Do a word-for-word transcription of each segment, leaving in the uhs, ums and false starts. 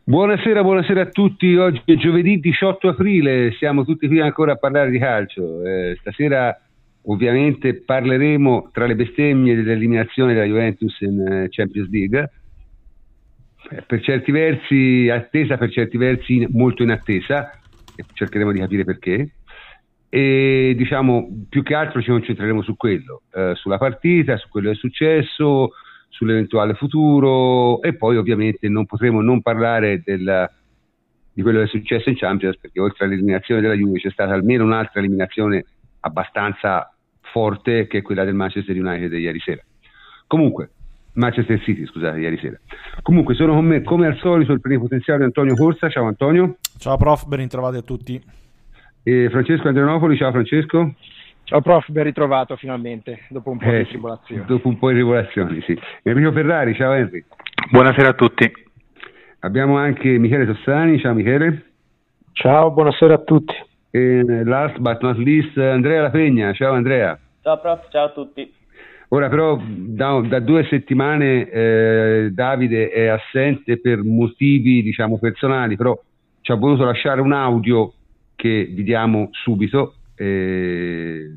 Buonasera, buonasera a tutti. Oggi è giovedì diciotto aprile, siamo tutti qui ancora a parlare di calcio. Eh, stasera ovviamente parleremo tra le bestemmie dell'eliminazione della Juventus in eh, Champions League. Eh, per certi versi attesa, per certi versi molto inattesa, e cercheremo di capire perché. E diciamo più che altro ci concentreremo su quello, eh, sulla partita, su quello che è successo, sull'eventuale futuro, e poi ovviamente non potremo non parlare del, di quello che è successo in Champions, perché oltre all'eliminazione della Juve c'è stata almeno un'altra eliminazione abbastanza forte, che è quella del Manchester United di ieri sera. Comunque, Manchester City, scusate, ieri sera. Comunque sono con me, come al solito, il plenipotenziario Antonio Corsa. Ciao Antonio. Ciao prof, ben ritrovati a tutti. E Francesco Andrianopoli. Ciao Francesco. Ciao prof, ben ritrovato finalmente, dopo un po' eh, di tribolazioni. Dopo un po' di tribolazioni, sì. Enrico Ferrari. Ciao Henry. Buonasera a tutti. Abbiamo anche Michele Tossani. Ciao Michele. Ciao, buonasera a tutti. E last but not least Andrea La Pegna. Ciao Andrea. Ciao prof, ciao a tutti. Ora però da, da due settimane eh, Davide è assente per motivi diciamo personali, però ci ha voluto lasciare un audio che vi diamo subito. Eh...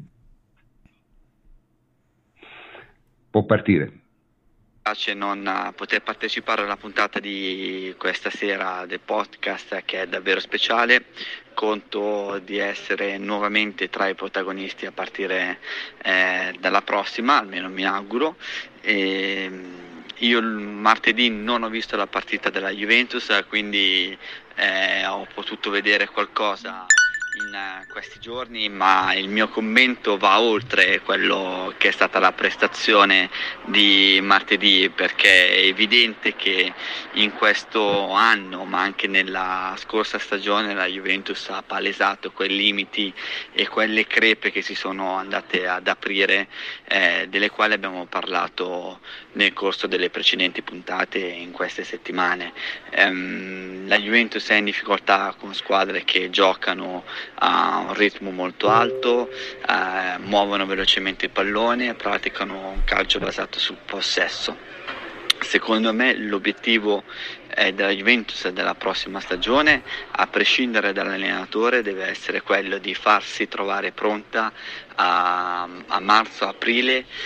Può partire. Piace non poter partecipare alla puntata di questa sera del podcast, che è davvero speciale. Conto di essere nuovamente tra i protagonisti a partire eh, dalla prossima, almeno mi auguro. E io martedì non ho visto la partita della Juventus, quindi eh, ho potuto vedere qualcosa in questi giorni, ma il mio commento va oltre quello che è stata la prestazione di martedì, perché è evidente che in questo anno, ma anche nella scorsa stagione, la Juventus ha palesato quei limiti e quelle crepe che si sono andate ad aprire, eh, delle quali abbiamo parlato nel corso delle precedenti puntate in queste settimane. Ehm, la Juventus è in difficoltà con squadre che giocano a un ritmo molto alto, eh, muovono velocemente il pallone, praticano un calcio basato sul possesso. Secondo me l'obiettivo eh, della Juventus della prossima stagione, a prescindere dall'allenatore, deve essere quello di farsi trovare pronta a, a marzo-aprile eh,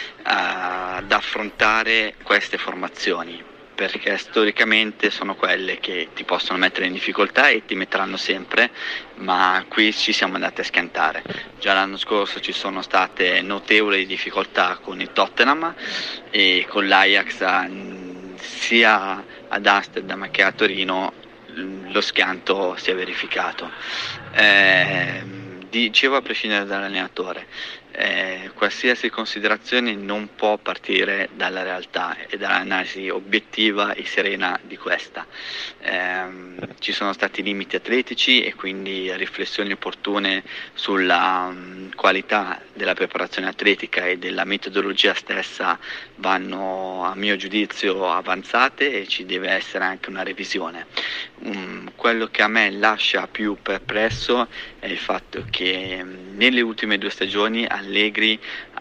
ad affrontare queste formazioni, perché storicamente sono quelle che ti possono mettere in difficoltà e ti metteranno sempre, ma qui ci siamo andati a schiantare. Già l'anno scorso ci sono state notevoli difficoltà con il Tottenham e con l'Ajax, sia ad Amsterdam che a Torino lo schianto si è verificato. Eh, dicevo a prescindere dall'allenatore, Eh, qualsiasi considerazione non può partire dalla realtà e dall'analisi obiettiva e serena di questa. Eh, ci sono stati limiti atletici e quindi riflessioni opportune sulla um, qualità della preparazione atletica e della metodologia stessa vanno, a mio giudizio, avanzate, e ci deve essere anche una revisione. Um, quello che a me lascia più perplesso è il fatto che um, nelle ultime due stagioni Allegri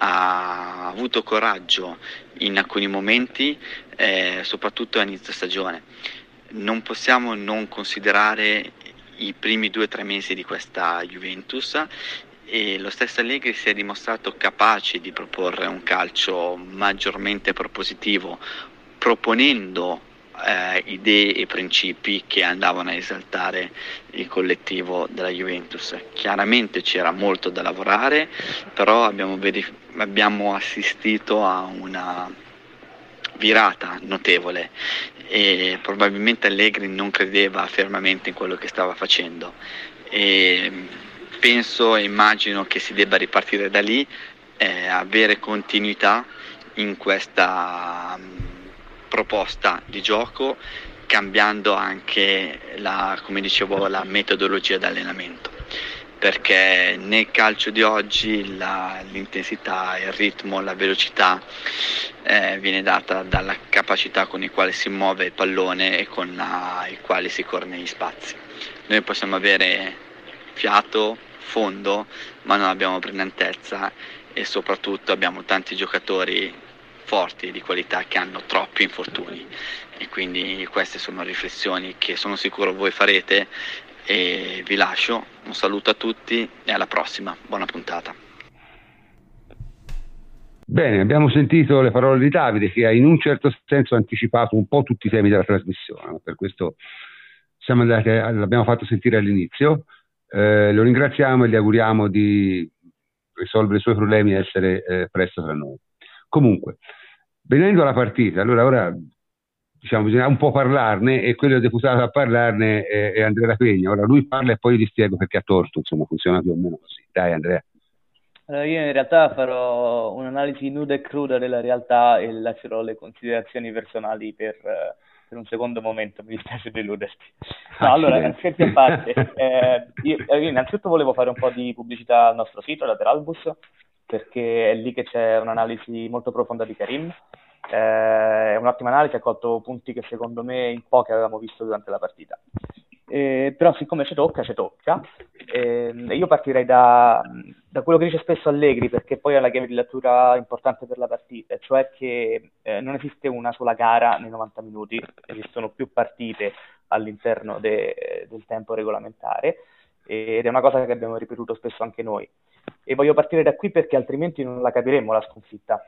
ha avuto coraggio in alcuni momenti, eh, soprattutto a inizio stagione. Non possiamo non considerare i primi due o tre mesi di questa Juventus, e lo stesso Allegri si è dimostrato capace di proporre un calcio maggiormente propositivo, proponendo Eh, idee e principi che andavano a esaltare il collettivo della Juventus. Chiaramente c'era molto da lavorare, però abbiamo, verif- abbiamo assistito a una virata notevole e probabilmente Allegri non credeva fermamente in quello che stava facendo, e penso e immagino che si debba ripartire da lì, eh, avere continuità in questa proposta di gioco, cambiando anche la, come dicevo, la metodologia di allenamento, perché nel calcio di oggi la, l'intensità, il ritmo, la velocità eh, viene data dalla capacità con la quale si muove il pallone e con la, i quali si corre negli spazi. Noi possiamo avere fiato, fondo, ma non abbiamo brillantezza, e soprattutto abbiamo tanti giocatori forti di qualità che hanno troppi infortuni. e quindi queste sono riflessioni che sono sicuro voi farete, e vi lascio un saluto a tutti e alla prossima, buona puntata. Bene, abbiamo sentito le parole di Davide, che ha in un certo senso anticipato un po' tutti i temi della trasmissione, per questo siamo andati, l'abbiamo fatto sentire all'inizio. Eh, lo ringraziamo e gli auguriamo di risolvere i suoi problemi e essere eh, presto tra noi. Comunque, venendo alla partita, allora ora diciamo bisogna un po' parlarne, e quello deputato a parlarne è, è Andrea Pegna. Ora lui parla e poi io vi spiego perché ha torto, insomma funziona più o meno così. Dai Andrea. Allora, io in realtà farò un'analisi nuda e cruda della realtà e lascerò le considerazioni personali per, uh, per un secondo momento, mi dispiace deluderti. No, allora, scherzi a parte, eh, io, io innanzitutto volevo fare un po' di pubblicità al nostro sito, Lateralbus, perché è lì che c'è un'analisi molto profonda di Karim. Eh, è un'ottima analisi, ha colto punti che secondo me in pochi avevamo visto durante la partita. Eh, però siccome ci tocca, ci tocca. Eh, io partirei da, da quello che dice spesso Allegri, perché poi è la chiave di lettura importante per la partita, cioè che eh, non esiste una sola gara nei novanta minuti, esistono più partite all'interno de, del tempo regolamentare, ed è una cosa che abbiamo ripetuto spesso anche noi. E voglio partire da qui perché altrimenti non la capiremo la sconfitta.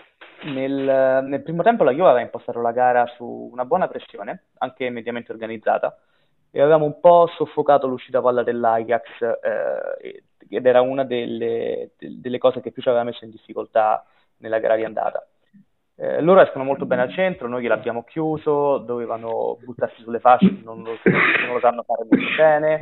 Nel, nel primo tempo la Juve aveva impostato la gara su una buona pressione, anche mediamente organizzata, e avevamo un po' soffocato l'uscita palla dell'Ajax, eh, ed era una delle, delle cose che più ci aveva messo in difficoltà nella gara di andata. Eh, loro escono molto bene al centro, noi gliel'abbiamo chiuso, dovevano buttarsi sulle fasce, non lo, non lo sanno fare molto bene.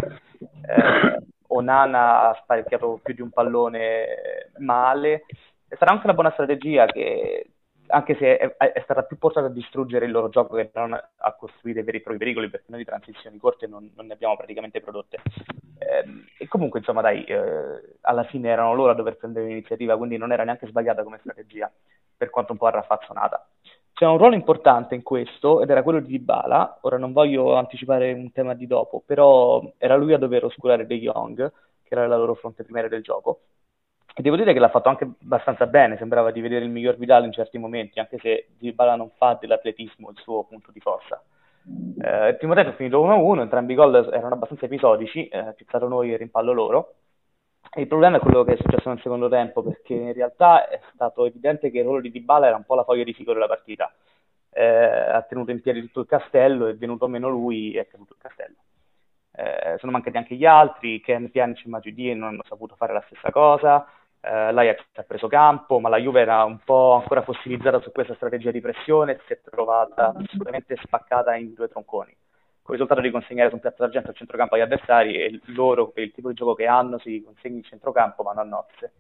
Eh, Onana ha sparecchiato più di un pallone male. E sarà anche una buona strategia, che anche se è, è stata più portata a distruggere il loro gioco che non a costruire veri e propri pericoli, perché noi di transizioni corte non, non ne abbiamo praticamente prodotte. Eh, e comunque, insomma, dai, eh, alla fine erano loro a dover prendere l'iniziativa, quindi non era neanche sbagliata come strategia, per quanto un po' arraffazzonata. C'è un ruolo importante in questo, ed era quello di Dybala. Ora non voglio anticipare un tema di dopo, però era lui a dover oscurare De Jong, che era la loro fronte primaria del gioco. E devo dire che l'ha fatto anche abbastanza bene, sembrava di vedere il miglior Vidal in certi momenti, anche se Dybala non fa dell'atletismo il suo punto di forza. Eh, il primo tempo è finito uno a uno, entrambi i gol erano abbastanza episodici, eh, pizzato noi e rimpallo loro. E il problema è quello che è successo nel secondo tempo, perché in realtà è stato evidente che il ruolo di Dybala era un po' la foglia di fico della partita. Eh, ha tenuto in piedi tutto il castello, è venuto meno lui e è caduto il castello. Eh, sono mancati anche gli altri, Ken, Pjanic e Matuidi non hanno saputo fare la stessa cosa. Uh, l'Ajax ha preso campo, ma la Juve era un po' ancora fossilizzata su questa strategia di pressione e si è trovata assolutamente spaccata in due tronconi, con il risultato di consegnare su un piatto d'argento al centrocampo agli avversari, e loro, per il tipo di gioco che hanno, si consegna il centrocampo vanno a nozze.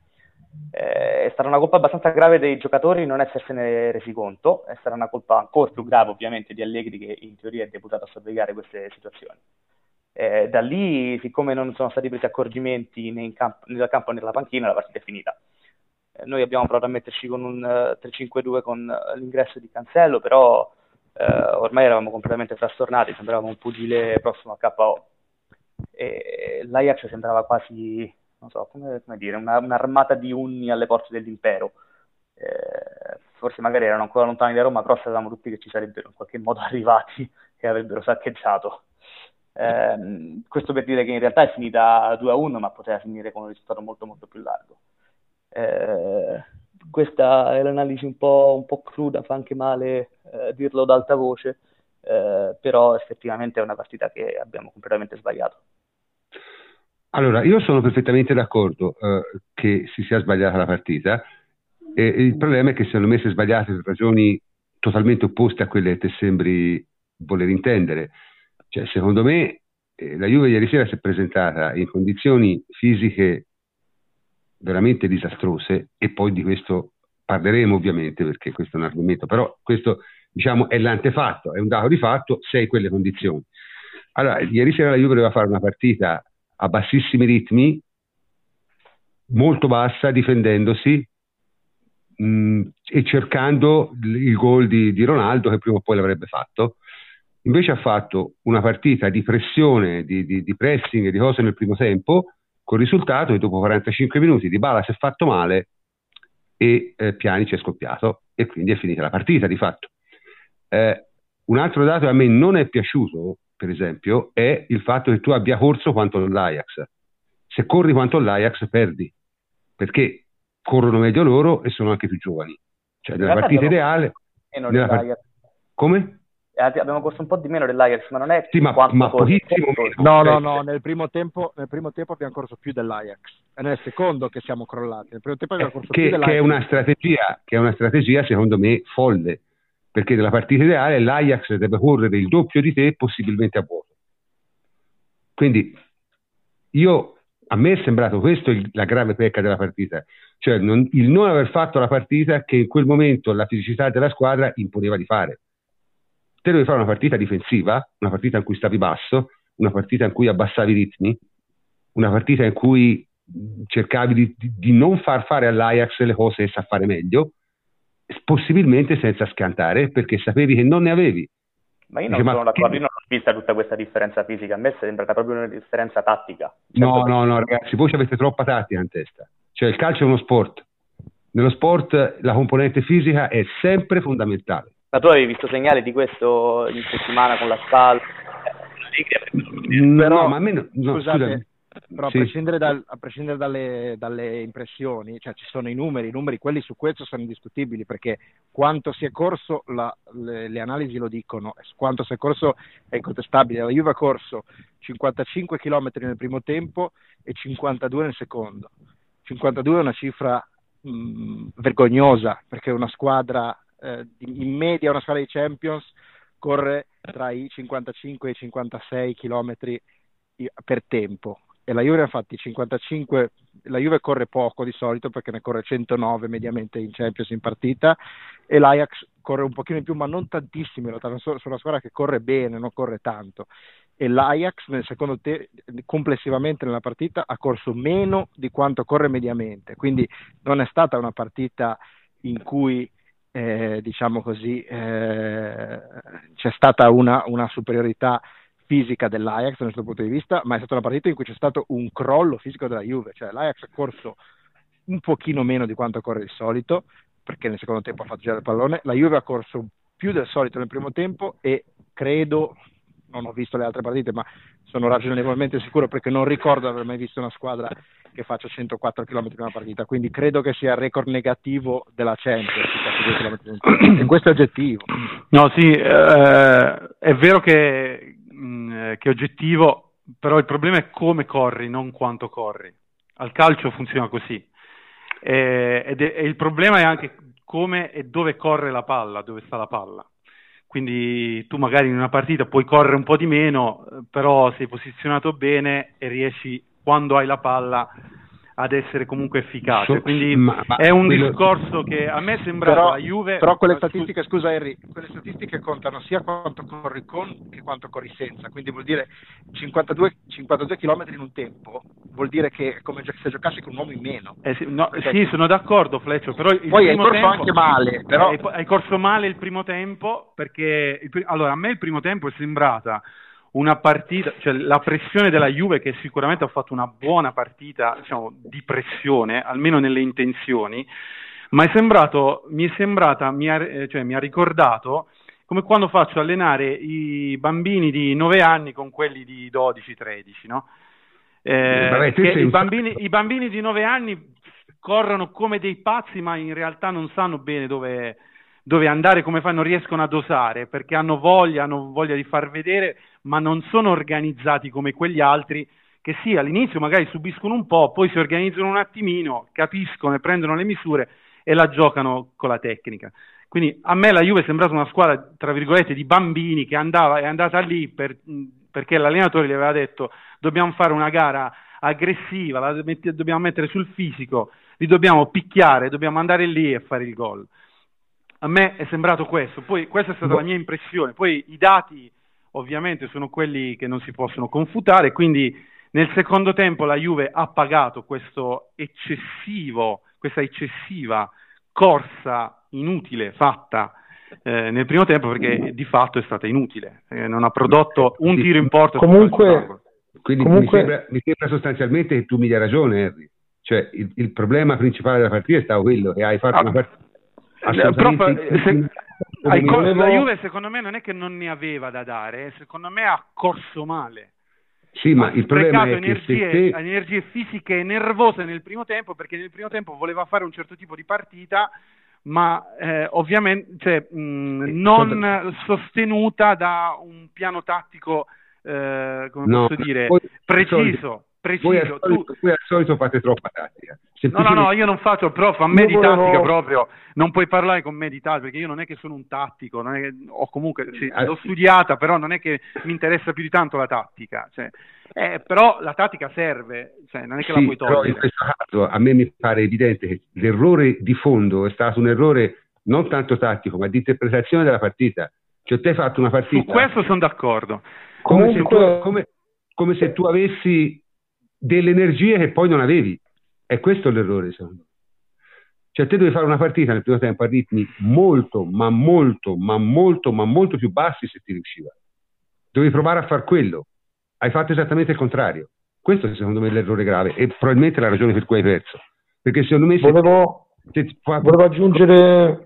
Eh, è stata una colpa abbastanza grave dei giocatori non essersene resi conto, è stata una colpa ancora più grave ovviamente di Allegri, che in teoria è deputato a sorvegliare queste situazioni. Eh, da lì, siccome non sono stati presi accorgimenti né in campo, né dal campo né dalla panchina, la partita è finita. Eh, noi abbiamo provato a metterci con un uh, tre cinque due con uh, l'ingresso di Cancelo, però uh, ormai eravamo completamente frastornati, sembravamo un pugile prossimo a K O. E l'Ajax sembrava quasi, non so, come, come dire, una, un'armata di unni alle porte dell'impero. Eh, forse magari erano ancora lontani da Roma, però sapevamo tutti che ci sarebbero in qualche modo arrivati e avrebbero saccheggiato. Eh, questo per dire che in realtà è finita due a uno, ma poteva finire con un risultato molto molto più largo. Eh, questa è l'analisi un po', un po' cruda, fa anche male eh, dirlo ad alta voce, eh, però effettivamente è una partita che abbiamo completamente sbagliato. Allora, io sono perfettamente d'accordo eh, che si sia sbagliata la partita, e il problema è che secondo me si è sbagliata per ragioni totalmente opposte a quelle che te sembri voler intendere. Cioè, secondo me eh, la Juve ieri sera si è presentata in condizioni fisiche veramente disastrose, e poi di questo parleremo ovviamente, perché questo è un argomento, però questo diciamo è l'antefatto, è un dato di fatto, sei quelle condizioni. Allora, ieri sera la Juve doveva fare una partita a bassissimi ritmi, molto bassa, difendendosi mh, e cercando il gol di, di Ronaldo, che prima o poi l'avrebbe fatto. Invece ha fatto una partita di pressione, di, di, di pressing e di cose nel primo tempo, con il risultato che dopo quarantacinque minuti Dybala si è fatto male e eh, Pjanic è scoppiato, e quindi è finita la partita di fatto. Eh, Un altro dato che a me non è piaciuto, per esempio, è il fatto che tu abbia corso quanto l'Ajax. Se corri quanto l'Ajax perdi, perché corrono meglio loro e sono anche più giovani. Cioè nella partita ideale... Nella part... Come? Abbiamo corso un po' di meno dell'Ajax, ma non è sì, ma, ma pochissimo meno. No, no, no, nel primo tempo nel primo tempo abbiamo corso più dell'Ajax. È nel secondo che siamo crollati. Nel primo tempo abbiamo corso che, più dell'Ajax. Che è una strategia, che è una strategia secondo me folle, perché nella partita ideale l'Ajax deve correre il doppio di te, possibilmente a vuoto. Quindi io a me è sembrato questo il, la grave pecca della partita, cioè non, il non aver fatto la partita che in quel momento la fisicità della squadra imponeva di fare. Te devi fare una partita difensiva, una partita in cui stavi basso, una partita in cui abbassavi i ritmi, una partita in cui cercavi di, di, di non far fare all'Ajax le cose che sa fare meglio, possibilmente senza scantare, perché sapevi che non ne avevi. Ma io non Dice, sono ma d'accordo, io non ho vista tutta questa differenza fisica, a me sembra proprio una differenza tattica. No, no, no, ragazzi, voi avete troppa tattica in testa. Cioè il calcio è uno sport. Nello sport la componente fisica è sempre fondamentale. Ma tu avevi visto segnali di questo in settimana con la spalla? No, ma a me no, no, scusate, scusami. Però sì. a prescindere, dal, a prescindere dalle, dalle impressioni, cioè ci sono i numeri, i numeri quelli su questo sono indiscutibili, perché quanto si è corso, la, le, le analisi lo dicono, quanto si è corso è incontestabile. La Juve ha corso cinquantacinque chilometri nel primo tempo e cinquantadue nel secondo. cinquantadue è una cifra mh, vergognosa, perché una squadra eh, in media, una squadra di Champions corre tra i cinquantacinque e i cinquantasei chilometri per tempo, e la Juve ne ha fatti cinquantacinque. La Juve corre poco di solito, perché ne corre centonove mediamente in Champions in partita, e l'Ajax corre un pochino in più, ma non tantissimo in realtà. Sono una squadra che corre bene, non corre tanto, e l'Ajax nel secondo te complessivamente nella partita ha corso meno di quanto corre mediamente, quindi non è stata una partita in cui eh, diciamo così eh, c'è stata una, una superiorità fisica dell'Ajax dal nostro punto di vista, ma è stata una partita in cui c'è stato un crollo fisico della Juve, cioè l'Ajax ha corso un pochino meno di quanto corre di solito, perché nel secondo tempo ha fatto girare il pallone. La Juve ha corso più del solito nel primo tempo, e credo, non ho visto le altre partite, ma sono ragionevolmente sicuro, perché non ricordo di aver mai visto una squadra che faccia centoquattro chilometri in una partita, quindi credo che sia il record negativo della Champions, e questo è oggettivo. No, sì, eh, è vero che, mh, che è oggettivo, però il problema è come corri, non quanto corri. Al calcio funziona così, e, ed è, e il problema è anche come e dove corre la palla, dove sta la palla. Quindi tu magari in una partita puoi correre un po' di meno, però sei posizionato bene e riesci, quando hai la palla, ad essere comunque efficace. Quindi ma, ma è un quello... discorso che a me sembra però, la Juve... Però quelle statistiche, scusa Henry, quelle statistiche contano sia quanto corri con che quanto corri senza, quindi vuol dire cinquantadue chilometri in un tempo, vuol dire che è come se giocassi con un uomo in meno. Eh sì, no, sì, sono d'accordo Fleccio, però il poi hai corso tempo, anche male, però... hai, hai corso male il primo tempo, perché il, allora a me il primo tempo è sembrata una partita, cioè la pressione della Juve, che sicuramente ha fatto una buona partita, diciamo, di pressione, almeno nelle intenzioni, ma è sembrato, mi è sembrata, mi ha, cioè mi ha ricordato come quando faccio allenare i bambini di nove anni con quelli di dodici tredici, no? Eh, Vabbè, che i, bambini, i bambini di nove anni corrono come dei pazzi, ma in realtà non sanno bene dove, dove andare, come fanno, riescono a dosare, perché hanno voglia, hanno voglia di far vedere, ma non sono organizzati come quegli altri, che sì, all'inizio magari subiscono un po', poi si organizzano un attimino, capiscono e prendono le misure e la giocano con la tecnica. Quindi a me la Juve è sembrata una squadra, tra virgolette, di bambini, che andava, è andata lì per, perché l'allenatore gli aveva detto: dobbiamo fare una gara aggressiva, la metti, dobbiamo mettere sul fisico, li dobbiamo picchiare, dobbiamo andare lì e fare il gol. A me è sembrato questo, poi questa è stata la mia impressione, poi i dati ovviamente sono quelli che non si possono confutare, quindi nel secondo tempo la Juve ha pagato questo eccessivo, questa eccessiva corsa inutile fatta eh, nel primo tempo, perché di fatto è stata inutile, eh, non ha prodotto un tiro in porta. Comunque, quindi comunque... Mi, sembra, mi sembra sostanzialmente che tu mi dia ragione, Henry. Cioè il, il problema principale della partita è stato quello che hai fatto ah, una partita assolutamente... Però, se... Ai cor- volevo... La Juve secondo me non è che non ne aveva da dare, secondo me ha corso male. Sì, ma ha il problema è energie, che se te... energie fisiche e nervose nel primo tempo, perché nel primo tempo voleva fare un certo tipo di partita, ma eh, ovviamente cioè, mh, non sostenuta da un piano tattico eh, come no, posso dire voi, preciso. Preciso, voi, al solito, tu... voi al solito fate troppa tattica. No, no, no, io non faccio, prof, a me io di volevo... tattica proprio, non puoi parlare con me di tattica, perché io non è che sono un tattico, non è che, o comunque sì, l'ho studiata, però non è che mi interessa più di tanto la tattica, cioè, eh, però la tattica serve, cioè, non è che sì, la puoi togliere. Però in questo caso a me mi pare evidente che l'errore di fondo è stato un errore non tanto tattico, ma di interpretazione della partita. Cioè te hai fatto una partita... Su questo sono d'accordo. Come, Comunque... se tu, come, come se tu avessi delle energie che poi non avevi. E questo è l'errore, secondo me. Cioè te devi fare una partita nel primo tempo a ritmi molto, ma molto, ma molto, ma molto più bassi se ti riusciva. Dovevi provare a far quello. Hai fatto esattamente il contrario. Questo è secondo me l'errore grave e probabilmente la ragione per cui hai perso. Perché secondo me... Se Volevo, se ti, volevo aggiungere...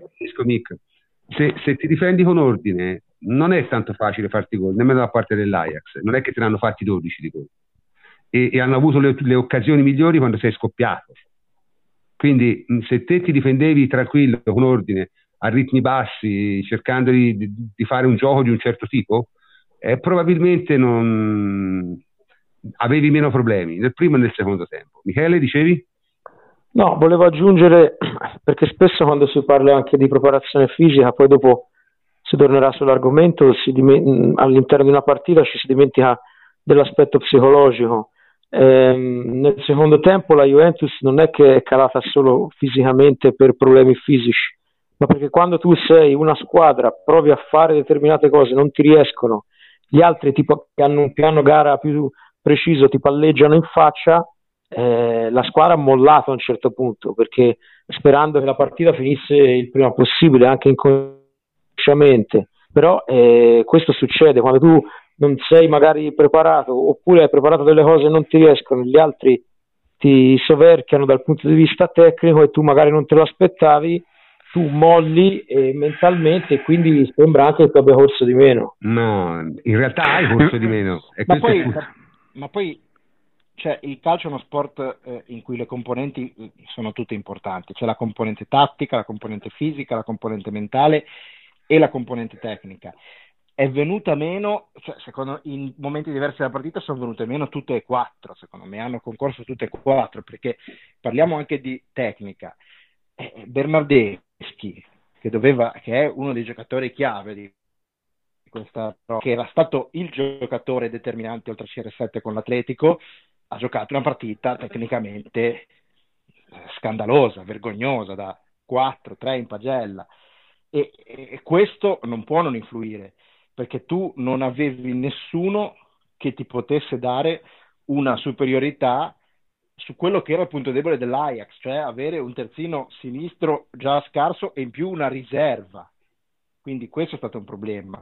Se, se ti difendi con ordine non è tanto facile farti gol, nemmeno da parte dell'Ajax. Non è che te ne hanno fatti dodici di gol. E, e hanno avuto le, le occasioni migliori quando sei scoppiato. Quindi se te ti difendevi tranquillo, con ordine, a ritmi bassi, cercando di, di, di fare un gioco di un certo tipo, eh, probabilmente non avevi meno problemi nel primo e nel secondo tempo. Michele, dicevi? No, volevo aggiungere, perché spesso quando si parla anche di preparazione fisica, poi dopo si tornerà sull'argomento, si diment- all'interno di una partita ci si dimentica dell'aspetto psicologico. Ehm, nel secondo tempo la Juventus non è che è calata solo fisicamente per problemi fisici, ma perché quando tu sei una squadra, provi a fare determinate cose, non ti riescono, gli altri tipo, che hanno un piano gara più preciso ti palleggiano in faccia, eh, la squadra ha mollato a un certo punto, perché sperando che la partita finisse il prima possibile, anche inconsciamente, però eh, questo succede quando tu non sei magari preparato, oppure hai preparato delle cose e non ti riescono, gli altri ti soverchiano dal punto di vista tecnico e tu magari non te lo aspettavi, tu molli eh, mentalmente e quindi sembra anche che tu abbia corso di meno. No, in realtà hai corso di meno. E ma, poi, è... ma poi cioè, il calcio è uno sport eh, in cui le componenti sono tutte importanti, c'è la componente tattica, la componente fisica, la componente mentale e la componente tecnica. È venuta meno, cioè, secondo in momenti diversi della partita sono venute meno tutte e quattro, secondo me hanno concorso tutte e quattro, perché parliamo anche di tecnica. Eh, Bernardeschi, che doveva, che è uno dei giocatori chiave di questa, che era stato il giocatore determinante oltre a C R sette con l'Atletico, ha giocato una partita tecnicamente scandalosa, vergognosa, da quattro tre in pagella, e, e questo non può non influire, perché tu non avevi nessuno che ti potesse dare una superiorità su quello che era il punto debole dell'Ajax, cioè avere un terzino sinistro già scarso e in più una riserva. Quindi questo è stato un problema.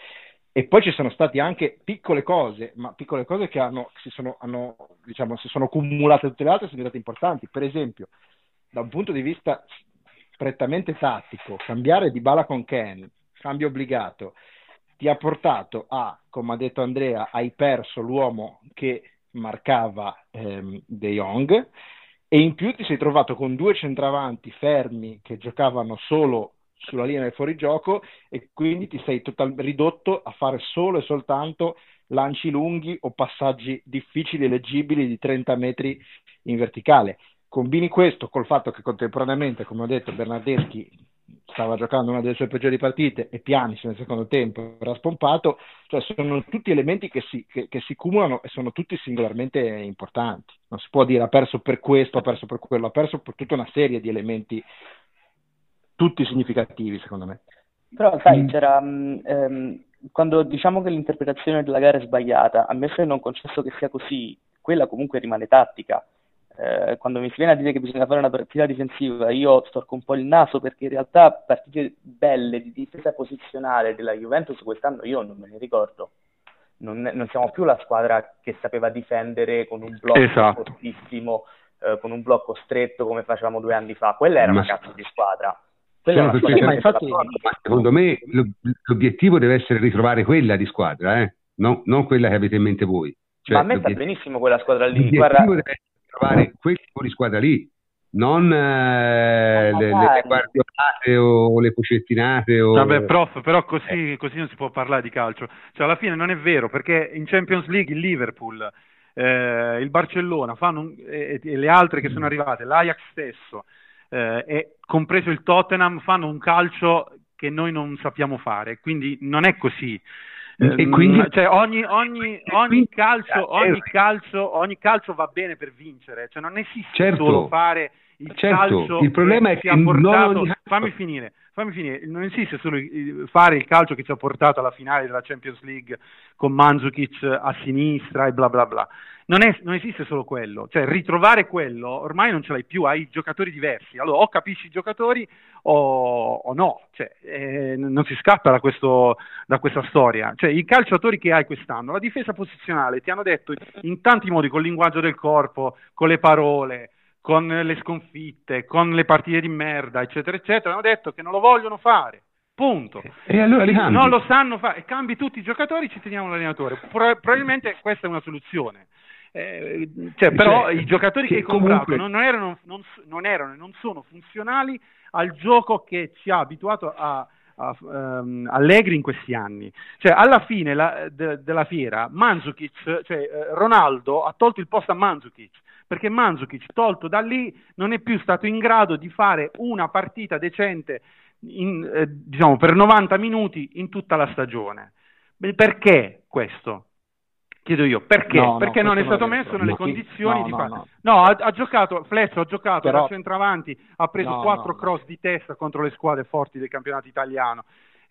E poi ci sono stati anche piccole cose, ma piccole cose che hanno, si sono, hanno, diciamo, si sono accumulate tutte le altre e sono diventate importanti. Per esempio, da un punto di vista prettamente tattico, cambiare Dybala con Ken, cambio obbligato, ti ha portato a, come ha detto Andrea, hai perso l'uomo che marcava ehm, De Jong, e in più ti sei trovato con due centravanti fermi che giocavano solo sulla linea del fuorigioco, e quindi ti sei total- ridotto a fare solo e soltanto lanci lunghi o passaggi difficili e leggibili di trenta metri in verticale. Combini questo col fatto che contemporaneamente, come ho detto, Bernardeschi stava giocando una delle sue peggiori partite e Pjanic nel secondo tempo era spompato, cioè sono tutti elementi che si, che, che si cumulano e sono tutti singolarmente importanti. Non si può dire ha perso per questo, ha perso per quello, ha perso per tutta una serie di elementi tutti significativi, secondo me. Però sai, c'era ehm, quando diciamo che l'interpretazione della gara è sbagliata, ammesso e non concesso che sia così, quella comunque rimane tattica. Eh, quando mi si viene a dire che bisogna fare una partita difensiva, io storco un po' il naso, perché in realtà partite belle di difesa posizionale della Juventus quest'anno io non me ne ricordo. Non, non siamo più la squadra che sapeva difendere con un blocco esatto. fortissimo, eh, con un blocco stretto come facevamo due anni fa. Quella era Ma... una cazzo di squadra. Sono perfettamente infatti... d'accordo, ma secondo me l'obiettivo deve essere ritrovare quella di squadra, eh? no, non quella che avete in mente voi. Cioè, ma a me sta benissimo quella squadra lì. L'obiettivo Guarda... deve essere trovare quel tipo di squadra lì, non eh, le, le guardiolate o le pocettinate. O... Vabbè, prof, però così, così non si può parlare di calcio. Cioè, alla fine non è vero, perché in Champions League il Liverpool, eh, il Barcellona, fanno un, e, e le altre che sono arrivate, l'Ajax stesso, eh, e compreso il Tottenham, fanno un calcio che noi non sappiamo fare. Quindi non è così. E quindi, cioè ogni, ogni, ogni, calcio, ogni, calcio, ogni calcio va bene per vincere, cioè non esiste certo, solo fare il certo, calcio il problema che è ci che ha portato, non... fammi finire, fammi finire, non esiste solo fare il calcio che ci ha portato alla finale della Champions League con Mandzukic a sinistra e bla bla bla. Non, è, non esiste solo quello, cioè ritrovare quello ormai non ce l'hai più, hai giocatori diversi, allora o capisci i giocatori o, o no, cioè, eh, non si scappa da, questo, da questa storia, cioè i calciatori che hai quest'anno, la difesa posizionale ti hanno detto in tanti modi, col linguaggio del corpo, con le parole, con le sconfitte, con le partite di merda, eccetera eccetera, hanno detto che non lo vogliono fare. Punto. E allora li cambi. Non lo sanno fare, e cambi tutti i giocatori, ci teniamo l'allenatore. Pro- probabilmente questa è una soluzione. Eh, cioè, però cioè, i giocatori che, che hai comprato comunque... non, non erano non, non erano e non sono funzionali al gioco che ci ha abituato a, a um, Allegri in questi anni. Cioè, alla fine la, de, della fiera, Mandzukic, cioè eh, Ronaldo ha tolto il posto a Mandzukic, perché Mandzukic, tolto da lì, non è più stato in grado di fare una partita decente in, eh, diciamo per novanta minuti in tutta la stagione. Perché questo? Chiedo io, perché? No, perché no, non è stato non messo no, nelle no, condizioni no, di no, fare... No, no ha, ha giocato, Fleccio ha giocato Però... da centravanti, ha preso no, quattro no, cross no. di testa contro le squadre forti del campionato italiano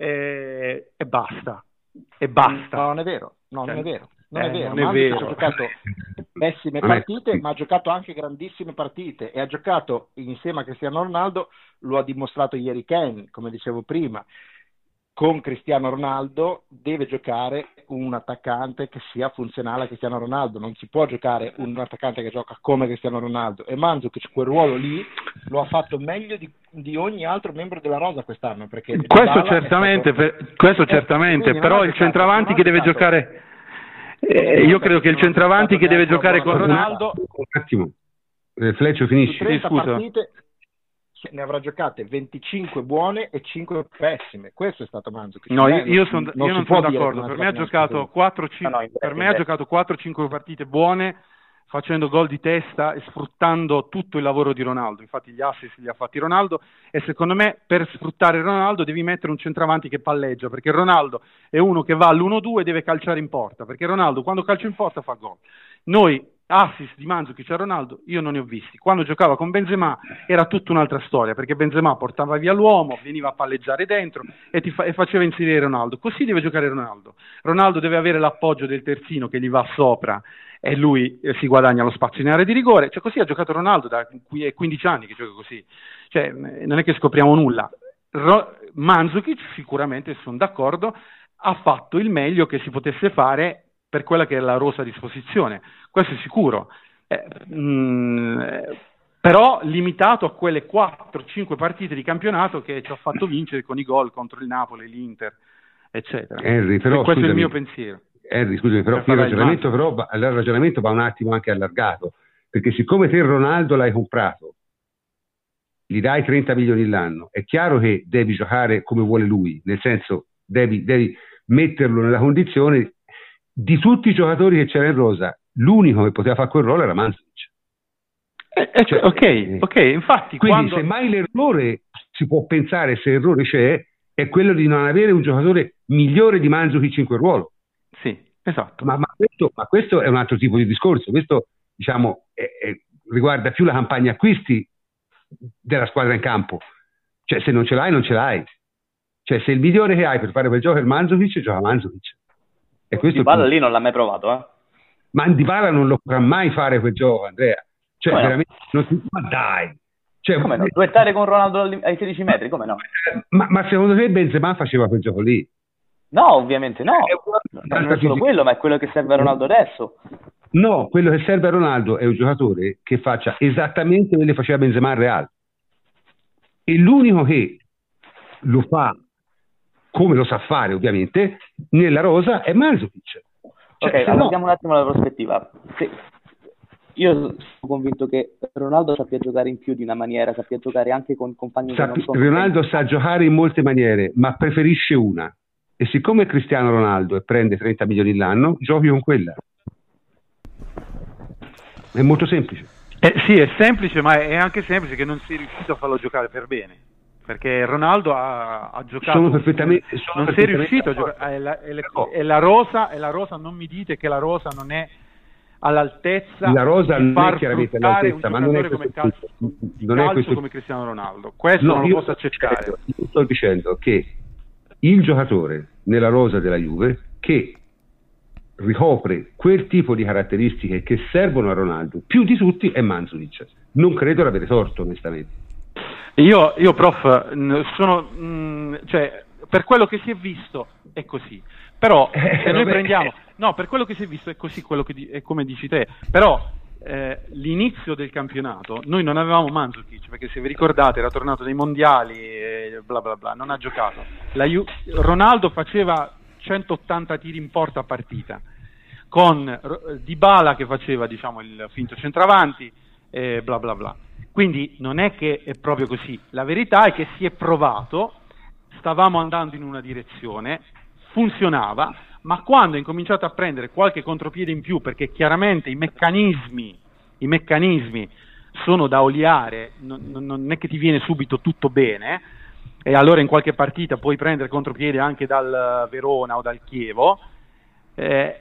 e, e basta, e basta. No, non è vero, no, non è vero. Non eh, è vero, non è vero. Ha giocato pessime partite, ma ha giocato anche grandissime partite e ha giocato insieme a Cristiano Ronaldo, lo ha dimostrato ieri Kane, come dicevo prima. Con Cristiano Ronaldo deve giocare un attaccante che sia funzionale a Cristiano Ronaldo, non si può giocare un attaccante che gioca come Cristiano Ronaldo, e Mandzukic quel ruolo lì lo ha fatto meglio di, di ogni altro membro della rosa quest'anno, perché questo certamente, stato... per, questo certamente eh, però il centravanti che deve stato... giocare eh, io credo che il centravanti che deve giocare con Ronaldo un attimo eh, Fleccio finisci sì, scusa partite, ne avrà giocate venticinque buone e cinque pessime. Questo è stato Mandzukic. No, io, io, son, io non sono d'accordo. Per me ha giocato quattro cinque no, no, per me ha giocato quattro cinque partite buone, facendo gol di testa e sfruttando tutto il lavoro di Ronaldo. Infatti gli assist li ha fatti Ronaldo, e secondo me per sfruttare Ronaldo devi mettere un centravanti che palleggia, perché Ronaldo è uno che va all'uno due e deve calciare in porta, perché Ronaldo quando calcia in porta fa gol. Noi assist di Mandzukic a Ronaldo io non ne ho visti. Quando giocava con Benzema era tutta un'altra storia, perché Benzema portava via l'uomo, veniva a palleggiare dentro e, ti fa- e faceva inserire Ronaldo. Così deve giocare Ronaldo. Ronaldo deve avere l'appoggio del terzino che gli va sopra e lui eh, si guadagna lo spazio in area di rigore. Cioè, così ha giocato Ronaldo, da qui è quindici anni che gioca così. Cioè, non è che scopriamo nulla. Ro- Mandzukic sicuramente, sono d'accordo, ha fatto il meglio che si potesse fare per quella che è la rosa a disposizione, questo è sicuro, eh, mh, però limitato a quelle quattro cinque partite di campionato che ci ha fatto vincere con i gol contro il Napoli, l'Inter, eccetera. Henry, però, questo scusami, è il mio pensiero. Henry, scusami, però il ragionamento, però va, il ragionamento va un attimo anche allargato, perché siccome te Ronaldo l'hai comprato, gli dai trenta milioni l'anno, è chiaro che devi giocare come vuole lui, nel senso devi, devi metterlo nella condizione. Di tutti i giocatori che c'era in rosa, l'unico che poteva fare quel ruolo era Mandzukic. Eh, eh, cioè, ok, ok, infatti quindi quando... semmai l'errore, si può pensare, se errore c'è, è quello di non avere un giocatore migliore di Mandzukic in quel ruolo. Sì, esatto. Ma, ma, questo, ma questo è un altro tipo di discorso, questo diciamo è, è, riguarda più la campagna acquisti della squadra in campo. Cioè, se non ce l'hai, non ce l'hai. Cioè, se il migliore che hai per fare quel gioco è Mandzukic, gioca Mandzukic. E questo Dybala lì non l'ha mai provato, eh? Ma Dybala non lo potrà mai fare quel gioco, Andrea. Cioè, come veramente, no? non si... ma dai! Cioè, come no? Duettare con Ronaldo ai sedici metri, come no? Ma, ma secondo te Benzema faceva quel gioco lì? No, ovviamente no. Non è solo quello, ma è quello che serve a Ronaldo adesso. No, quello che serve a Ronaldo è un giocatore che faccia esattamente quello che faceva Benzema al Real. E l'unico che lo fa come lo sa fare ovviamente, nella rosa è Mandzukic. Cioè, ok, allarghiamo no... un attimo la prospettiva. Se... Io sono convinto che Ronaldo sappia giocare in più di una maniera, sappia giocare anche con compagni Sa... che non sono... Ronaldo sa giocare in molte maniere, ma preferisce una. E siccome è Cristiano Ronaldo e prende trenta milioni l'anno, giochi con quella. È molto semplice. Eh, sì, è semplice, ma è anche semplice che non si è riuscito a farlo giocare per bene. Perché Ronaldo ha, ha giocato... Sono perfettamente... Sono non perfettamente si è riuscito a giocare... È la, è, la, è la rosa, è la rosa, non mi dite che la rosa non è all'altezza la rosa di non far è chiaramente all'altezza, ma non è come questo calcio, di non calcio è questo... come Cristiano Ronaldo. Questo no, non lo posso accettare. Dicendo, io sto dicendo che il giocatore nella rosa della Juve che ricopre quel tipo di caratteristiche che servono a Ronaldo più di tutti è Mandzukic. Non credo di avere torto, onestamente. Io, io prof, sono, mh, cioè, per quello che si è visto è così. Però se eh, noi prendiamo, no, per quello che si è visto è così, quello che di, è come dici te. Però eh, l'inizio del campionato noi non avevamo Mandzukic, perché se vi ricordate era tornato dai mondiali e bla bla bla, non ha giocato. La Ju- Ronaldo faceva centottanta tiri in porta a partita, con Dybala che faceva, diciamo, il finto centravanti e bla bla bla. Quindi non è che è proprio così. La verità è che si è provato, stavamo andando in una direzione, funzionava, ma quando è incominciato a prendere qualche contropiede in più, perché chiaramente i meccanismi, i meccanismi sono da oliare, non, non è che ti viene subito tutto bene, e allora in qualche partita puoi prendere contropiede anche dal Verona o dal Chievo, eh,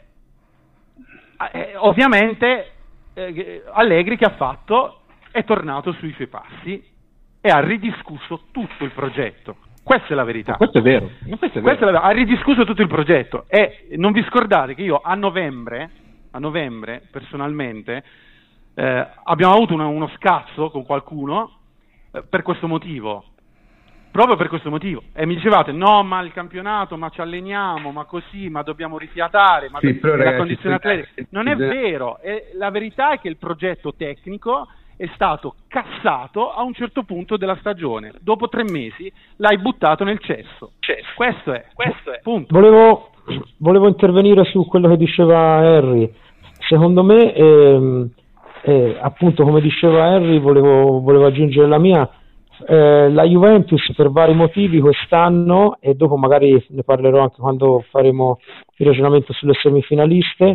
eh, ovviamente eh, Allegri che ha fatto? È tornato sui suoi passi e ha ridiscusso tutto il progetto. Questa è la verità. Ma questo è vero. Ma questo è vero. Questa è la, ha ridiscusso tutto il progetto e non vi scordate che io a novembre, a novembre personalmente, eh, abbiamo avuto una, uno scazzo con qualcuno eh, per questo motivo. Proprio per questo motivo. E mi dicevate, no, ma il campionato, ma ci alleniamo, ma così, ma dobbiamo rifiatare, ma sì, però, la ragazzi, condizione atletica. Non è vero. E la verità è che il progetto tecnico è stato cassato a un certo punto della stagione. Dopo tre mesi l'hai buttato nel cesso. cesso. Questo è, questo è. Punto. Volevo, volevo intervenire su quello che diceva Harry. Secondo me, ehm, eh, appunto, come diceva Harry, volevo, volevo aggiungere la mia. Eh, la Juventus per vari motivi quest'anno, e dopo magari ne parlerò anche quando faremo il ragionamento sulle semifinaliste,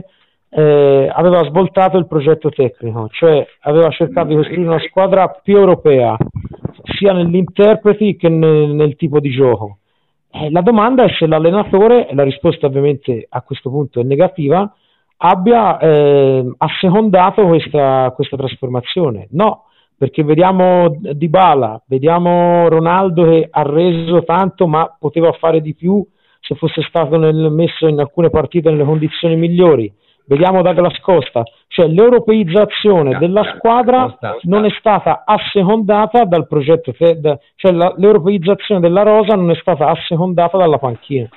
eh, aveva svoltato il progetto tecnico, cioè aveva cercato di costruire una squadra più europea sia negli interpreti che nel, nel tipo di gioco. Eh, la domanda è se l'allenatore, e la risposta ovviamente a questo punto è negativa, abbia eh, assecondato questa, questa trasformazione. No, perché vediamo Dybala, vediamo Ronaldo che ha reso tanto ma poteva fare di più se fosse stato nel, messo in alcune partite nelle condizioni migliori. Vediamo Douglas Costa, cioè l'europeizzazione della squadra non è stata assecondata dal progetto, cioè la, l'europeizzazione della rosa non è stata assecondata dalla panchina.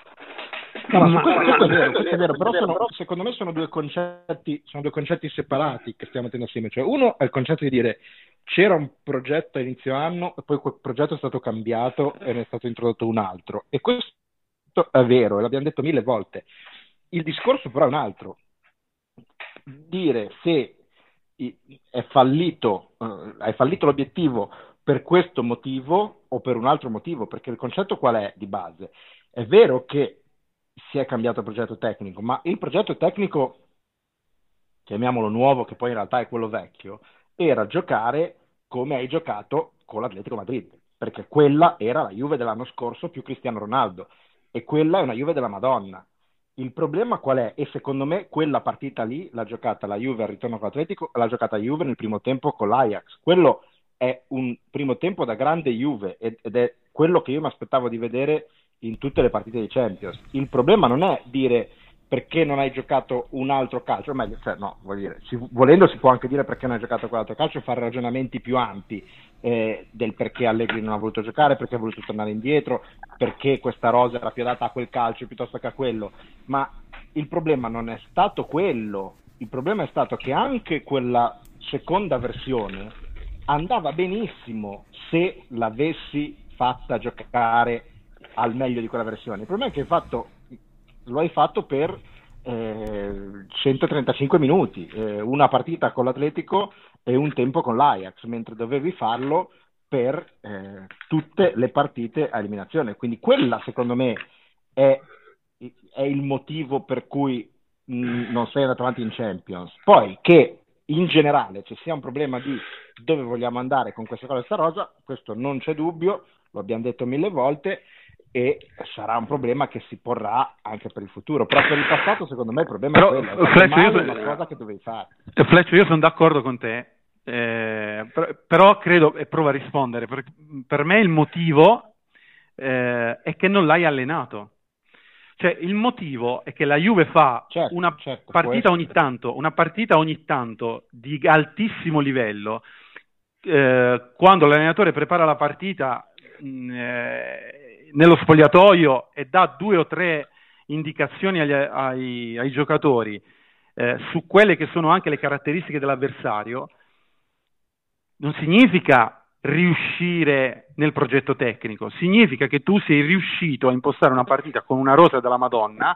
No, ma questo, questo è vero, questo è vero, però sono, secondo me sono due concetti, sono due concetti separati che stiamo mettendo assieme. Cioè, uno è il concetto di dire c'era un progetto a inizio anno e poi quel progetto è stato cambiato e ne è stato introdotto un altro. E questo è vero, e l'abbiamo detto mille volte. Il discorso però è un altro. Dire se è fallito, eh, hai fallito l'obiettivo per questo motivo o per un altro motivo, perché il concetto qual è di base? È vero che si è cambiato il progetto tecnico, ma il progetto tecnico, chiamiamolo nuovo, che poi in realtà è quello vecchio, era giocare come hai giocato con l'Atletico Madrid, perché quella era la Juve dell'anno scorso più Cristiano Ronaldo, e quella è una Juve della Madonna. Il problema qual è? E secondo me quella partita lì l'ha giocata la Juve al ritorno con l'Atletico, l'ha giocata Juve nel primo tempo con l'Ajax. Quello è un primo tempo da grande Juve ed è quello che io mi aspettavo di vedere in tutte le partite di Champions. Il problema non è dire perché non hai giocato un altro calcio, o meglio, cioè, no, voglio dire, si, volendo si può anche dire perché non hai giocato quell'altro calcio e fare ragionamenti più ampi eh, del perché Allegri non ha voluto giocare, perché ha voluto tornare indietro, perché questa rosa era più adatta a quel calcio piuttosto che a quello, ma il problema non è stato quello, il problema è stato che anche quella seconda versione andava benissimo se l'avessi fatta giocare al meglio di quella versione. Il problema è che hai fatto, lo hai fatto per eh, centotrentacinque minuti, eh, una partita con l'Atletico e un tempo con l'Ajax, mentre dovevi farlo per eh, tutte le partite a eliminazione. Quindi quella, secondo me, è, è il motivo per cui mh, non sei andato avanti in Champions. Poi che in generale ci sia un problema di dove vogliamo andare con questa cosa, questa rosa, questo non c'è dubbio, lo abbiamo detto mille volte, e sarà un problema che si porrà anche per il futuro. Però per il passato, secondo me, il problema Però, è quello, è Fletch, io una sono, cosa che dovevi fare. Fletch, io sono d'accordo con te, eh, però credo, e provo a rispondere, per, per me il motivo eh, è che non l'hai allenato. Cioè, il motivo è che la Juve fa certo, una certo, partita ogni tanto, una partita ogni tanto di altissimo livello, eh, quando l'allenatore prepara la partita mh, eh, nello spogliatoio e dà due o tre indicazioni agli, ai, ai giocatori eh, su quelle che sono anche le caratteristiche dell'avversario, non significa riuscire nel progetto tecnico, significa che tu sei riuscito a impostare una partita con una rosa della Madonna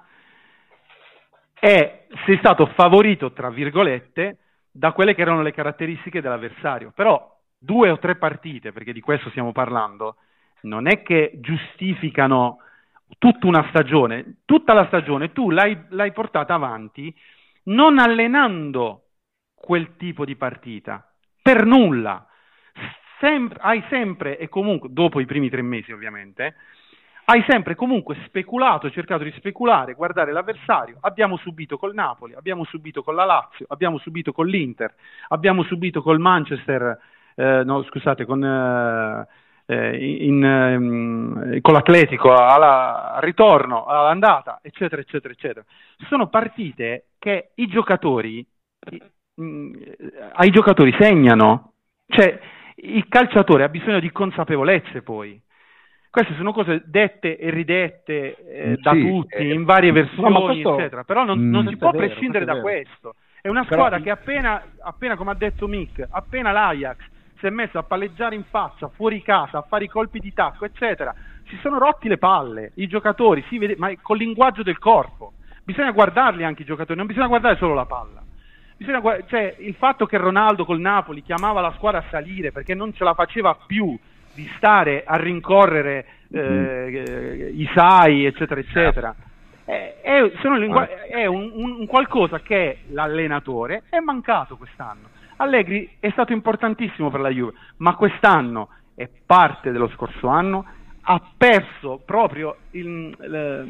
e sei stato favorito, tra virgolette, da quelle che erano le caratteristiche dell'avversario. Però due o tre partite, perché di questo stiamo parlando, non è che giustificano tutta una stagione. Tutta la stagione tu l'hai, l'hai portata avanti non allenando quel tipo di partita, per nulla. Sem- hai sempre e comunque, dopo i primi tre mesi ovviamente, hai sempre comunque speculato, cercato di speculare, guardare l'avversario. Abbiamo subito col Napoli, abbiamo subito con la Lazio, abbiamo subito con l'Inter, abbiamo subito col Manchester, eh, no scusate, con, eh, in, in, con l'Atletico alla, al ritorno, all'andata, eccetera, eccetera, eccetera. Sono partite che i giocatori, mh, ai giocatori segnano, cioè il calciatore ha bisogno di consapevolezze poi. Queste sono cose dette e ridette eh, da sì, tutti, eh, in varie versioni, no, questo, eccetera. Però non, non si può vero, prescindere da vero. questo. È una Però, squadra che appena, appena, come ha detto Mick, appena l'Ajax si è messa a palleggiare in faccia, fuori casa, a fare i colpi di tacco, eccetera, si sono rotti le palle. I giocatori, si vede, ma col linguaggio del corpo. Bisogna guardarli anche i giocatori, non bisogna guardare solo la palla. Bisogna, cioè, il fatto che Ronaldo col Napoli chiamava la squadra a salire perché non ce la faceva più di stare a rincorrere eh, i Sai, eccetera, eccetera, è, è, sono lingua- è un, un qualcosa che l'allenatore è mancato quest'anno. Allegri è stato importantissimo per la Juve, ma quest'anno è parte dello scorso anno, ha perso proprio il, il,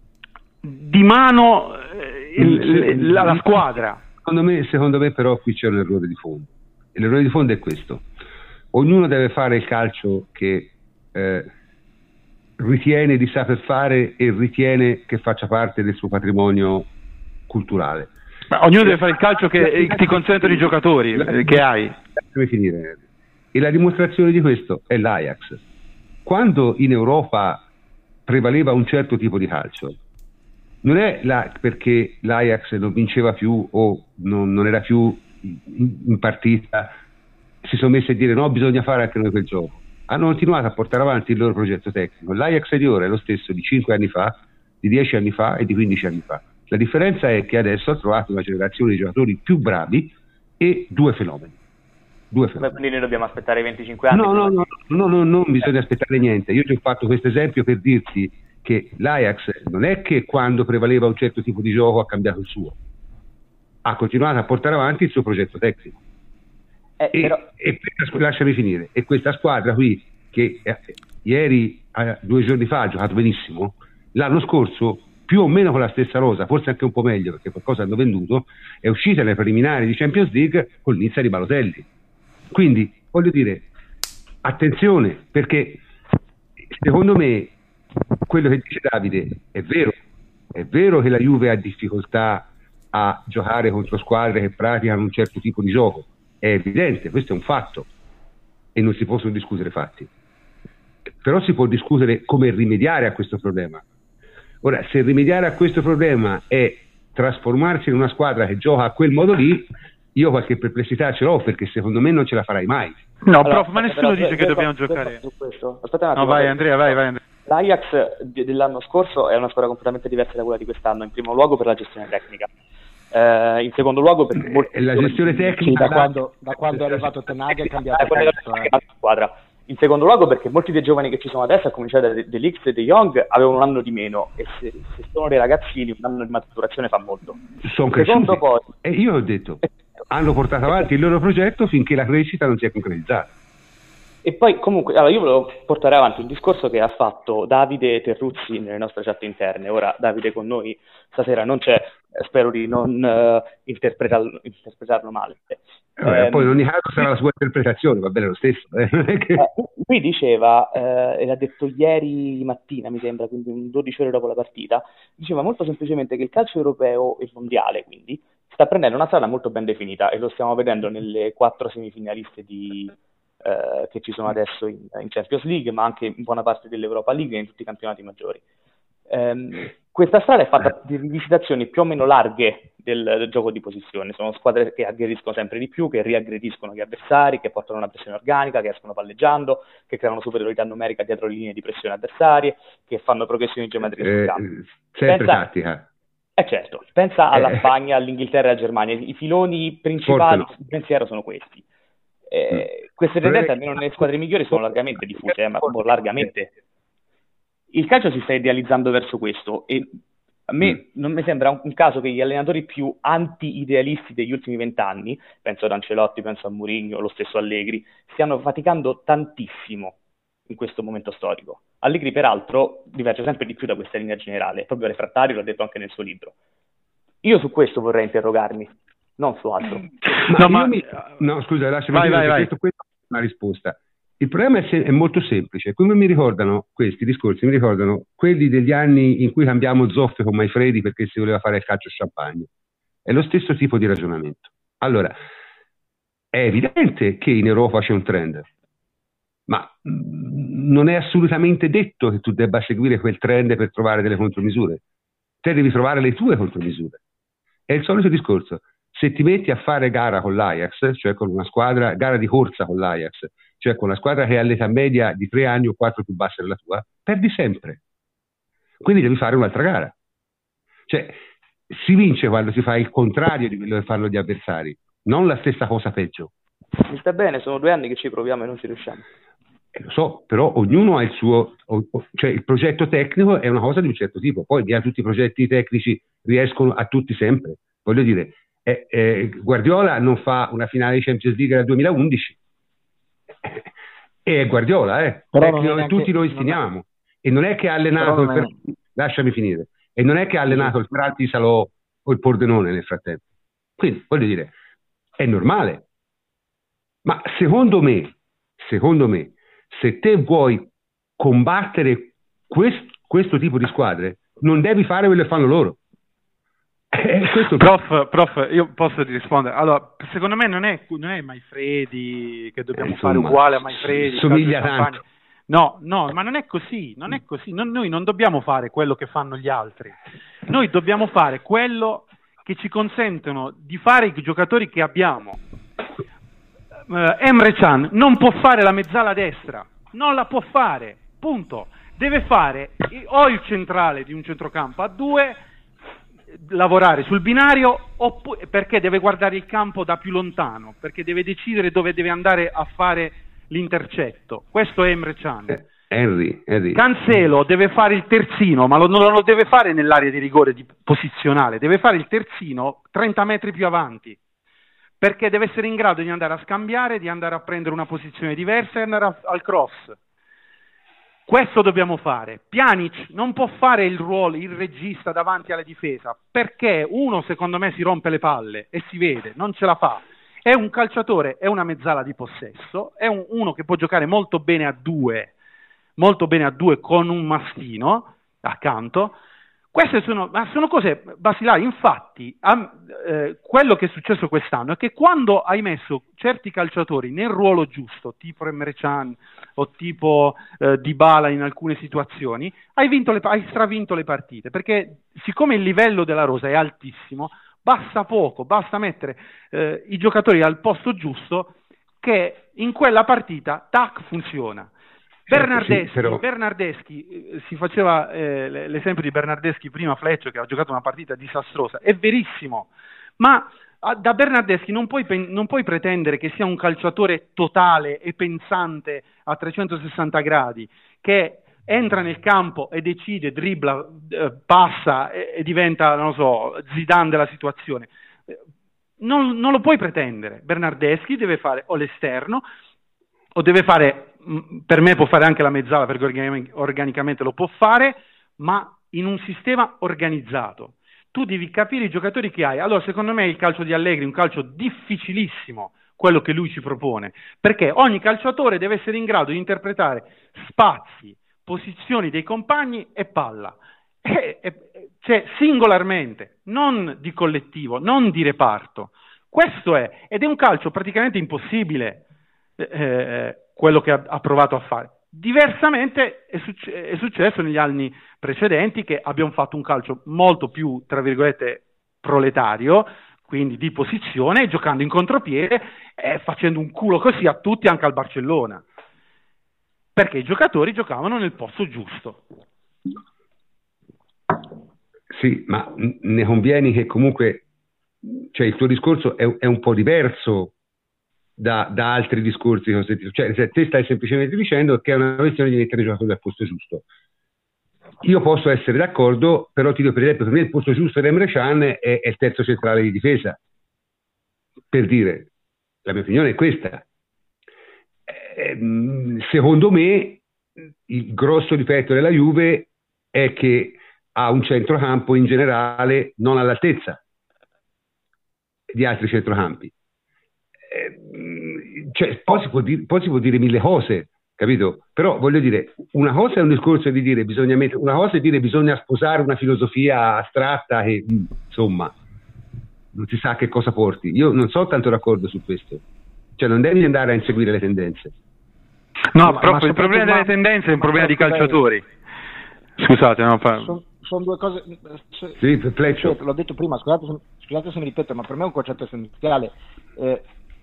di mano il, il, la, la squadra. Secondo me, secondo me però qui c'è un errore di fondo, e l'errore di fondo è questo: ognuno deve fare il calcio che eh, ritiene di saper fare e ritiene che faccia parte del suo patrimonio culturale. Ma ognuno deve fare il calcio che ti consentono i giocatori la, che hai. Deve finire. E la dimostrazione di questo è l'Ajax. Quando in Europa prevaleva un certo tipo di calcio, non è la, perché l'Ajax non vinceva più o non, non era più in, in partita, si sono messi a dire no, bisogna fare anche noi quel gioco. Hanno continuato a portare avanti il loro progetto tecnico. L'Ajax di ora è lo stesso di cinque anni fa, di dieci anni fa e di quindici anni fa. La differenza è che adesso ha trovato una generazione di giocatori più bravi e due fenomeni. Due fenomeni. Quindi noi dobbiamo aspettare i venticinque anni? No, no, no, no, no, non bisogna aspettare niente. Io ti ho fatto questo esempio per dirti che l'Ajax non è che quando prevaleva un certo tipo di gioco ha cambiato il suo, ha continuato a portare avanti il suo progetto tecnico. Eh, e, però... e questa, lasciami finire, e questa squadra qui che eh, ieri, eh, due giorni fa ha giocato benissimo, l'anno scorso più o meno con la stessa rosa, forse anche un po' meglio perché qualcosa hanno venduto, è uscita nei preliminari di Champions League con l'inizio di Balotelli. Quindi voglio dire, attenzione, perché secondo me quello che dice Davide è vero, è vero che la Juve ha difficoltà a giocare contro squadre che praticano un certo tipo di gioco, è evidente, questo è un fatto e non si possono discutere fatti, però si può discutere come rimediare a questo problema. Ora, se rimediare a questo problema è trasformarsi in una squadra che gioca a quel modo lì, io qualche perplessità ce l'ho, perché secondo me non ce la farai mai. No, allora, prof, ma nessuno però, dice due, che due, dobbiamo due, giocare. Su questo. Aspetta un attimo. No, vai Andrea, vai, vai Andrea. l'Ajax dell'anno scorso è una squadra completamente diversa da quella di quest'anno, in primo luogo per la gestione tecnica. Eh, in secondo luogo perché molti la gestione tecnica sì, da, quando, da quando è arrivato Ten Hag è cambiato tutto, eh. squadra. In secondo luogo perché molti dei giovani che ci sono adesso, a cominciare da De Ligt e De Jong, avevano un anno di meno, e se, se sono dei ragazzini un anno di maturazione fa molto. Sono cresciuti, poi, e io ho detto hanno portato avanti il loro progetto finché la crescita non si è concretizzata. E poi comunque, allora io volevo portare avanti un discorso che ha fatto Davide Terruzzi nelle nostre chat interne. Ora Davide con noi stasera non c'è, spero di non uh, interpretarlo, interpretarlo male. Eh, poi in ogni caso sarà la sua interpretazione, va bene lo stesso. Eh. Eh, lui diceva, eh, e l'ha detto ieri mattina mi sembra, quindi dodici ore dopo la partita, diceva molto semplicemente che il calcio europeo e mondiale quindi sta prendendo una strada molto ben definita, e lo stiamo vedendo nelle quattro semifinaliste di... Uh, che ci sono adesso in, in Champions League, ma anche in buona parte dell'Europa League e in tutti i campionati maggiori. Um, questa strada è fatta di rivisitazioni più o meno larghe del, del gioco di posizione. Sono squadre che aggrediscono sempre di più, che riaggrediscono gli avversari, che portano una pressione organica, che escono palleggiando, che creano superiorità numerica dietro le linee di pressione avversarie, che fanno progressioni geometriche sul campo. Eh, sempre pensa, tattica. Eh certo, pensa alla eh, Spagna, all'Inghilterra e alla Germania. I filoni principali no. del pensiero sono questi. Eh, queste tendenze almeno nelle squadre migliori sono largamente diffuse, eh, ma proprio largamente. Il calcio si sta idealizzando verso questo, e a me mm. non mi sembra un, un caso che gli allenatori più anti-idealisti degli ultimi vent'anni, penso ad Ancelotti, penso a Mourinho, lo stesso Allegri, stiano faticando tantissimo in questo momento storico. Allegri peraltro diverge sempre di più da questa linea generale, è proprio refrattario, l'ha detto anche nel suo libro. Io su questo vorrei interrogarmi, non su altro. Ma no, ma... Mi... no, scusa, lasciami vai, dire vai, vai. Questo, questa è una risposta. Il problema è, se... è molto semplice. Come mi ricordano questi discorsi, mi ricordano quelli degli anni in cui cambiamo zoffe con Maifredi perché si voleva fare il calcio champagne. È lo stesso tipo di ragionamento. Allora, è evidente che in Europa c'è un trend, ma non è assolutamente detto che tu debba seguire quel trend per trovare delle contromisure. Te devi trovare le tue contromisure. È il solito discorso. Se ti metti a fare gara con l'Ajax, cioè con una squadra, gara di corsa con l'Ajax, cioè con una squadra che ha l'età media di tre anni o quattro più bassa della tua, perdi sempre. Quindi devi fare un'altra gara. Cioè, si vince quando si fa il contrario di quello che fanno gli avversari, non la stessa cosa peggio. Mi sta bene, sono due anni che ci proviamo e non ci riusciamo. Eh, lo so, però ognuno ha il suo, o, o, cioè il progetto tecnico è una cosa di un certo tipo, poi via tutti i progetti tecnici riescono a tutti sempre. Voglio dire, eh, eh, Guardiola non fa una finale di Champions League nel duemilaundici, e è Guardiola, eh, però tecnico, neanche, tutti noi stimiamo, è... e non è che ha allenato il per... lasciami finire, e non è che ha allenato il Peralti Salò o il Pordenone nel frattempo. Quindi voglio dire, è normale, ma secondo me, secondo me, se te vuoi combattere quest, questo tipo di squadre, non devi fare quello che fanno loro. Eh, questo... prof, prof, io posso rispondere. Allora, secondo me non è, non è Maifredi che dobbiamo eh, insomma, fare uguale a Maifredi. Somiglia tanto. No, no, ma non è così, non è così. Non, noi non dobbiamo fare quello che fanno gli altri. Noi dobbiamo fare quello che ci consentono di fare i giocatori che abbiamo. Uh, Emre Can non può fare la mezzala destra, non la può fare, punto. Deve fare o il centrale di un centrocampo a due, lavorare sul binario, oppure, perché deve guardare il campo da più lontano, perché deve decidere dove deve andare a fare l'intercetto. Questo è Emre Can. eh, Henry, Henry. Cancelo deve fare il terzino, ma lo, non lo deve fare nell'area di rigore di, posizionale, deve fare il terzino trenta metri più avanti, perché deve essere in grado di andare a scambiare, di andare a prendere una posizione diversa e andare a, al cross. Questo dobbiamo fare. Pjanic non può fare il ruolo, il regista davanti alla difesa, perché uno secondo me si rompe le palle e si vede, non ce la fa. È un calciatore, è una mezzala di possesso, è un, uno che può giocare molto bene a due, molto bene a due con un mastino accanto. Queste sono, sono cose basilari. Infatti, eh, quello che è successo quest'anno è che quando hai messo certi calciatori nel ruolo giusto, tipo Emre Can o tipo eh, Dybala in alcune situazioni, hai, vinto le, hai stravinto le partite, perché siccome il livello della rosa è altissimo, basta poco, basta mettere eh, i giocatori al posto giusto che in quella partita, tac, funziona. Bernardeschi, sì, però... Bernardeschi eh, si faceva eh, l'esempio di Bernardeschi prima, Fleccio, che ha giocato una partita disastrosa, è verissimo, ma a, da Bernardeschi non puoi, non puoi pretendere che sia un calciatore totale e pensante a trecentosessanta gradi, che entra nel campo e decide, dribbla, eh, passa e, e diventa, non lo so, Zidane della situazione. Non, non lo puoi pretendere. Bernardeschi deve fare o l'esterno, o deve fare, per me può fare anche la mezzala perché organicamente lo può fare, ma in un sistema organizzato. Tu devi capire i giocatori che hai. Allora, secondo me il calcio di Allegri è un calcio difficilissimo, quello che lui ci propone, perché ogni calciatore deve essere in grado di interpretare spazi, posizioni dei compagni e palla, e, e, cioè singolarmente, non di collettivo, non di reparto. Questo è, ed è un calcio praticamente impossibile, eh, quello che ha, ha provato a fare. Diversamente è, succe- è successo negli anni precedenti che abbiamo fatto un calcio molto più, tra virgolette, proletario, quindi di posizione, giocando in contropiede e facendo un culo così a tutti, anche al Barcellona, perché i giocatori giocavano nel posto giusto. Sì, ma ne convieni che comunque, cioè il tuo discorso è, è un po' diverso da, da altri discorsi che ho sentito. Cioè, se te stai semplicemente dicendo che è una questione di mettere i giocatori al posto giusto. Io posso essere d'accordo, però ti dico, per esempio, per me il posto giusto di Emre Can è, è il terzo centrale di difesa. Per dire, la mia opinione è questa. Secondo me il grosso difetto della Juve è che ha un centrocampo in generale non all'altezza di altri centrocampi. Cioè, poi, si può dire, poi si può dire mille cose, capito? Però voglio dire, una cosa è un discorso di dire bisogna mettere, una cosa è dire bisogna sposare una filosofia astratta che insomma non si sa che cosa porti. Io non sono tanto d'accordo su questo. Cioè non devi andare a inseguire le tendenze. No, ma, proprio ma il problema delle tendenze è un problema di calciatori. Scusate, no, fa... sono, sono due cose. Se, sì, Fleccio. L'ho detto prima, scusate se, scusate se mi ripeto, ma per me è un concetto essenziale. Eh,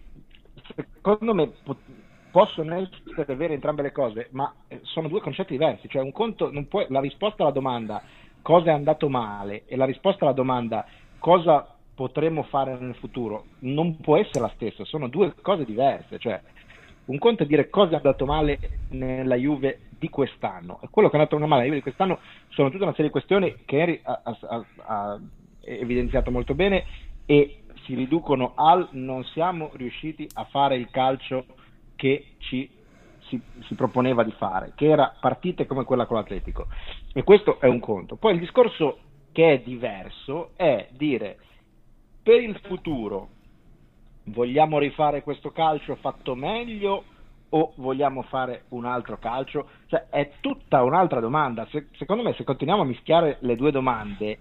secondo me po- possono essere vere entrambe le cose, ma sono due concetti diversi. Cioè un conto non può, la risposta alla domanda cosa è andato male e la risposta alla domanda cosa potremmo fare nel futuro non può essere la stessa, sono due cose diverse. Cioè un conto è dire cosa è andato male nella Juve di quest'anno, e quello che è andato male nella Juve di quest'anno sono tutta una serie di questioni che Henry ha, ha, ha evidenziato molto bene e si riducono al non siamo riusciti a fare il calcio che ci si, si proponeva di fare, che era partite come quella con l'Atletico, e questo è un conto. Poi il discorso che è diverso è dire per il futuro vogliamo rifare questo calcio fatto meglio o vogliamo fare un altro calcio? Cioè è tutta un'altra domanda. Se, secondo me se continuiamo a mischiare le due domande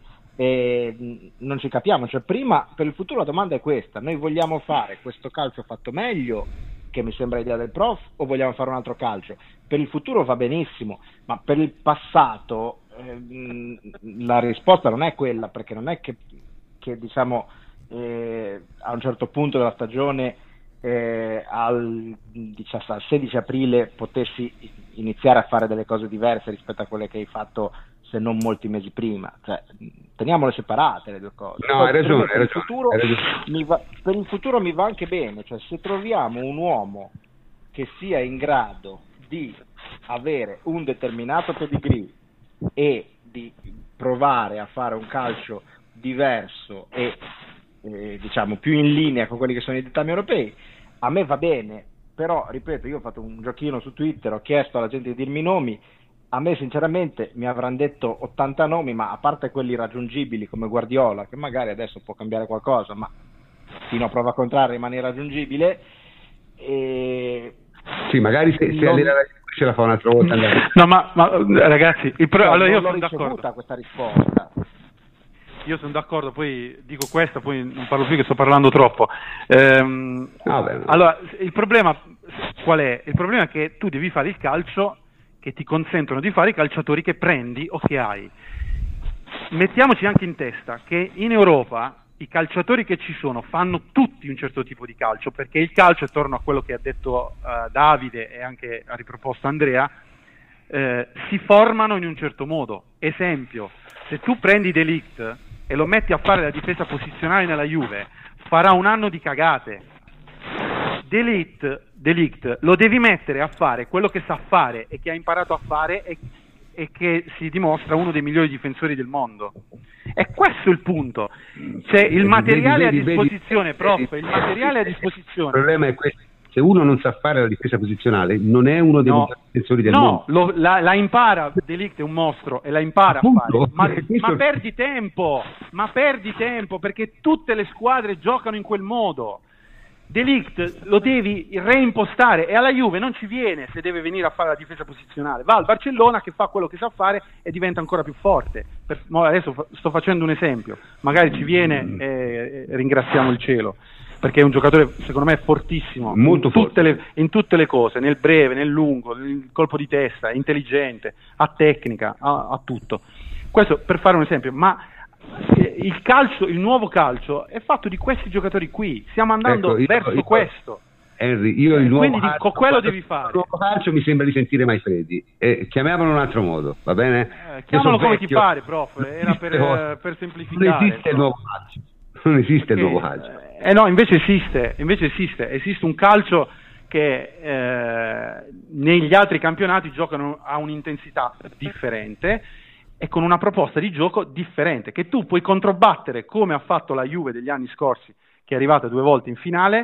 eh, non ci capiamo. Cioè prima per il futuro la domanda è questa: noi vogliamo fare questo calcio fatto meglio, che mi sembra l'idea del prof, o vogliamo fare un altro calcio? Per il futuro va benissimo, ma per il passato eh, la risposta non è quella, perché non è che, che diciamo Eh, a un certo punto della stagione eh, al, diciamo, al sedici aprile potessi iniziare a fare delle cose diverse rispetto a quelle che hai fatto se non molti mesi prima. Cioè, teniamole separate le due cose. No, hai ragione, per, hai il ragione, futuro hai ragione. Mi va, per il futuro mi va anche bene, cioè se troviamo un uomo che sia in grado di avere un determinato pedigree e di provare a fare un calcio diverso e Eh, diciamo più in linea con quelli che sono i dettami europei, a me va bene. Però ripeto, io ho fatto un giochino su Twitter, ho chiesto alla gente di dirmi i nomi, a me sinceramente mi avranno detto ottanta nomi, ma a parte quelli raggiungibili come Guardiola, che magari adesso può cambiare qualcosa, ma fino a prova contraria rimane irraggiungibile. E sì, magari se, se non... ce la fa un'altra volta. No, ma, ma ragazzi, il pro... cioè, allora io non sono l'ho d'accordo ricevuta questa risposta. Io sono d'accordo, poi dico questo, poi non parlo più che sto parlando troppo. Ehm, ah, beh, allora, il problema qual è? Il problema è che tu devi fare il calcio che ti consentono di fare i calciatori che prendi o che hai. Mettiamoci anche in testa che in Europa i calciatori che ci sono fanno tutti un certo tipo di calcio, perché il calcio, e torno a quello che ha detto uh, Davide e anche ha riproposto Andrea, eh, si formano in un certo modo. Esempio, se tu prendi De Ligt e lo metti a fare la difesa posizionale nella Juve, farà un anno di cagate. De Ligt, De Ligt lo devi mettere a fare quello che sa fare e che ha imparato a fare e, e che si dimostra uno dei migliori difensori del mondo. E questo è il punto. C'è il materiale a disposizione, prof, il materiale a disposizione. Il problema è questo: se uno non sa fare la difesa posizionale, non è uno dei no, migliori difensori del no, mondo. No, la, la impara, De Ligt è un mostro e la impara Appunto, a fare, ma, questo... ma perdi tempo, ma perdi tempo perché tutte le squadre giocano in quel modo. De Ligt lo devi reimpostare e alla Juve non ci viene se deve venire a fare la difesa posizionale, va al Barcellona che fa quello che sa fare e diventa ancora più forte. Per, adesso sto facendo un esempio, magari ci viene e ringraziamo il cielo, perché è un giocatore secondo me fortissimo, molto in, tutte forte. Le, in tutte le cose, nel breve, nel lungo, nel colpo di testa, intelligente, ha tecnica, ha, ha tutto. Questo per fare un esempio, ma il calcio, il nuovo calcio è fatto di questi giocatori qui, stiamo andando ecco, io, verso io, questo. Henry, io il nuovo quindi calcio, con quello devi fare. Il nuovo calcio mi sembra di sentire mai freddi, eh, chiamiamolo in un altro modo, va bene? Eh, chiamalo come vecchio, ti pare, prof, era per, per semplificare. Non esiste il nuovo calcio, non esiste Perché, il nuovo calcio. Eh no, invece esiste, invece esiste, esiste un calcio che eh, negli altri campionati giocano a un'intensità differente e con una proposta di gioco differente, che tu puoi controbattere come ha fatto la Juve degli anni scorsi, che è arrivata due volte in finale,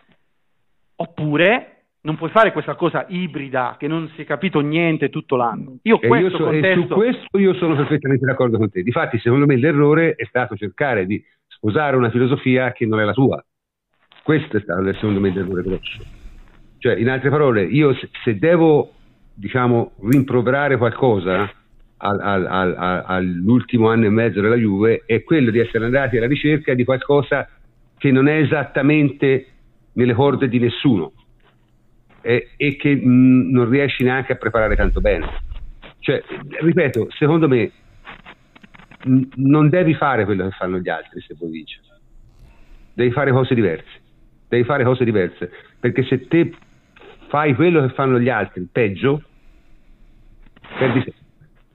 oppure non puoi fare questa cosa ibrida che non si è capito niente tutto l'anno. Io, questo io so, contesto... e su questo io sono perfettamente d'accordo con te. Difatti, secondo me l'errore è stato cercare di sposare una filosofia che non è la tua. Questo è stato, secondo me, l'errore grosso. Cioè, in altre parole, io se, se devo, diciamo, rimproverare qualcosa al, al, al, all'ultimo anno e mezzo della Juve, è quello di essere andati alla ricerca di qualcosa che non è esattamente nelle corde di nessuno e, e che mh, non riesci neanche a preparare tanto bene. Cioè, ripeto, secondo me mh, non devi fare quello che fanno gli altri se vuoi vincere, devi fare cose diverse, devi fare cose diverse, perché se te fai quello che fanno gli altri peggio, perdi te.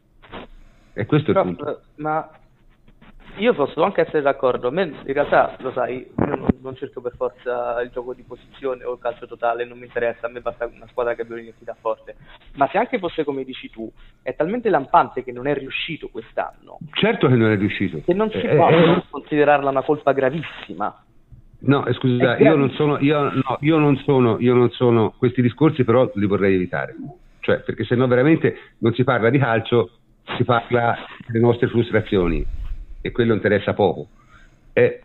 E questo Però, è il punto. Ma io posso anche essere d'accordo, a me in realtà, lo sai, io non, non cerco per forza il gioco di posizione o il calcio totale, non mi interessa, a me basta una squadra che abbia un'identità forte, ma se anche fosse come dici tu, è talmente lampante che non è riuscito quest'anno. Certo che non è riuscito. Che non si eh, può eh, non considerarla una colpa gravissima. No, eh, scusa, io non sono, io, no, io non sono, io non sono, questi discorsi però li vorrei evitare, cioè perché sennò veramente non si parla di calcio, si parla delle nostre frustrazioni e quello interessa poco. Eh,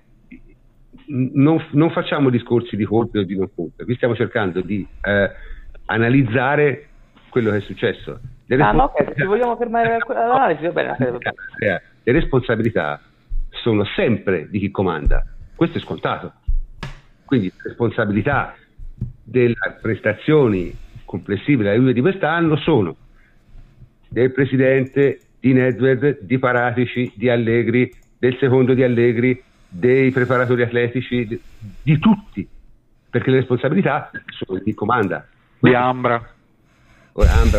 non, non facciamo discorsi di colpe o di non colpe, qui stiamo cercando di eh, analizzare quello che è successo. Le ah, no, ok, se vogliamo fermare l'analisi, va bene. Le responsabilità sono sempre di chi comanda, questo è scontato. Quindi le responsabilità delle prestazioni complessive della Juve di quest'anno sono del presidente, di Nedved, di Paratici, di Allegri, del secondo di Allegri, dei preparatori atletici, di, di tutti, perché le responsabilità sono di chi comanda. Di Ambra. Ora Ambra,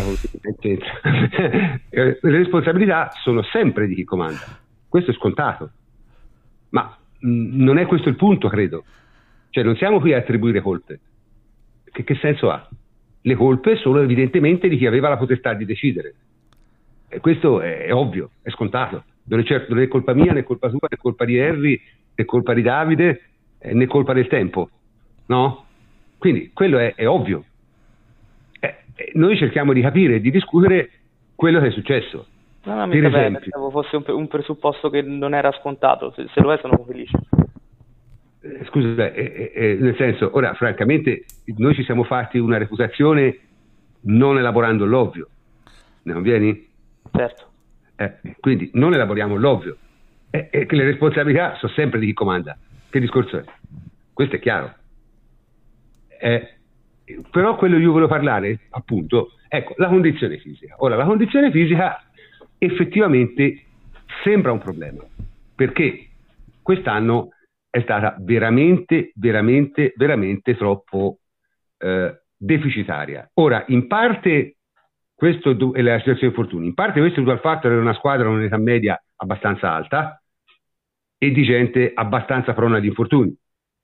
le responsabilità sono sempre di chi comanda, questo è scontato, ma mh, non è questo il punto, credo. Cioè non siamo qui a attribuire colpe. Che, che senso ha? Le colpe sono evidentemente di chi aveva la potestà di decidere. E questo è, è ovvio, è scontato. Non è certo, non è colpa mia, né colpa sua, né colpa di Henry, né colpa di Davide, eh, né colpa del tempo. No? Quindi quello è, è ovvio. Eh, eh, noi cerchiamo di capire e di discutere quello che è successo. No, no, mi per bene, esempio, pensavo fosse un, un presupposto che non era scontato. Se, se lo è sono felice. Scusa, eh, eh, nel senso, ora francamente noi ci siamo fatti una reputazione non elaborando l'ovvio, ne convieni? Certo. Eh, quindi non elaboriamo l'ovvio, e eh, che le responsabilità sono sempre di chi comanda. Che discorso è? Questo è chiaro. Eh, però quello io volevo parlare, appunto, ecco, la condizione fisica. Ora, la condizione fisica effettivamente sembra un problema, perché quest'anno è stata veramente, veramente, veramente troppo eh, deficitaria. Ora, in parte questo è la situazione di infortuni. In parte questo è dovuto al fatto che era una squadra con un'età media abbastanza alta e di gente abbastanza prona agli infortuni.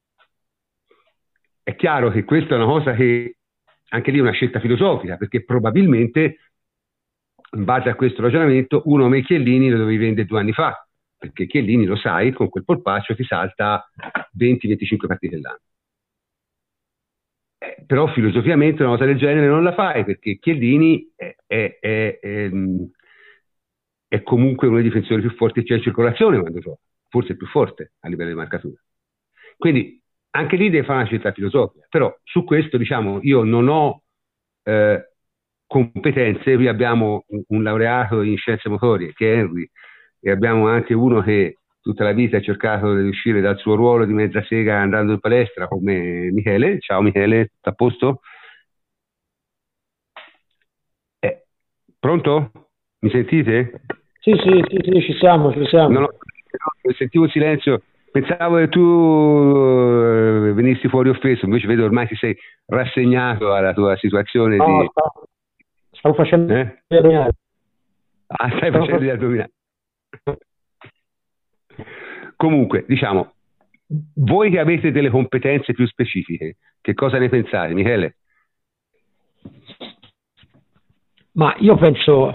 È chiaro che questa è una cosa che anche lì è una scelta filosofica, perché probabilmente in base a questo ragionamento uno come Chiellini lo dovevi vendere due anni fa, perché Chiellini, lo sai, con quel polpaccio ti salta venti venticinque partite all'anno. Eh, però filosoficamente una cosa del genere non la fai, perché Chiellini è, è, è, è, è comunque uno dei difensori più forti che c'è in circolazione quando gioca, forse più forte a livello di marcatura. Quindi anche lì deve fare una scelta filosofica, però su questo diciamo io non ho eh, competenze. Qui abbiamo un, un laureato in scienze motorie che è Henry, e abbiamo anche uno che tutta la vita ha cercato di uscire dal suo ruolo di mezza sega andando in palestra come Michele. Ciao Michele, tutto a posto? Eh, pronto? Mi sentite? Sì, sì, sì, sì, ci siamo, ci siamo. No, no, no, sentivo il silenzio, pensavo che tu uh, venissi fuori offeso, invece vedo ormai ti sei rassegnato alla tua situazione. No, di... stavo, stavo facendo eh? gli addominali. Ah, stai facendo gli addominali. Comunque, diciamo, voi che avete delle competenze più specifiche, che cosa ne pensate, Michele? Ma io penso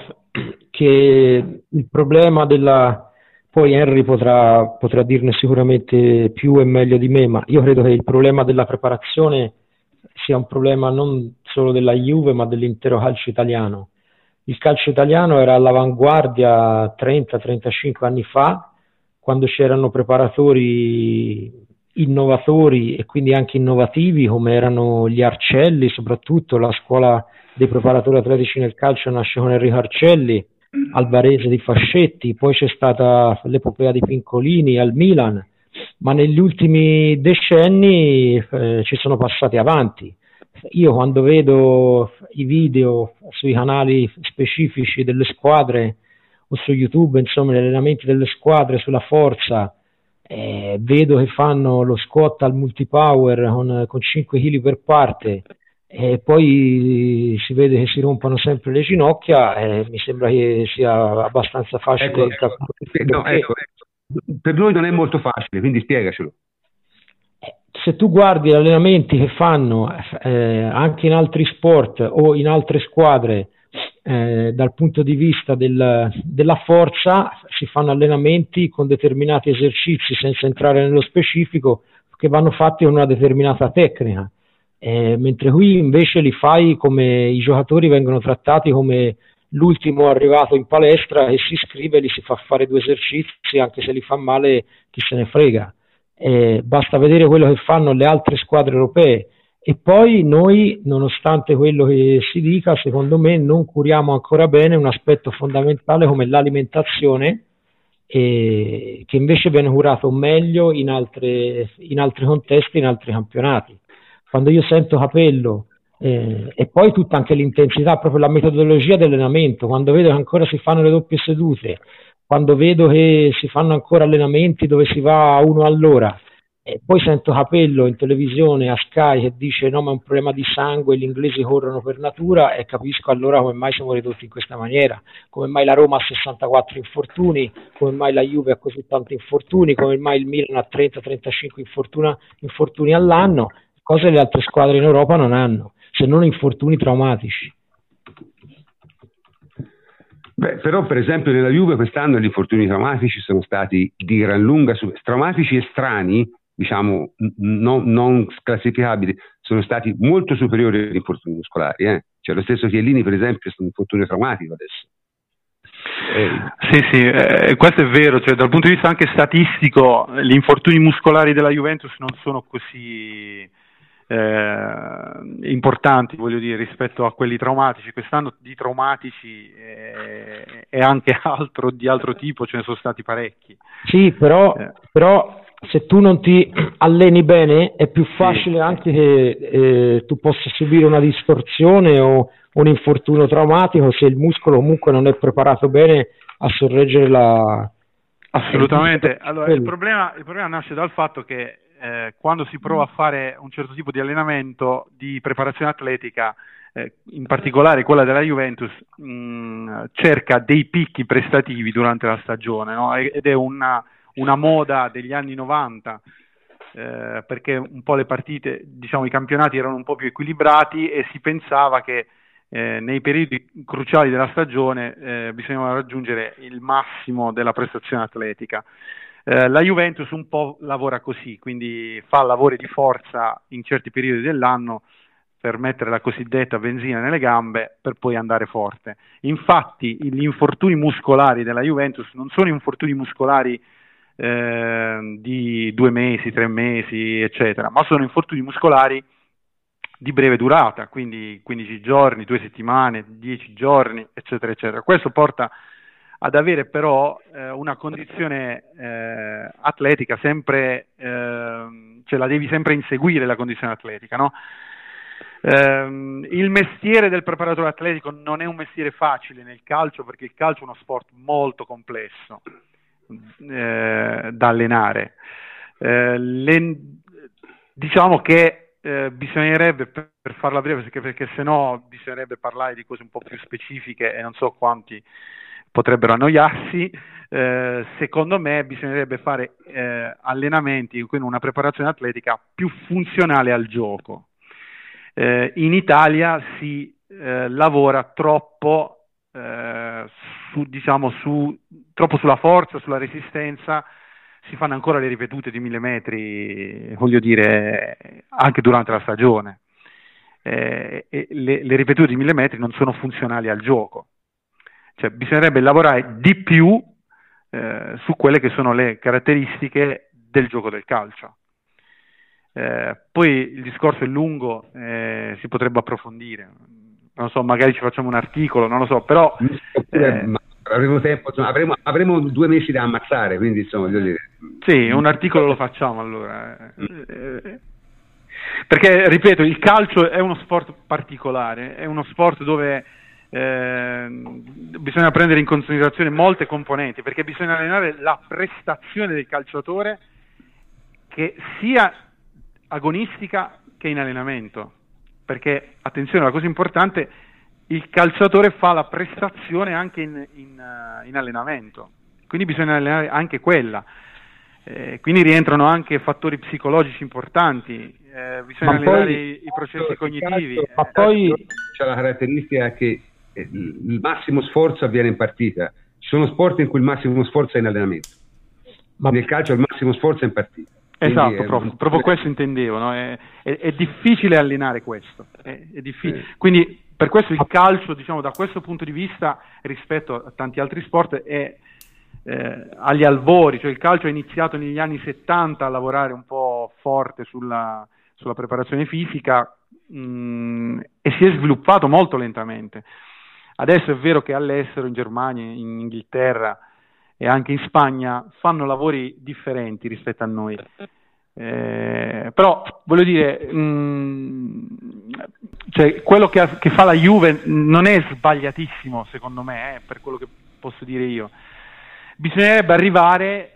che il problema della... Poi Henry potrà, potrà dirne sicuramente più e meglio di me, ma io credo che il problema della preparazione sia un problema non solo della Juve, ma dell'intero calcio italiano. Il calcio italiano era all'avanguardia trenta trentacinque anni fa, quando c'erano preparatori innovatori e quindi anche innovativi come erano gli Arcelli, soprattutto la scuola dei preparatori atletici nel calcio nasce con Enrico Arcelli, al Varese di Fascetti, poi c'è stata l'epopea di Pincolini al Milan, ma negli ultimi decenni eh, ci sono passati avanti. Io quando vedo i video sui canali specifici delle squadre o su YouTube, insomma, gli allenamenti delle squadre sulla forza, eh, vedo che fanno lo squat al multipower con, con cinque chili per parte e poi si vede che si rompono sempre le ginocchia, e mi sembra che sia abbastanza facile. Ecco, ecco, no, ecco, ecco. Per noi non è molto facile, quindi spiegacelo. Se tu guardi gli allenamenti che fanno eh, anche in altri sport o in altre squadre, eh, dal punto di vista del, della forza, si fanno allenamenti con determinati esercizi senza entrare nello specifico, che vanno fatti con una determinata tecnica. Eh, mentre qui invece li fai come i giocatori vengono trattati come l'ultimo arrivato in palestra e si iscrive, li si fa fare due esercizi, anche se li fa male chi se ne frega. Eh, basta vedere quello che fanno le altre squadre europee. E poi noi, nonostante quello che si dica, secondo me non curiamo ancora bene un aspetto fondamentale come l'alimentazione, eh, che invece viene curato meglio in, altre, in altri contesti, in altri campionati. Quando io sento Capello, eh, e poi tutta anche l'intensità, proprio la metodologia dell'allenamento, quando vedo che ancora si fanno le doppie sedute, quando vedo che si fanno ancora allenamenti dove si va a uno all'ora, e poi sento Capello in televisione a Sky che dice no, ma è un problema di sangue, gli inglesi corrono per natura, e capisco allora come mai siamo ridotti in questa maniera, come mai la Roma ha sessantaquattro infortuni, come mai la Juve ha così tanti infortuni, come mai il Milan ha trenta trentacinque infortuni all'anno, cose le altre squadre in Europa non hanno, se non infortuni traumatici. Beh, però per esempio nella Juve quest'anno gli infortuni traumatici sono stati di gran lunga, traumatici e strani, diciamo non, non classificabili, sono stati molto superiori agli infortuni muscolari. Eh? Cioè lo stesso Chiellini per esempio è un infortunio traumatico adesso. Eh. Sì, sì, eh, questo è vero, cioè, dal punto di vista anche statistico gli infortuni muscolari della Juventus non sono così Eh, importanti, voglio dire, rispetto a quelli traumatici. Quest'anno di traumatici eh, e anche altro di altro tipo ce ne sono stati parecchi. Sì, però, eh. però se tu non ti alleni bene è più facile, sì, anche che eh, tu possa subire una distorsione o un infortunio traumatico se il muscolo comunque non è preparato bene a sorreggere la... Assolutamente. Allora, il problema, il problema nasce dal fatto che eh, quando si prova a fare un certo tipo di allenamento, di preparazione atletica, eh, in particolare quella della Juventus, mh, cerca dei picchi prestativi durante la stagione, no? Ed è una, una moda degli anni novanta, eh, perché un po' le partite, diciamo i campionati erano un po' più equilibrati e si pensava che Eh, nei periodi cruciali della stagione eh, bisognava raggiungere il massimo della prestazione atletica. Eh, la Juventus un po' lavora così, quindi fa lavori di forza in certi periodi dell'anno per mettere la cosiddetta benzina nelle gambe per poi andare forte. Infatti gli infortuni muscolari della Juventus non sono infortuni muscolari eh, di due mesi, tre mesi, eccetera, ma sono infortuni muscolari di breve durata, quindi quindici giorni, due settimane, dieci giorni, eccetera, eccetera. Questo porta ad avere però eh, una condizione eh, atletica sempre, eh, cioè la devi sempre inseguire la condizione atletica, no? Eh, il mestiere del preparatore atletico non è un mestiere facile nel calcio, perché il calcio è uno sport molto complesso eh, da allenare. Eh, le, diciamo che Eh, bisognerebbe, per, per farla breve, perché, perché sennò bisognerebbe parlare di cose un po' più specifiche e non so quanti potrebbero annoiarsi. Eh, secondo me bisognerebbe fare eh, allenamenti, quindi una preparazione atletica più funzionale al gioco. Eh, in Italia si eh, lavora troppo, eh, su, diciamo, su, troppo sulla forza, sulla resistenza. Si fanno ancora le ripetute di mille metri, voglio dire, anche durante la stagione. Eh, e le, le ripetute di mille metri non sono funzionali al gioco. Cioè, bisognerebbe lavorare di più eh, su quelle che sono le caratteristiche del gioco del calcio. Eh, poi il discorso è lungo, eh, si potrebbe approfondire. Non so, magari ci facciamo un articolo, non lo so, però... Eh, avremo tempo, insomma, avremo, avremo due mesi da ammazzare, quindi insomma, voglio dire. Sì, un articolo lo facciamo allora. Eh, perché, ripeto, il calcio è uno sport particolare, è uno sport dove eh, bisogna prendere in considerazione molte componenti, perché bisogna allenare la prestazione del calciatore, che sia agonistica che in allenamento. Perché, attenzione, la cosa importante, il calciatore fa la prestazione anche in, in, uh, in allenamento, quindi bisogna allenare anche quella, eh, quindi rientrano anche fattori psicologici importanti, eh, bisogna ma allenare poi, i, i processi il cognitivi. Calcio, ma poi c'è la caratteristica che il massimo sforzo avviene in partita. Ci sono sport in cui il massimo sforzo è in allenamento, ma nel calcio il massimo sforzo è in partita. Esatto, è... proprio, proprio questo intendevo, no? è, è, è difficile allenare questo, è, è difficile. Sì. Quindi per questo il calcio, diciamo, da questo punto di vista, rispetto a tanti altri sport, è eh, agli albori, cioè il calcio ha iniziato negli anni settanta a lavorare un po' forte sulla, sulla preparazione fisica mh, e si è sviluppato molto lentamente. Adesso è vero che all'estero, in Germania, in Inghilterra e anche in Spagna, fanno lavori differenti rispetto a noi. Eh, però voglio dire, mh, cioè, quello che, ha, che fa la Juve non è sbagliatissimo secondo me, eh, per quello che posso dire io. Bisognerebbe arrivare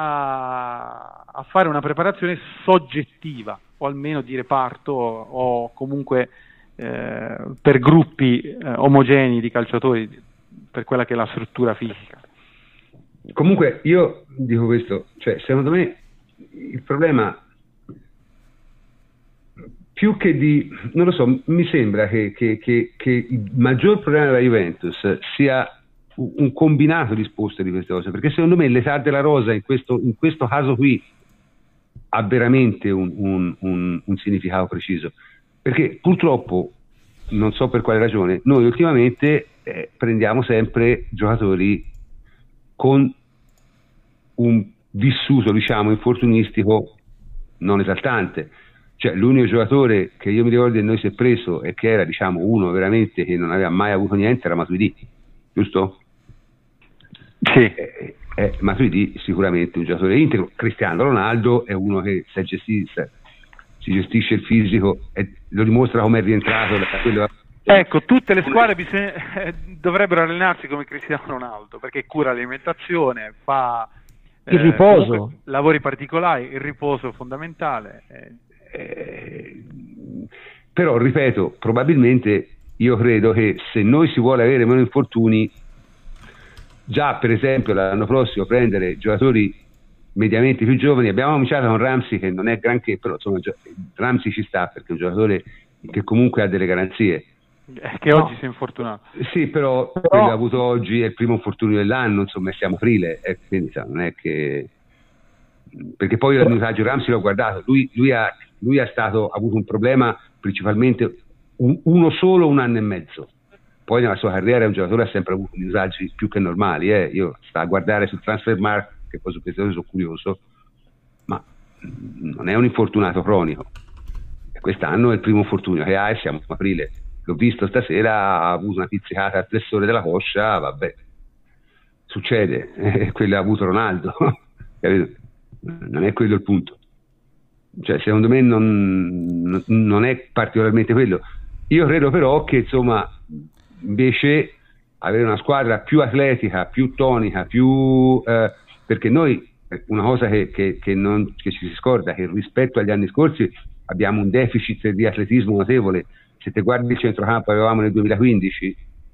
a, a fare una preparazione soggettiva, o almeno di reparto, o, o comunque eh, per gruppi eh, omogenei di calciatori, per quella che è la struttura fisica. Comunque io dico questo, cioè secondo me il problema, più che di, non lo so, mi sembra che, che, che, che il maggior problema della Juventus sia un combinato disposto di queste cose, perché secondo me l'età della rosa in questo, in questo caso qui ha veramente un, un, un, un significato preciso, perché purtroppo, non so per quale ragione, noi ultimamente eh, prendiamo sempre giocatori con un vissuto, diciamo, infortunistico non esaltante. Cioè l'unico giocatore che io mi ricordo che noi si è preso e che era, diciamo, uno veramente che non aveva mai avuto niente era Matuidi, giusto? Sì. Eh, eh, Matuidi sicuramente un giocatore integro. Cristiano Ronaldo è uno che si, gestisce, si gestisce il fisico e lo dimostra come è rientrato da quello. Ecco, tutte le squadre bisogna, eh, dovrebbero allenarsi come Cristiano Ronaldo, perché cura l'alimentazione, fa il eh, riposo, lavori particolari, il riposo fondamentale. Eh. Eh, però ripeto, probabilmente io credo che se noi si vuole avere meno infortuni, già per esempio l'anno prossimo prendere giocatori mediamente più giovani. Abbiamo cominciato con Ramsey, che non è granché, però insomma Ramsey ci sta perché è un giocatore che comunque ha delle garanzie, che oggi no. si è infortunato. Sì, però, però quello che ha avuto oggi è il primo infortunio dell'anno, insomma siamo aprile, eh, quindi sa, non è che, perché poi io il minutaggio Ramsey l'ho guardato, lui, lui, ha, lui ha stato ha avuto un problema principalmente un, uno solo un anno e mezzo. Poi nella sua carriera è un giocatore ha sempre avuto minutaggi più che normali, eh. Io sto a guardare sul Transfermarkt, che poi su questo sono curioso, ma non è un infortunato cronico. Quest'anno è il primo infortunio che ha e siamo a aprile. L'ho visto stasera, ha avuto una pizzicata al flessore della coscia, vabbè, succede, eh, quello ha avuto Ronaldo, non è quello il punto. Cioè, secondo me non, non è particolarmente quello. Io credo però che insomma invece avere una squadra più atletica, più tonica, più eh, perché noi una cosa che, che, che, non, che ci si scorda, che rispetto agli anni scorsi abbiamo un deficit di atletismo notevole. Se te guardi il centrocampo avevamo nel duemilaquindici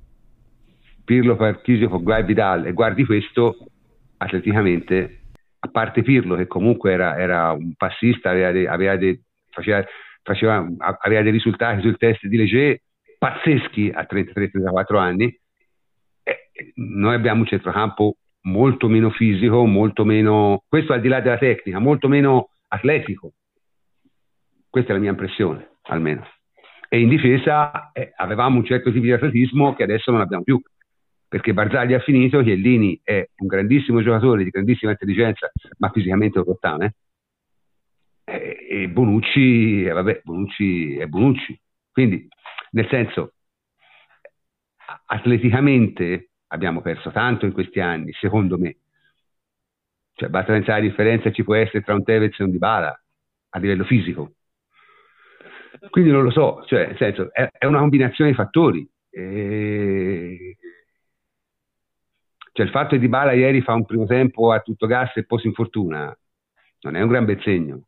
Pirlo, Parchisio, Pogba e Vidal, e guardi questo atleticamente, a parte Pirlo che comunque era, era un passista, aveva dei, aveva dei, faceva, faceva, aveva dei risultati sul test di Leger pazzeschi a trentatré trentaquattro anni, eh, noi abbiamo un centrocampo molto meno fisico, molto meno, questo al di là della tecnica, molto meno atletico. Questa è la mia impressione, almeno. E in difesa eh, avevamo un certo tipo di atletismo che adesso non abbiamo più, perché Barzagli ha finito, Chiellini è un grandissimo giocatore di grandissima intelligenza, ma fisicamente un rottame, eh, e Bonucci, eh, vabbè, Bonucci è Bonucci. Quindi, nel senso, atleticamente abbiamo perso tanto in questi anni, secondo me. Cioè, basta pensare alla differenza che ci può essere tra un Tevez e un Dybala a livello fisico. Quindi non lo so, cioè, nel senso, è, è una combinazione di fattori. E... Cioè, il fatto che Dybala ieri fa un primo tempo a tutto gas e poi si infortuna non è un gran bel segno.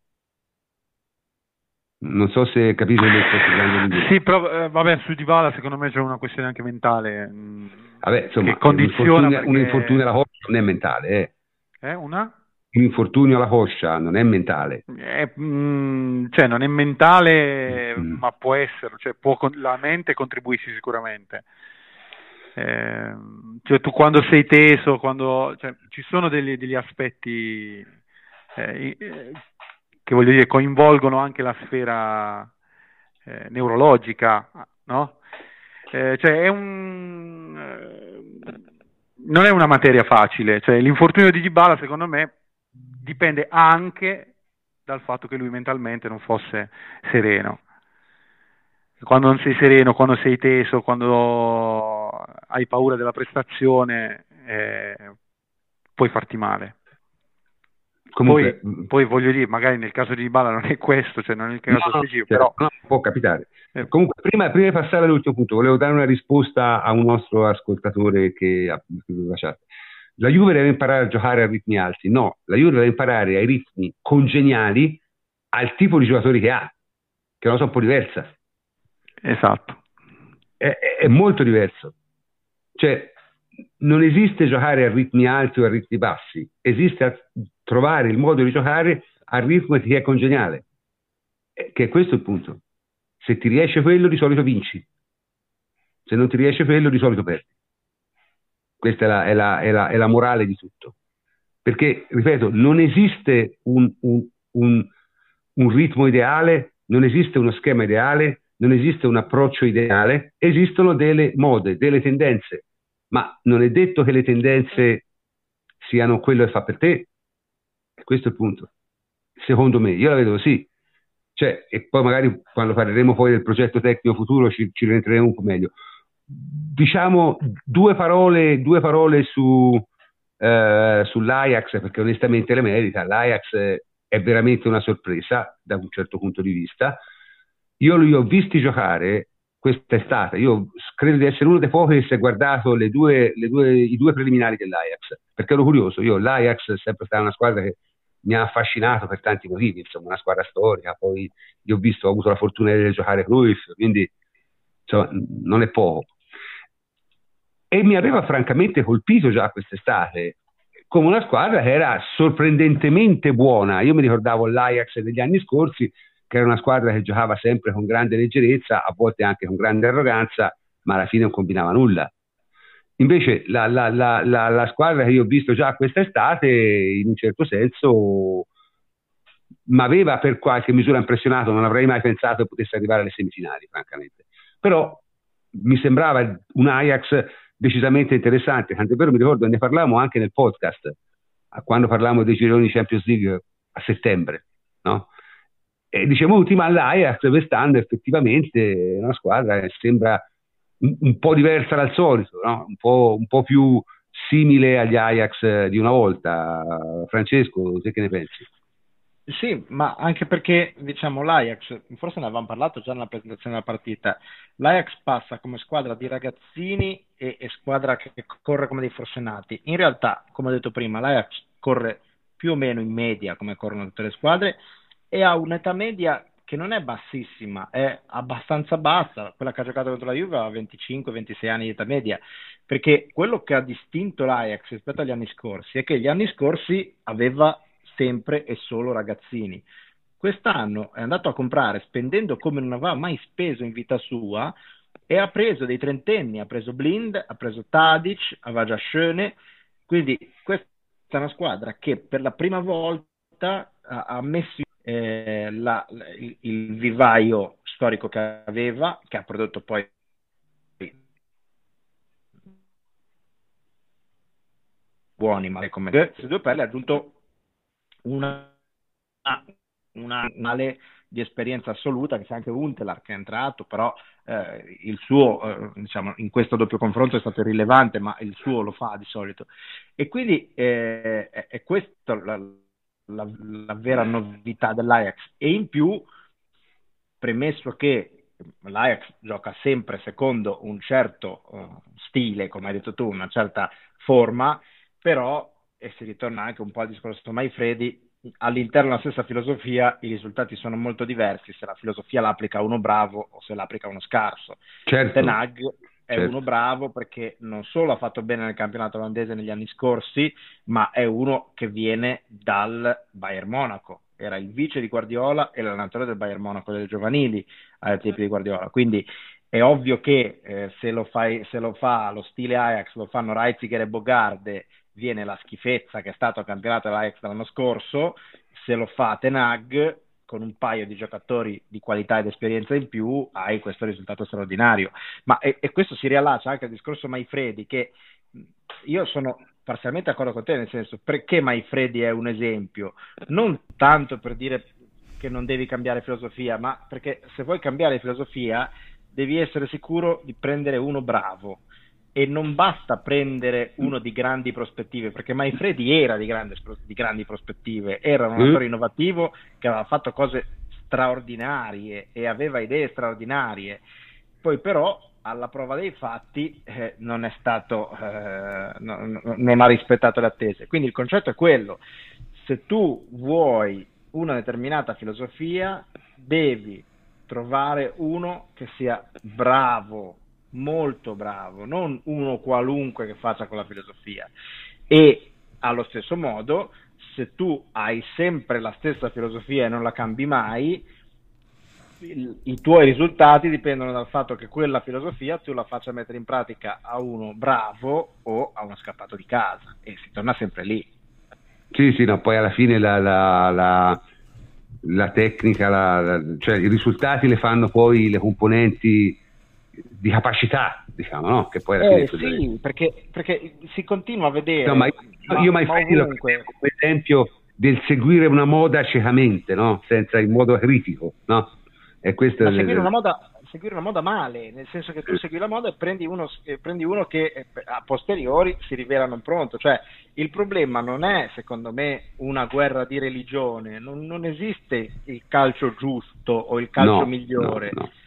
Non so se capisci che sto cercando di dire. Sì, però eh, vabbè, su Dybala secondo me c'è una questione anche mentale. Mh, vabbè, insomma, che condiziona un infortunio, perché... un infortunio alla coscia non è mentale, eh. Eh, una? Un infortunio alla coscia non è mentale. È, mh, cioè non è mentale, mm. ma può essere, cioè può, la mente contribuisce sicuramente. Eh, cioè tu quando sei teso, quando cioè, ci sono degli, degli aspetti eh, che voglio dire coinvolgono anche la sfera eh, neurologica, no? Eh, cioè è un eh, non è una materia facile, cioè l'infortunio di Dybala secondo me dipende anche dal fatto che lui mentalmente non fosse sereno. Quando non sei sereno, quando sei teso, quando hai paura della prestazione, eh, puoi farti male. Comunque, poi, poi voglio dire, magari nel caso di Dybala non è questo, cioè non è il caso no, specifico, certo, però no, può capitare. Eh. Comunque, prima, prima di passare all'ultimo punto, volevo dare una risposta a un nostro ascoltatore che ha lasciato. La Juve deve imparare a giocare a ritmi alti. No, la Juve deve imparare ai ritmi congeniali al tipo di giocatori che ha, che è una cosa un po' diversa. Esatto. È, è molto diverso. Cioè, non esiste giocare a ritmi alti o a ritmi bassi, esiste trovare il modo di giocare al ritmo che è congeniale, che è questo il punto. Se ti riesce quello, di solito vinci. Se non ti riesce quello, di solito perdi. Questa è la, è la, è la, è la morale di tutto. Perché, ripeto, non esiste un, un, un, un ritmo ideale, non esiste uno schema ideale, non esiste un approccio ideale, esistono delle mode, delle tendenze, ma non è detto che le tendenze siano quello che fa per te. Questo è il punto. Secondo me, io la vedo così. Cioè, e poi magari quando parleremo poi del progetto tecnico futuro ci, ci rientreremo un po' meglio. Diciamo due parole, due parole su, eh, sull'Ajax, perché onestamente le merita. L'Ajax è veramente una sorpresa da un certo punto di vista. Io li ho visti giocare questa estate. Io credo di essere uno dei pochi che si è guardato le due, le due, i due preliminari dell'Ajax, perché ero curioso. Io l'Ajax è sempre stata una squadra che mi ha affascinato per tanti motivi, insomma, una squadra storica, poi io ho visto, ho avuto la fortuna di giocare Cruyff, quindi insomma, non è poco. E mi aveva francamente colpito già quest'estate come una squadra che era sorprendentemente buona. Io mi ricordavo l'Ajax degli anni scorsi, che era una squadra che giocava sempre con grande leggerezza, a volte anche con grande arroganza, ma alla fine non combinava nulla. Invece la, la, la, la, la squadra che io ho visto già quest'estate, in un certo senso, mi aveva per qualche misura impressionato. Non avrei mai pensato che potesse arrivare alle semifinali, francamente. Però mi sembrava un Ajax decisamente interessante, tant'è vero mi ricordo, ne parlavamo anche nel podcast, quando parlavamo dei gironi Champions League a settembre, no? E dicevo, ma l'Ajax quest'anno effettivamente è una squadra che sembra un, un po' diversa dal solito, no? un, po', un po' più simile agli Ajax di una volta. Francesco, te che ne pensi? Sì, ma anche perché, diciamo, l'Ajax, forse ne avevamo parlato già nella presentazione della partita, l'Ajax passa come squadra di ragazzini e, e squadra che corre come dei forsennati. In realtà, come ho detto prima, l'Ajax corre più o meno in media, come corrono tutte le squadre, e ha un'età media che non è bassissima, è abbastanza bassa. Quella che ha giocato contro la Juve ha venticinque ventisei anni di età media, perché quello che ha distinto l'Ajax rispetto agli anni scorsi è che gli anni scorsi aveva sempre e solo ragazzini. Quest'anno è andato a comprare spendendo come non aveva mai speso in vita sua, e ha preso dei trentenni, ha preso Blind, ha preso Tadic, aveva Schöne, quindi questa è una squadra che per la prima volta ha, ha messo eh, la, il, il vivaio storico che aveva, che ha prodotto poi buoni, ma come queste due perle ha aggiunto una, una male di esperienza assoluta, che c'è anche Huntelaar che è entrato, però eh, il suo eh, diciamo in questo doppio confronto è stato irrilevante, ma il suo lo fa di solito, e quindi eh, è, è questa la, la, la vera novità dell'Ajax. E in più, premesso che l'Ajax gioca sempre secondo un certo uh, stile, come hai detto tu, una certa forma, però, e si ritorna anche un po' al discorso Maifredi, all'interno della stessa filosofia i risultati sono molto diversi se la filosofia l'applica uno bravo o se l'applica uno scarso. Certo. Ten Hag è certo. uno bravo perché non solo ha fatto bene nel campionato olandese negli anni scorsi, ma è uno che viene dal Bayern Monaco, era il vice di Guardiola e l'allenatore del Bayern Monaco delle giovanili ai tempi di Guardiola, quindi è ovvio che eh, se lo fai, se lo fa lo stile Ajax, lo fanno Reitziger e Bogarde, viene la schifezza che è stato il campionato dell'Ajax l'anno scorso. Se lo fa Ten Hag con un paio di giocatori di qualità ed esperienza in più, hai questo risultato straordinario. Ma e, e questo si riallaccia anche al discorso Maifredi, che io sono parzialmente d'accordo con te, nel senso, perché Maifredi è un esempio, non tanto per dire che non devi cambiare filosofia, ma perché se vuoi cambiare filosofia devi essere sicuro di prendere uno bravo, e non basta prendere uno di grandi prospettive, perché Maifredi era di, grande, di grandi prospettive, era un allenatore innovativo che aveva fatto cose straordinarie e aveva idee straordinarie, poi però alla prova dei fatti eh, non è stato eh, non, non ha rispettato le attese. Quindi il concetto è quello: se tu vuoi una determinata filosofia devi trovare uno che sia bravo, molto bravo, non uno qualunque che faccia con la filosofia. E allo stesso modo, se tu hai sempre la stessa filosofia e non la cambi mai, il, i tuoi risultati dipendono dal fatto che quella filosofia tu la faccia mettere in pratica a uno bravo o a uno scappato di casa, e si torna sempre lì. Sì, sì, no, poi alla fine la, la, la, la tecnica, la, la, cioè i risultati le fanno poi le componenti di capacità, diciamo, no? Che poi alla eh, fine sì, perché, perché si continua a vedere. No, ma io, ma, io mai ma fatto come esempio del seguire una moda ciecamente, no? Senza in modo critico, no? E questo ma è seguire il... una moda seguire una moda male, nel senso che tu segui la moda e prendi uno, eh, prendi uno che eh, a posteriori si rivela non pronto. Cioè, il problema non è, secondo me, una guerra di religione, non, non esiste il calcio giusto o il calcio no, migliore. no, no.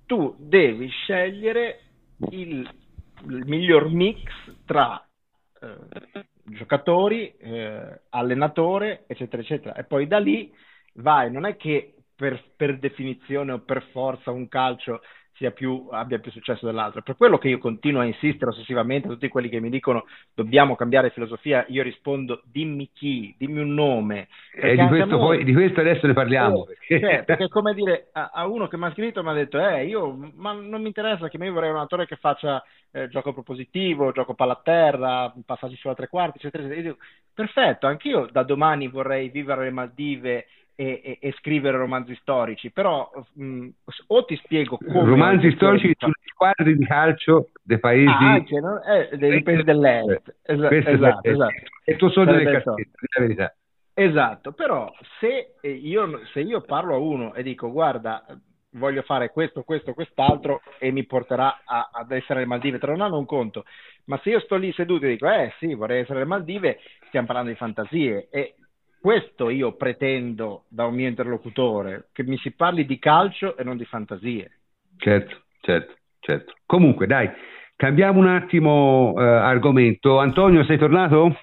tu devi scegliere il, il miglior mix tra eh, giocatori, eh, allenatore, eccetera, eccetera. E poi da lì vai, non è che per, per definizione o per forza un calcio sia più, abbia più successo dell'altro. Per quello che io continuo a insistere ossessivamente a tutti quelli che mi dicono dobbiamo cambiare filosofia, io rispondo dimmi chi, dimmi un nome. E di questo, poi, di questo adesso ne parliamo. Eh, perché... Cioè, perché è come dire a, a uno che mi ha scritto mi ha detto eh io ma non mi interessa, che io vorrei un allenatore che faccia eh, gioco propositivo, gioco palla a terra, passaggi sulla tre quarti, eccetera, eccetera. Io dico, perfetto, anch'io da domani vorrei vivere alle Maldive E, e, e scrivere romanzi storici, però mh, o ti spiego come romanzi storici sulle squadre di calcio dei paesi, ah, anche, no? eh, dei paesi dell'est, Esa- esatto, esatto. È il tuo sogno del cassetto, la verità. Esatto, però se io, se io parlo a uno e dico guarda voglio fare questo, questo, quest'altro e mi porterà a, ad essere alle Maldive tra un anno, un conto, ma se io sto lì seduto e dico eh sì vorrei essere alle Maldive, stiamo parlando di fantasie. E questo io pretendo da un mio interlocutore, che mi si parli di calcio e non di fantasie. Certo, certo, certo. Comunque, dai, cambiamo un attimo eh, argomento. Antonio, sei tornato?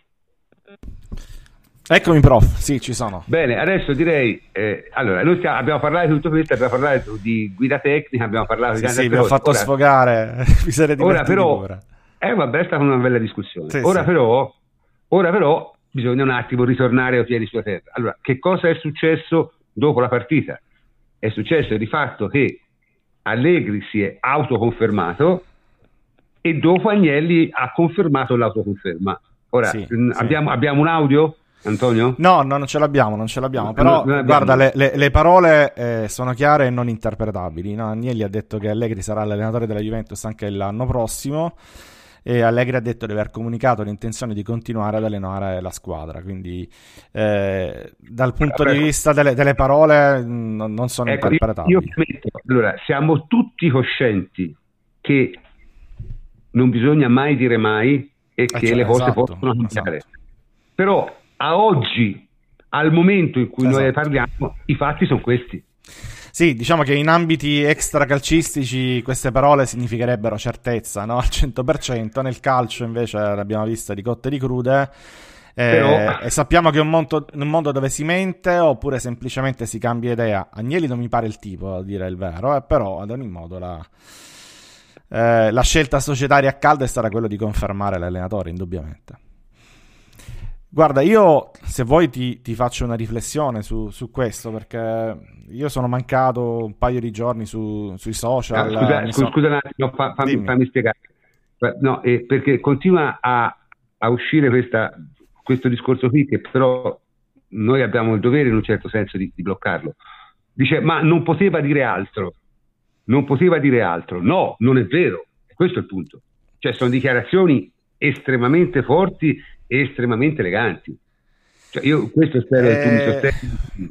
Eccomi, prof. Sì, ci sono. Bene, adesso direi, eh, allora, noi stiamo, abbiamo parlato di tutto questo, abbiamo parlato di guida tecnica, abbiamo parlato sì, di... Sì, vi ho fatto ora, sfogare, mi sarei divertito ora però, ora. Eh, vabbè, è stata una bella discussione. Sì, ora sì. però, ora però... bisogna un attimo ritornare a piedi sulla terra. Allora, che cosa è successo dopo la partita? È successo di fatto che Allegri si è autoconfermato e dopo Agnelli ha confermato l'autoconferma. Ora, sì, mh, sì. Abbiamo, abbiamo un audio, Antonio? No, no, non ce l'abbiamo, non ce l'abbiamo. No, Però, non abbiamo. guarda, le, le, le parole eh, sono chiare e non interpretabili. No? Agnelli ha detto che Allegri sarà l'allenatore della Juventus anche l'anno prossimo. E Allegri ha detto di aver comunicato l'intenzione di continuare ad allenare la squadra, quindi eh, dal punto di vista delle, delle parole mh, non sono ecco, interpretabili. Io, io, allora, siamo tutti coscienti che non bisogna mai dire mai e che eh cioè, le cose esatto, possono cambiare, esatto. Però a oggi, al momento in cui esatto. noi parliamo, i fatti sono questi. Sì, diciamo che in ambiti extracalcistici queste parole significherebbero certezza, no? Al cento per cento. Nel calcio invece l'abbiamo vista di cotte e di crude, eh, Però... e sappiamo che è un mondo, un mondo dove si mente oppure semplicemente si cambia idea. Agnelli non mi pare il tipo, a dire il vero, eh, però ad ogni modo la, eh, la scelta societaria a caldo è stata quella di confermare l'allenatore, indubbiamente. Guarda, io se vuoi ti, ti faccio una riflessione su, su questo, perché io sono mancato un paio di giorni su, sui social. Ah, scusa, scusa, sono... scusa un attimo, fa, fammi, fammi spiegare. No, eh, perché continua a, a uscire questa, questo discorso qui, che però noi abbiamo il dovere in un certo senso di, di bloccarlo. Dice, ma non poteva dire altro. Non poteva dire altro. No, non è vero. Questo è il punto. Cioè, sono dichiarazioni estremamente forti e estremamente eleganti. Cioè, io questo spero che eh... tu mi sostenga.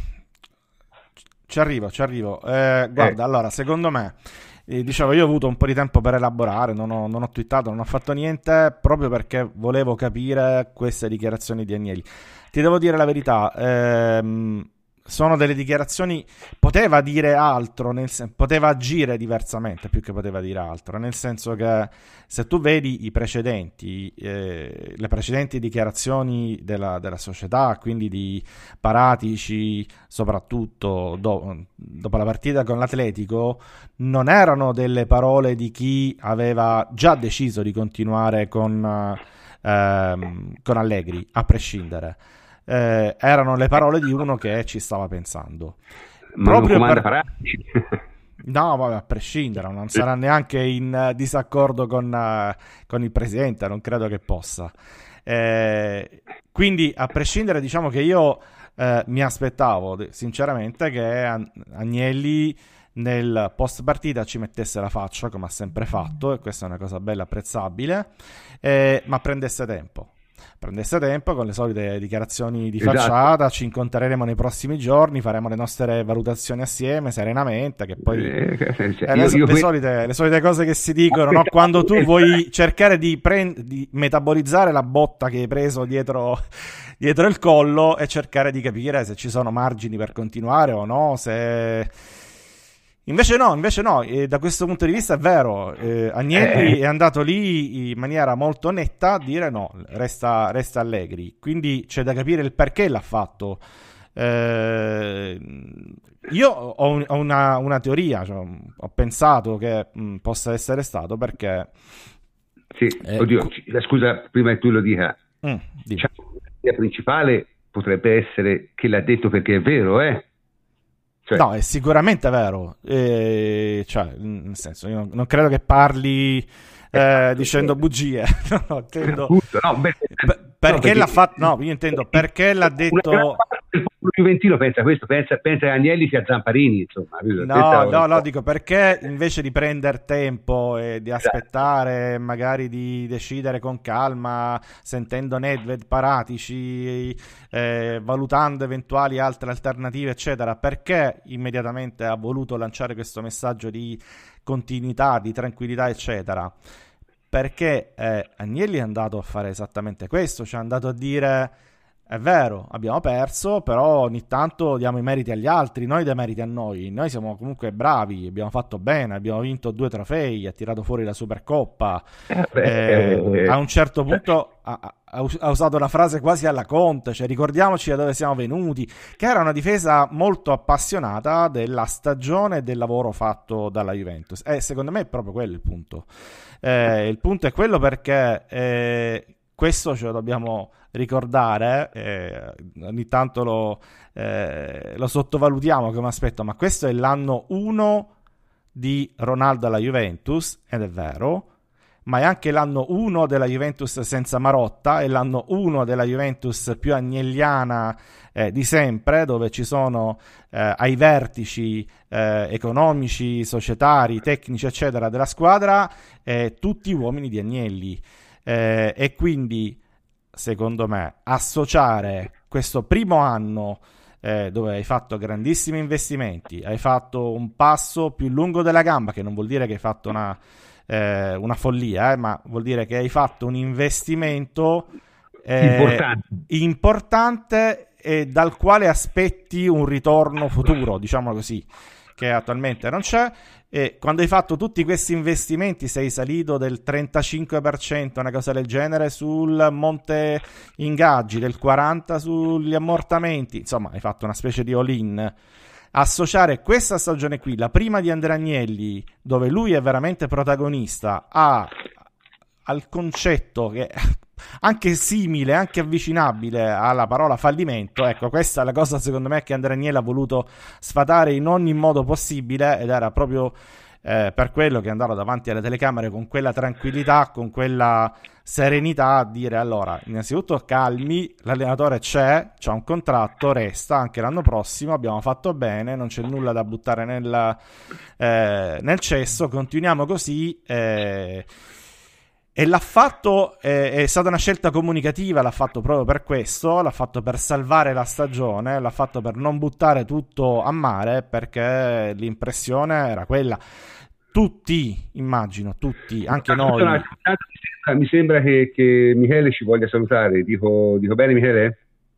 Ci arrivo, ci arrivo. Eh, guarda, eh. allora, secondo me, eh, dicevo, io ho avuto un po' di tempo per elaborare, non ho, non ho twittato, non ho fatto niente, proprio perché volevo capire queste dichiarazioni di Agnelli. Ti devo dire la verità, ehm, sono delle dichiarazioni, poteva dire altro, nel sen- poteva agire diversamente più che poteva dire altro, nel senso che se tu vedi i precedenti, eh, le precedenti dichiarazioni della, della società, quindi di Paratici, soprattutto do- dopo la partita con l'Atletico, non erano delle parole di chi aveva già deciso di continuare con, ehm, con Allegri, a prescindere. Eh, erano le parole di uno che ci stava pensando. Ma proprio non per... Paratici. No, vabbè, a prescindere, non sarà neanche in uh, disaccordo con, uh, con il presidente, non credo che possa. Eh, quindi, a prescindere, diciamo che io eh, mi aspettavo sinceramente che Agnelli nel post partita ci mettesse la faccia, come ha sempre fatto, e questa è una cosa bella, apprezzabile, eh, ma prendesse tempo. prendesse tempo con le solite dichiarazioni di facciata, esatto. Ci incontreremo nei prossimi giorni, faremo le nostre valutazioni assieme serenamente, che poi eh, eh, le, io, le, solite, le solite cose che si dicono, no? Quando tu vuoi cercare di, prend- di metabolizzare la botta che hai preso dietro, dietro il collo e cercare di capire se ci sono margini per continuare o no, se... Invece no, invece no, e da questo punto di vista è vero, eh, Agnelli Eh. è andato lì in maniera molto netta a dire no, resta, resta Allegri, quindi c'è da capire il perché l'ha fatto. Eh, io ho, un- ho una, una teoria, cioè, ho pensato che mh, possa essere stato perché... Sì, Eh, oddio, cu- ci- scusa, prima che tu lo dica, Mm, dimmi. cioè, l'idea principale potrebbe essere che l'ha detto perché è vero, eh? Cioè, No, è sicuramente vero, eh, cioè, nel senso, io non, non credo che parli eh, esatto, dicendo sì. bugie, no, no, intendo... Appunto, no, beh, P- no, perché l'ha fatto? No, io intendo perché l'ha una gran detto. parte del popolo juventino pensa questo, pensa, pensa che Agnelli sia Zamparini, insomma. Questa No, è la no, cosa. no, dico perché invece di prendere tempo e di Esatto. aspettare, magari di decidere con calma, sentendo Nedved, Paratici, eh, valutando eventuali altre alternative, eccetera, perché immediatamente ha voluto lanciare questo messaggio di continuità, di tranquillità, eccetera? Perché eh, Agnelli è andato a fare esattamente questo, cioè è andato a dire è vero, abbiamo perso, però ogni tanto diamo i meriti agli altri, noi dai meriti a noi, noi siamo comunque bravi, abbiamo fatto bene, abbiamo vinto due trofei, ha tirato fuori la Supercoppa, Eh, beh, eh, eh, a un certo punto ha, ha- ha usato una frase quasi alla Conte, cioè ricordiamoci da dove siamo venuti, che era una difesa molto appassionata della stagione e del lavoro fatto dalla Juventus, e secondo me è proprio quello il punto. Eh, il punto è quello perché eh, questo ce lo dobbiamo ricordare, eh, ogni tanto lo, eh, lo sottovalutiamo come aspetto, ma questo è l'anno uno di Ronaldo alla Juventus, ed è vero, ma è anche l'anno uno della Juventus senza Marotta, è l'anno uno della Juventus più agnelliana eh, di sempre, dove ci sono eh, ai vertici eh, economici, societari, tecnici, eccetera, della squadra, eh, tutti uomini di Agnelli. Eh, e quindi, secondo me, associare questo primo anno eh, dove hai fatto grandissimi investimenti, hai fatto un passo più lungo della gamba, che non vuol dire che hai fatto una, eh, una follia, eh, ma vuol dire che hai fatto un investimento eh, Importante. importante e dal quale aspetti un ritorno futuro, diciamo così, che attualmente non c'è. E quando hai fatto tutti questi investimenti sei salito del trentacinque per cento, una cosa del genere, sul monte ingaggi, del quaranta per cento sugli ammortamenti, insomma hai fatto una specie di all-in. Associare questa stagione qui, la prima di Andrea Agnelli, dove lui è veramente protagonista, a, al concetto che anche simile, anche avvicinabile alla parola fallimento, ecco, questa è la cosa secondo me che Andrea Agnelli ha voluto sfatare in ogni modo possibile, ed era proprio eh, per quello che è andato davanti alle telecamere con quella tranquillità, con quella serenità, a dire allora, innanzitutto calmi, l'allenatore c'è, c'ha un contratto, resta anche l'anno prossimo, abbiamo fatto bene, non c'è nulla da buttare nel, eh, nel cesso, continuiamo così. eh, E l'ha fatto, eh, è stata una scelta comunicativa, l'ha fatto proprio per questo, l'ha fatto per salvare la stagione, l'ha fatto per non buttare tutto a mare, perché l'impressione era quella. Tutti, immagino, tutti, anche No, noi. no, no, mi sembra che, che Michele ci voglia salutare. Dico, dico bene, Michele?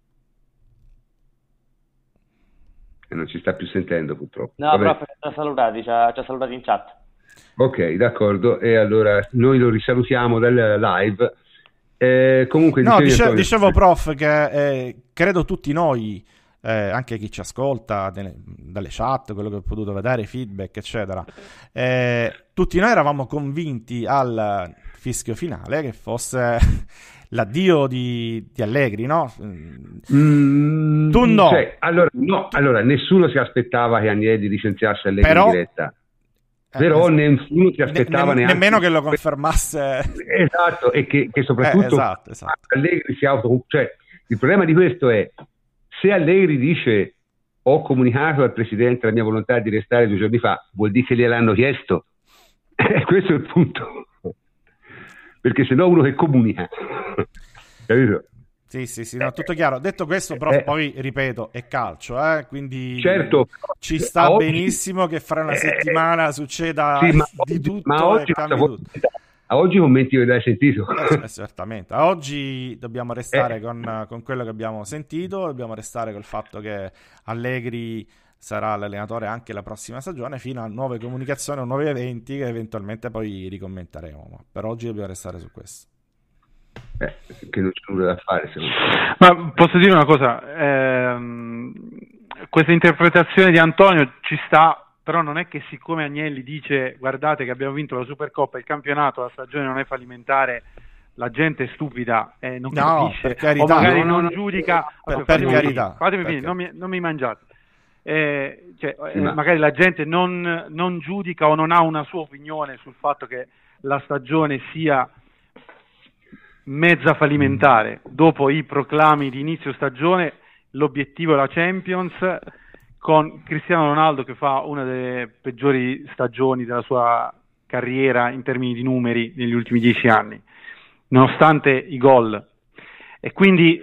E non ci sta più sentendo, purtroppo. No, Vabbè. prof, ci ha salutati, ci ha, ci ha salutati in chat. Ok, d'accordo. E allora noi lo risalutiamo dal live. Eh, comunque, No, dicevi, dice- Antonio- dicevo, prof, che eh, credo tutti noi, eh, anche chi ci ascolta delle- dalle chat, quello che ho potuto vedere, i feedback, eccetera, eh, tutti noi eravamo convinti al fischio finale che fosse l'addio di, di Allegri, no? Mm, Tu no. cioè, allora, no, allora, nessuno si aspettava che Agnelli licenziasse Allegri Però- in diretta. Però Eh, nessuno si aspettava ne- neanche nemmeno che lo confermasse. Esatto, e che, che soprattutto Eh, esatto, esatto. Allegri si auto, cioè il problema di questo è, se Allegri dice ho comunicato al presidente la mia volontà di restare due giorni fa, vuol dire che gliel'hanno chiesto. Eh, questo è il punto, perché se no uno che comunica, capito? Sì, sì, sì, no, tutto chiaro. Detto questo, prof, Eh. poi ripeto, è calcio, eh? Quindi Certo, ci sta oggi- benissimo che fra una eh, settimana succeda sì, ma di oggi- tutto ma e oggi, cambi cosa vuoi- tutto. a oggi commenti che l'hai sentito. Eh, eh, certamente. A oggi dobbiamo restare Eh. con, con quello che abbiamo sentito, dobbiamo restare col fatto che Allegri sarà l'allenatore anche la prossima stagione, fino a nuove comunicazioni o nuovi eventi che eventualmente poi ricommenteremo. Ma per oggi dobbiamo restare su questo. Eh, che non c'è nulla da fare, secondo me. Ma posso dire una cosa, ehm, questa interpretazione di Antonio ci sta, però non è che siccome Agnelli dice guardate che abbiamo vinto la Supercoppa, il campionato, la stagione non è fallimentare, la gente è stupida e non no, capisce, per carità, o magari no, non no, giudica, per, cioè, per fatemi carità, finire, fatemi per finire, non mi, non mi mangiate. Eh, cioè, Sì, eh, ma... magari la gente non, non giudica o non ha una sua opinione sul fatto che la stagione sia mezza fallimentare. Dopo i proclami di inizio stagione, l'obiettivo è la Champions, con Cristiano Ronaldo che fa una delle peggiori stagioni della sua carriera in termini di numeri negli ultimi dieci anni, nonostante i gol. E quindi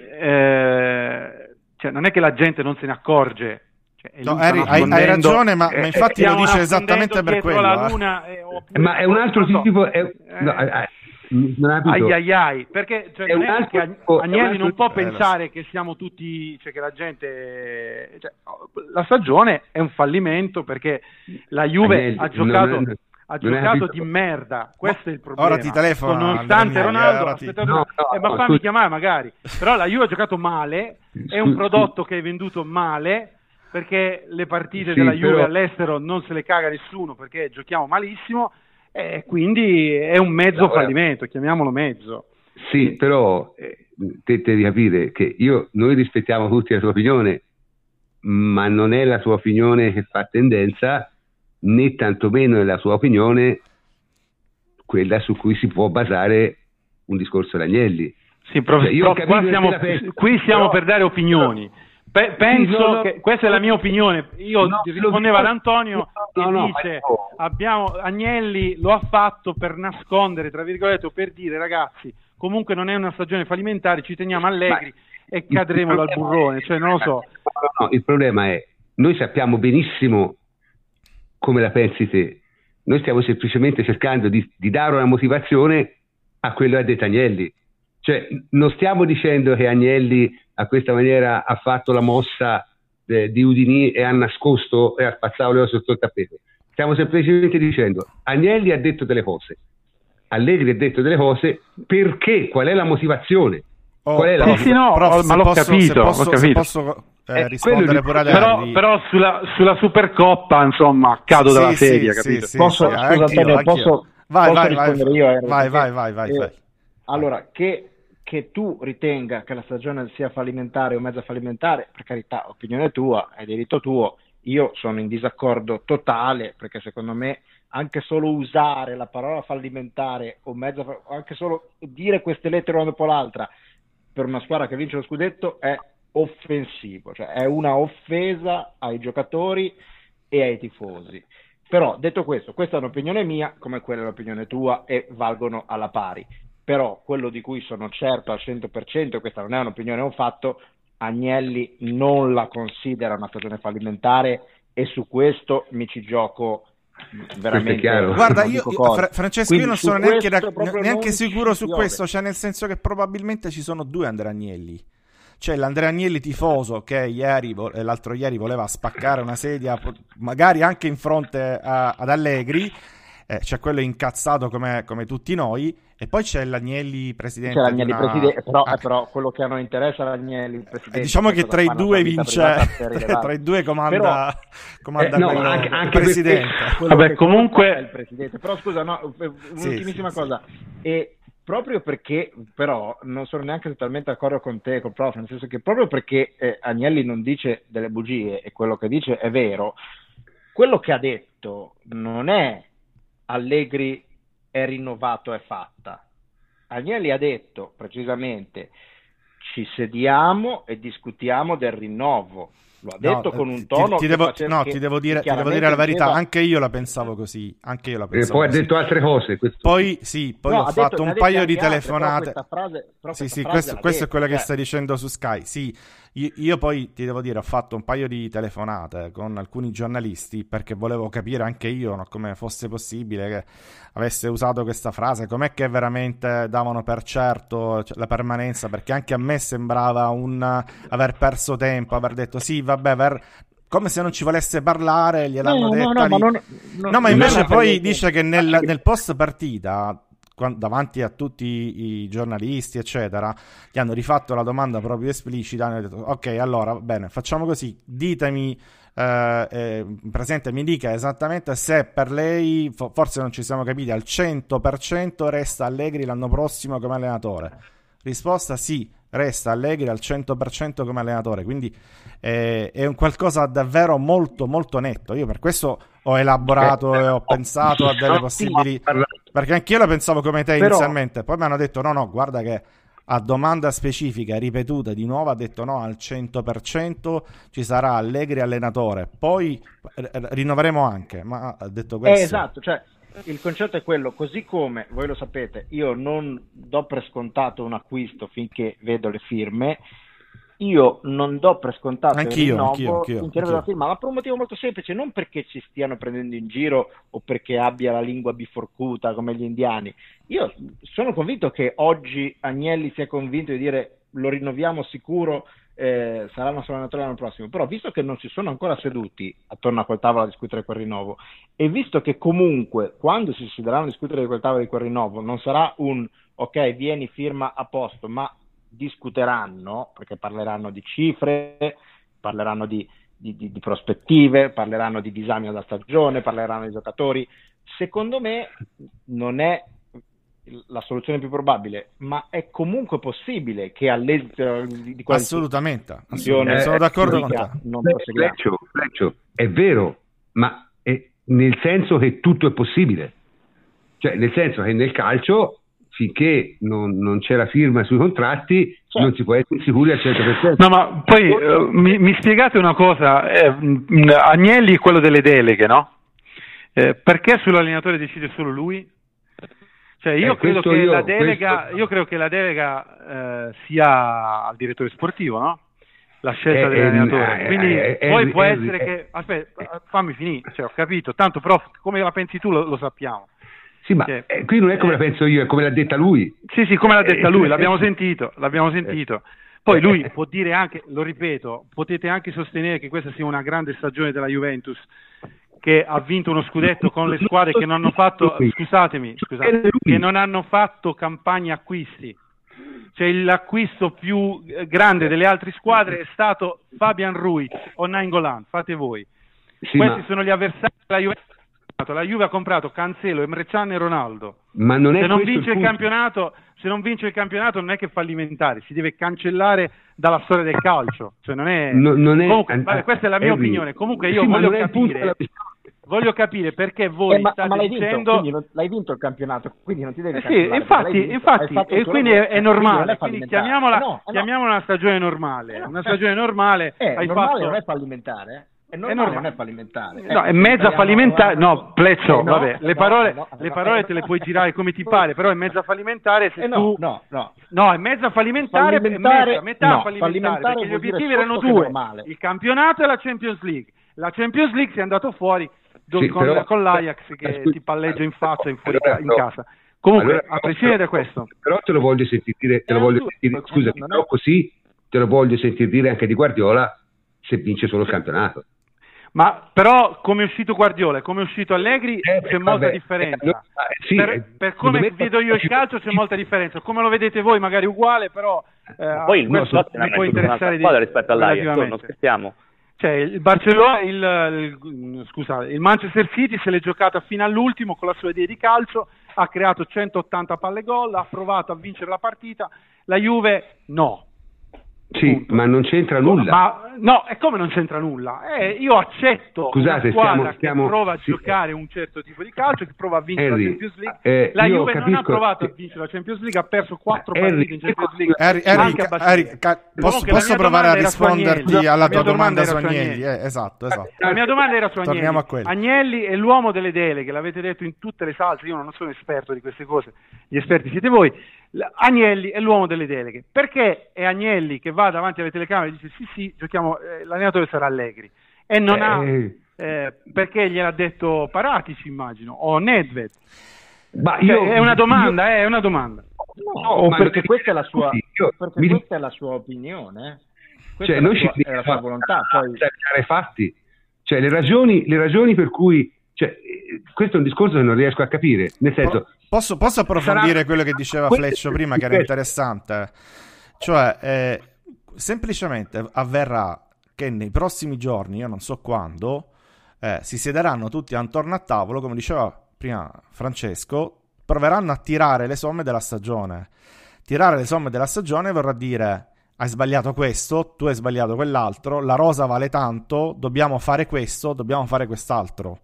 eh, cioè, non è che la gente non se ne accorge. Cioè, no, Harry, hai, hai ragione, ma, ma infatti lo dice esattamente per quello. La eh. luna, eh, ma è un altro so, tipo... È, eh, no, eh, non ai ai ai, perché cioè, è non è che tipo, Agnelli non può eh, pensare che siamo tutti, cioè che la gente, cioè, la stagione è un fallimento perché la Juve Agnelli, ha giocato non, ha giocato di merda, questo è il problema. Ora ti telefono, nonostante Agnelli, Ronaldo eh, aspetta, no, no, eh, ma no, fammi scusi. chiamare magari, però la Juve ha giocato male, è un prodotto che è venduto male perché le partite sì, della Juve però... all'estero non se le caga nessuno perché giochiamo malissimo. E quindi è un mezzo no, fallimento, chiamiamolo mezzo. Sì, però eh, te devi capire che io, noi rispettiamo tutti la tua opinione, ma non è la tua opinione che fa tendenza, né tantomeno è la sua opinione quella su cui si può basare un discorso di Agnelli. Sì, prof, cioè, io prof, qua siamo, qui siamo però, per dare opinioni. Pe- penso sì, no, no, che questa è la mia opinione. Io no, rispondeva ad Antonio no, che no, dice no. abbiamo, Agnelli lo ha fatto per nascondere, tra virgolette, o per dire ragazzi comunque non è una stagione fallimentare, ci teniamo allegri ma e cadremo dal burrone, cioè non lo so. No, il problema è, noi sappiamo benissimo come la pensi te, noi stiamo semplicemente cercando di, di dare una motivazione a quello che ha detto Agnelli, cioè non stiamo dicendo che Agnelli a questa maniera ha fatto la mossa eh, di Udinì e ha nascosto e ha spazzato le cose sotto il tappeto, stiamo semplicemente dicendo Agnelli ha detto delle cose, Allegri ha detto delle cose, perché? Qual è la motivazione? Oh, Qual è la prof, sì, sì, no, prof, ma l'ho posso, capito, se posso, l'ho capito. Se posso eh, Eh, rispondere pure ad però, Harry. però sulla, sulla Supercoppa insomma cado sì, dalla sì, sedia, sì, capito? sì, Posso, sì, scusa anch'io, Antonio, anch'io. posso, vai, posso vai, rispondere vai, io? Harry, vai, perché, vai, vai, vai, eh, vai. Allora, che, che tu ritenga che la stagione sia fallimentare o mezza fallimentare, per carità, opinione tua, è diritto tuo. Io sono in disaccordo totale, perché secondo me anche solo usare la parola fallimentare o mezza, anche solo dire queste lettere una dopo l'altra per una squadra che vince lo scudetto è offensivo, cioè è una offesa ai giocatori e ai tifosi. Però detto questo, questa è un'opinione mia come quella è l'opinione tua e valgono alla pari. Però quello di cui sono certo al cento per cento, questa non è un'opinione, è un fatto, Agnelli non la considera una stagione fallimentare e su questo mi ci gioco veramente. Guarda, io, io Fra- Francesco, Quindi io non sono neanche, da, neanche non sicuro su piove. questo, cioè nel senso che probabilmente ci sono due Andrea Agnelli. C'è l'Andrea Agnelli tifoso che ieri, l'altro ieri voleva spaccare una sedia, magari anche in fronte a, ad Allegri, eh, c'è quello incazzato come, come tutti noi, e poi c'è l'Agnelli presidente. C'è l'Agnelli una... presidente, però, ah. però quello che a noi interessa è l'Agnelli presidente. Eh, diciamo che tra i due vince, tra i due comanda, però, comanda eh, no, quello, anche, anche il presidente. Vabbè, comunque il presidente. Però scusa, no, un'ultimissima sì, sì, cosa. Sì. E proprio perché, però, non sono neanche totalmente d'accordo con te, col prof, nel senso che proprio perché eh, Agnelli non dice delle bugie e quello che dice è vero, quello che ha detto non è Allegri è rinnovato, è fatta. Agnelli ha detto precisamente ci sediamo e discutiamo del rinnovo. Lo ha detto no, con un tono ti, ti devo, faceva, no, che ti devo dire, ti devo dire la verità, anche io la pensavo così, anche io la pensavo e poi così. ha detto altre cose. Questo... Poi sì, poi no, ho fatto detto, un paio di telefonate. Altre, però frase, però sì, sì, frase questo, questo è quello detto, che stai dicendo su Sky. Sì, io, io poi ti devo dire, ho fatto un paio di telefonate con alcuni giornalisti perché volevo capire anche io, no, come fosse possibile che avesse usato questa frase, com'è che veramente davano per certo la permanenza, perché anche a me sembrava un aver perso tempo, aver detto sì, vabbè, aver come se non ci volesse parlare, gliel'hanno no, detto. No, no, ma, non, non, no, ma invece poi dice che nel, nel post partita, quando, davanti a tutti i giornalisti, eccetera, gli hanno rifatto la domanda proprio esplicita, hanno detto, ok, allora, bene, facciamo così, ditemi, eh, eh, presente, mi dica esattamente se per lei, fo- forse non ci siamo capiti, al cento per cento resta Allegri l'anno prossimo come allenatore. Risposta sì, resta Allegri al cento per cento come allenatore, quindi eh, è un qualcosa davvero molto molto netto. Io per questo ho elaborato e ho pensato a delle possibili, perché anch'io la pensavo come te inizialmente, poi mi hanno detto no no, guarda che a domanda specifica ripetuta di nuovo ha detto no, al cento per cento ci sarà Allegri allenatore, poi rinnoveremo anche, ma ha detto questo. Eh, esatto, cioè il concetto è quello, così come voi lo sapete, io non do per scontato un acquisto finché vedo le firme, io non do per scontato anch'io, il rinnovo anch'io, anch'io, finché vedo la firma, ma per un motivo molto semplice, non perché ci stiano prendendo in giro o perché abbia la lingua biforcuta come gli indiani. Io sono convinto che oggi Agnelli sia convinto di dire lo rinnoviamo sicuro, eh, sarà il nostro allenatore l'anno prossimo, però visto che non si sono ancora seduti attorno a quel tavolo a discutere quel rinnovo, e visto che comunque quando si siederanno a discutere di quel tavolo di quel rinnovo non sarà un ok, vieni, firma, a posto, ma discuteranno, perché parleranno di cifre, parleranno di, di, di, di prospettive, parleranno di disamina da stagione, parleranno di giocatori. Secondo me non è la soluzione più probabile, ma è comunque possibile che all'esito di, di assolutamente, assolutamente. sono d'accordo con te. Non Fleccio, Fleccio, è vero, ma è nel senso che tutto è possibile, cioè nel senso che nel calcio finché non, non c'è la firma sui contratti, cioè, non si può essere sicuri al cento per cento. No, ma poi uh, mi, mi spiegate una cosa, eh, Agnelli è quello delle deleghe, no? Eh, perché sull'allenatore decide solo lui? Cioè io, eh, credo, che io, la delega, questo... io credo che la delega eh, sia al direttore sportivo, no? La scelta eh, dell'allenatore. Quindi eh, eh, poi eh, può eh, essere eh, che... Aspetta, fammi finire, cioè, ho capito, tanto però come la pensi tu lo, lo sappiamo. Sì, ma cioè, eh, qui non è come eh, la penso io, è come l'ha detta lui. Sì, sì, come l'ha detta lui, l'abbiamo sentito, l'abbiamo sentito. Poi lui può dire anche, lo ripeto, potete anche sostenere che questa sia una grande stagione della Juventus, che ha vinto uno scudetto con le squadre che non hanno fatto, scusatemi, scusate, che non hanno fatto campagne acquisti. Cioè l'acquisto più grande delle altre squadre è stato Fabian Ruiz o Nainggolan, fate voi. Sì, Questi ma... sono gli avversari della Juventus. La Juve ha comprato Cancelo, Emre Can e Ronaldo. Ma non è se non vince il, il campionato, se non vince il campionato non è che è fallimentare, si deve cancellare dalla storia del calcio. Cioè non è, no, non è comunque, vabbè, questa è la mia Henry. opinione. Comunque io sì, voglio capire voglio capire perché voi eh, ma, state ma l'hai dicendo vinto, non, l'hai vinto il campionato, quindi non ti devi eh sì, infatti, infatti e quindi è, è normale, quindi chiamiamola, eh no, eh no. chiamiamola una stagione normale, eh no, una stagione normale eh, hai normale fatto... non è fallimentare, eh. È normale, è normale, non è fallimentare. No, è mezza fallimentare. No, Pleccio, eh no, vabbè, le parole, no, no, le parole te le puoi girare come ti pare, però è mezza fallimentare se eh no, tu... No, no. No, è mezza fallimentare, fallimentare è mezza, metà no, fallimentare, fallimentare perché gli obiettivi erano due, il campionato e la Champions League. La Champions League si è andato fuori sì, con, però, con l'Ajax che ti palleggia in faccia in, fuori, in casa. Comunque, allora, a prescindere da questo... Però te lo voglio sentire dire, te lo voglio sentire, scusa, però così te lo voglio sentire dire anche di Guardiola se vince solo il campionato. Ma però come è uscito Guardiola e come è uscito Allegri eh, c'è molta vabbè, differenza. Eh, sì, per, eh, per come vedo io il calcio c'è molta differenza. Come lo vedete voi magari uguale, però eh, poi il questo mi può interessare di rispetto all'Ajax, non scherziamo. Cioè il Barcellona, il, il, scusa, il Manchester City se l'è giocata fino all'ultimo con la sua idea di calcio, ha creato centottanta palle gol, ha provato a vincere la partita. La Juve no. Sì, punto. Ma non c'entra nulla. Ma, no, e come non c'entra nulla? Eh, io accetto Scusate, una squadra stiamo, stiamo, che prova a sì. giocare un certo tipo di calcio, che prova a vincere Harry, la Champions League. Eh, la Juve capisco, non ha provato sì. a vincere la Champions League, ha perso quattro Harry, partite in Champions League. Harry, Harry, Harry, ca- posso, posso provare a risponderti alla tua domanda su Agnelli? Eh, esatto, esatto. La mia domanda era su Agnelli. Torniamo a quello. Agnelli è l'uomo delle deleghe, l'avete detto in tutte le salse, io non sono esperto di queste cose, gli esperti siete voi. Agnelli è l'uomo delle deleghe. Perché è Agnelli che va davanti alle telecamere e dice sì sì giochiamo, eh, l'allenatore sarà Allegri e non eh. ha eh, perché gliel'ha detto Paratici immagino o Nedved. Ma io, cioè, è una domanda io, eh, è una domanda no, no, perché questa è la sua io, perché mi... questa è la sua opinione Cioè, noi ci è la sua volontà, poi i fatti, cioè le ragioni, le ragioni per cui, cioè, questo è un discorso che non riesco a capire, nel senso, posso, posso approfondire sarà... quello che diceva Fleccio prima, che era interessante, cioè eh, semplicemente avverrà che nei prossimi giorni, io non so quando, eh, si siederanno tutti attorno a tavolo, come diceva prima Francesco, proveranno a tirare le somme della stagione. Tirare le somme della stagione vorrà dire: hai sbagliato questo, tu hai sbagliato quell'altro, la rosa vale tanto, dobbiamo fare questo, dobbiamo fare quest'altro.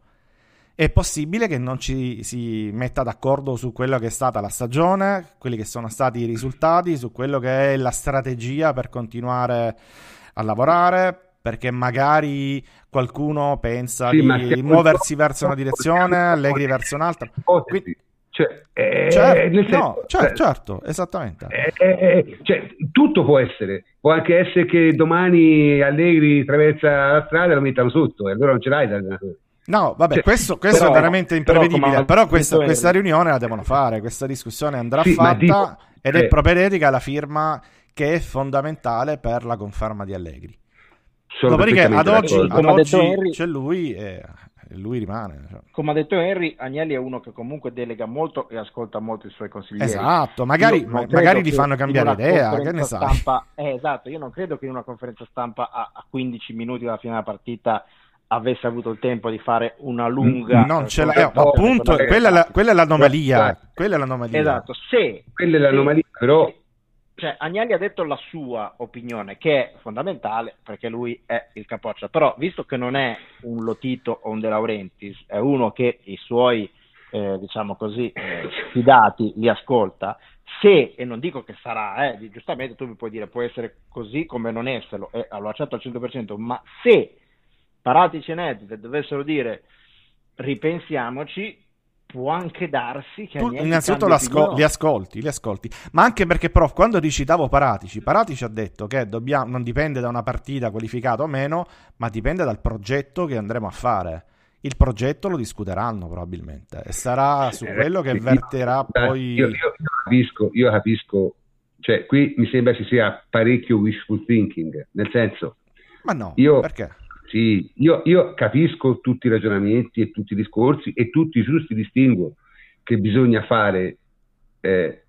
È possibile che non ci si metta d'accordo su quello che è stata la stagione, quelli che sono stati i risultati, su quello che è la strategia per continuare a lavorare, perché magari qualcuno pensa sì, di muoversi verso una direzione, Allegri verso un'altra. Quindi, Cioè, eh, certo, nel senso, no, certo, certo, esattamente. Eh, eh, cioè, tutto può essere, può anche essere che domani Allegri attraversa la strada e lo mettano sotto, e allora non ce l'hai l'allenatore. No, vabbè, cioè, questo, questo però, è veramente imprevedibile, però, però questa, Henry. questa riunione la devono fare, questa discussione andrà sì, fatta dico, ed eh, è propedetica la firma che è fondamentale per la conferma di Allegri. Dopodiché ad oggi, ad oggi c'è lui e lui rimane. Cioè. Come ha detto Henry, Agnelli è uno che comunque delega molto e ascolta molto i suoi consiglieri. Esatto, magari, ma, magari gli fanno cambiare idea, che ne sai? Stampa, eh, esatto, io non credo che in una conferenza stampa a, a quindici minuti dalla fine della partita avesse avuto il tempo di fare una lunga... Non ce l'ha, eh, appunto, quella è, la, quella è l'anomalia. Quella è l'anomalia. Esatto, se... Quella è l'anomalia, se, però... Cioè, Agnelli ha detto la sua opinione, che è fondamentale perché lui è il capoccia, però visto che non è un Lotito o un De Laurentiis, è uno che i suoi, eh, diciamo così, eh, fidati li ascolta, se, e non dico che sarà, eh, giustamente tu mi puoi dire può essere così come non esserlo, e lo accetto al cento per cento, ma se Paratici e Nedved dovessero dire ripensiamoci, può anche darsi che tu innanzitutto l'ascol- li ascolti, li ascolti, ma anche perché, prof, quando citavo Paratici, Paratici ha detto che dobbiamo, non dipende da una partita qualificata o meno, ma dipende dal progetto che andremo a fare. Il progetto lo discuteranno probabilmente e sarà su quello che verterà poi. Io, io, io capisco, io capisco, cioè qui mi sembra ci sia parecchio wishful thinking, nel senso. Ma no, io, perché? Sì, io, io capisco tutti i ragionamenti e tutti i discorsi e tutti i giusti distinguo che bisogna fare eh,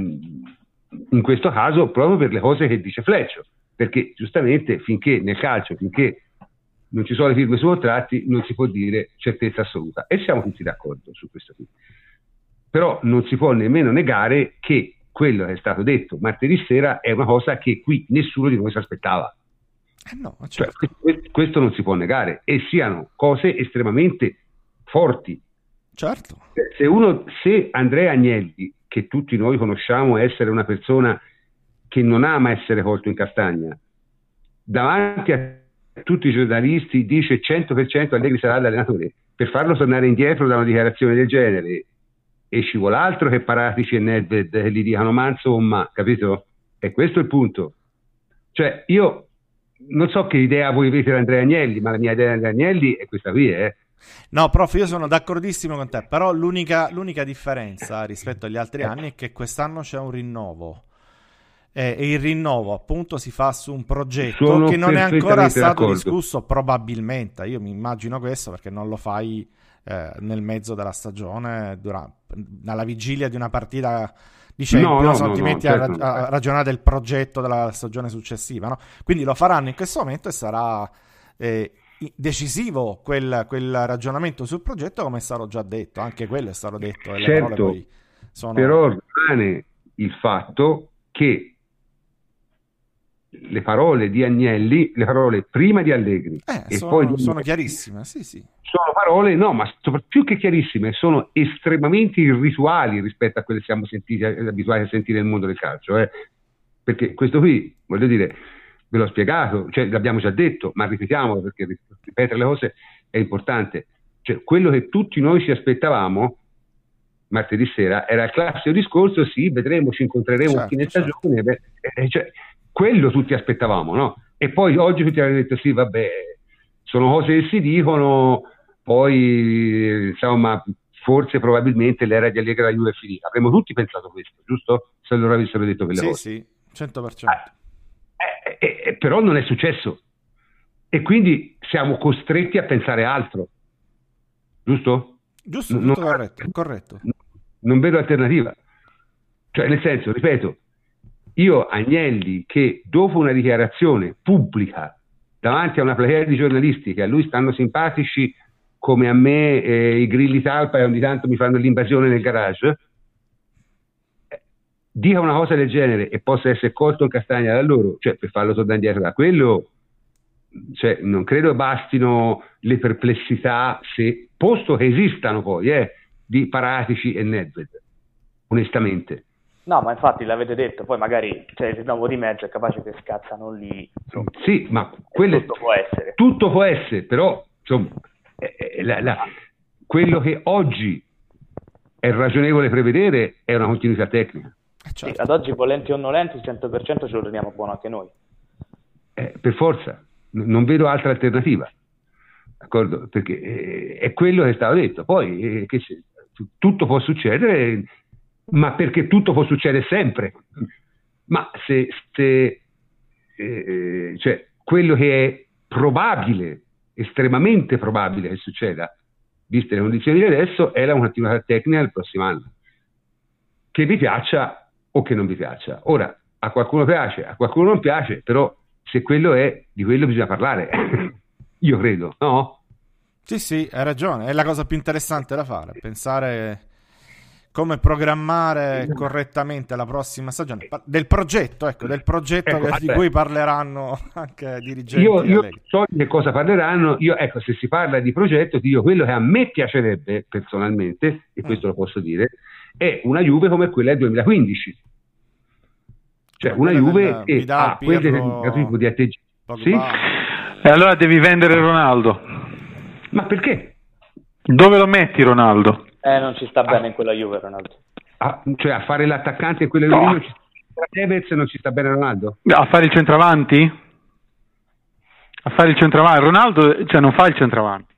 in questo caso proprio per le cose che dice Fleccio, perché giustamente finché nel calcio, finché non ci sono le firme su contratti, non si può dire certezza assoluta e siamo tutti d'accordo su questo qui. Però non si può nemmeno negare che quello che è stato detto martedì sera è una cosa che qui nessuno di noi si aspettava. Eh no, certo. Cioè, questo, questo non si può negare e siano cose estremamente forti. Certo. Se uno, se Andrea Agnelli, che tutti noi conosciamo essere una persona che non ama essere colto in castagna, davanti a tutti i giornalisti dice cento per cento Allegri sarà l'allenatore, per farlo tornare indietro da una dichiarazione del genere e ci vuole altro che Paratici e Nedved che gli dicano ma insomma, capito? E questo è il punto. Cioè io non so che idea voi avete di Andrea Agnelli, ma la mia idea di Andrea Agnelli è questa qui, eh. No, prof, io sono d'accordissimo con te, però l'unica, l'unica differenza rispetto agli altri anni è che quest'anno c'è un rinnovo eh, e il rinnovo appunto si fa su un progetto sono che non è ancora stato d'accordo. discusso, probabilmente, io mi immagino questo perché non lo fai eh, nel mezzo della stagione, durante, alla vigilia di una partita di Champions, no, no, no, ti metti no, certo. a, a ragionare del progetto della stagione successiva, no? Quindi lo faranno in questo momento e sarà eh, decisivo quel, quel ragionamento sul progetto, come è stato già detto, anche quello è stato detto. E certo, le parole poi sono... però rimane il fatto che le parole di Agnelli, le parole prima di Allegri eh, e sono, poi di sono chiarissime, sì, sì. Sono parole, no, ma più che chiarissime, sono estremamente irrituali rispetto a quelle che siamo sentiti, abituati a sentire nel mondo del calcio, eh. Perché questo qui, voglio dire, ve l'ho spiegato, cioè l'abbiamo già detto, ma ripetiamolo perché ripetere le cose è importante. Cioè, quello che tutti noi ci aspettavamo martedì sera era il classico discorso, sì, vedremo, ci incontreremo certo, a fine certo. stagione, beh, eh, cioè, quello tutti aspettavamo, no? E poi oggi tutti hanno detto sì, vabbè, sono cose che si dicono, poi insomma forse probabilmente l'era di Allegri alla Juve è finita. Avremmo tutti pensato questo, giusto? Se loro avessero detto quelle sì, cose. Sì, sì, cento per cento. Eh, eh, però non è successo e quindi siamo costretti a pensare altro, giusto? Giusto, non, tutto corretto, corretto. Non vedo alternativa, cioè nel senso, ripeto, io Agnelli, che dopo una dichiarazione pubblica davanti a una platea di giornalisti che a lui stanno simpatici come a me eh, i grilli talpa e ogni tanto mi fanno l'invasione nel garage, eh, dica una cosa del genere e possa essere colto in castagna da loro, cioè per farlo tornare indietro da quello, cioè, non credo bastino le perplessità, se posto che esistano poi eh, di Paratici e Nedved, onestamente. No, ma infatti l'avete detto, poi magari c'è il rinnovo di mezzo, è capace che scazzano lì. Insomma. Sì, ma quello, tutto può essere. Tutto può essere, però insomma, eh, la, la, quello che oggi è ragionevole prevedere è una continuità tecnica. Certo. Sì, ad oggi, volenti o nolenti, il cento per cento ce lo teniamo buono anche noi. Eh, per forza, N- non vedo altra alternativa, d'accordo? Perché eh, è quello che è stato detto. Poi eh, che se, tutto può succedere, ma perché tutto può succedere sempre. Ma se, se eh, cioè, quello che è probabile, estremamente probabile che succeda, viste le condizioni di adesso, è la continuità tecnica del prossimo anno, che vi piaccia o che non vi piaccia. Ora, a qualcuno piace, a qualcuno non piace, però se quello è, di quello bisogna parlare. Io credo, no? Sì, sì, hai ragione, è la cosa più interessante da fare, pensare come programmare correttamente la prossima stagione, del progetto, ecco, del progetto ecco, che, di cui parleranno anche dirigenti. Io, io so di che cosa parleranno, io ecco, se si parla di progetto, dico quello che a me piacerebbe personalmente, e questo mm. lo posso dire, è una Juve come quella del duemilaquindici. Cioè una Juve che ha quel determinato tipo di atteggiamento. Sì? E allora devi vendere Ronaldo. Ma perché? Dove lo metti Ronaldo? Eh, non ci sta bene ah. in quella Juve Ronaldo. Ah, cioè a fare l'attaccante in quella Juve no. non ci sta Tevez, non ci sta bene Ronaldo? A fare il centravanti? A fare il centravanti. Ronaldo, cioè non fa il centravanti.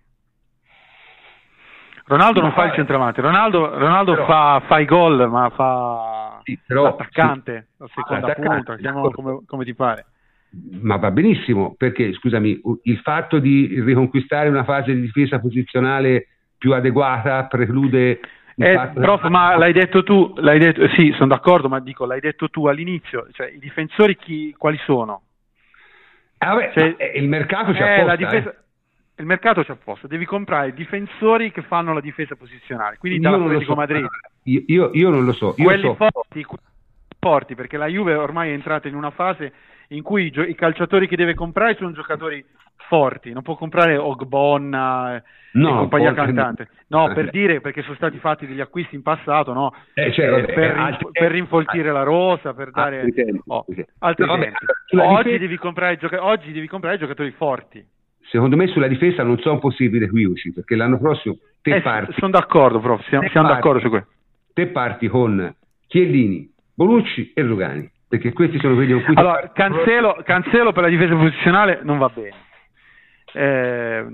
Ronaldo no, non fa il centravanti. Ronaldo, Ronaldo però, fa, fa i gol, ma fa sì, però, l'attaccante, sì, la seconda punta, chiamiamolo come, come ti pare. Ma va benissimo, perché scusami, il fatto di riconquistare una fase di difesa posizionale più adeguata preclude il eh, fatto prof, che... ma l'hai detto tu, l'hai detto, sì, sono d'accordo, ma dico, l'hai detto tu all'inizio, cioè i difensori chi, quali sono? Eh, vabbè, cioè, il mercato ci eh, apposta, la difesa, eh. il mercato ci apposta, devi comprare difensori che fanno la difesa posizionale, quindi dall'Atletico so. Madrid. Io, io, io non lo so. Io quelli so. forti, forti, perché la Juve ormai è entrata in una fase in cui i, gio- i calciatori che deve comprare sono giocatori forti, non può comprare Ogbonna no, e compagnia forse... cantante. No, per dire, perché sono stati fatti degli acquisti in passato, no? Eh, cioè, vabbè, eh, per, altri... per rinfoltire la rosa, per dare altri tempi. Oh, altri no, tempi. vabbè, Oggi, difesa... devi comprare gioca- oggi devi comprare giocatori forti. Secondo me sulla difesa non sono possibili equivoci, perché l'anno prossimo te eh, parti... Sono d'accordo, prof, siamo, siamo parti, d'accordo su questo. Te parti con Chiellini, Bonucci e Rugani, perché questi sono quelli con cui... Allora, Cancelo, Cancelo per la difesa posizionale non va bene. Eh,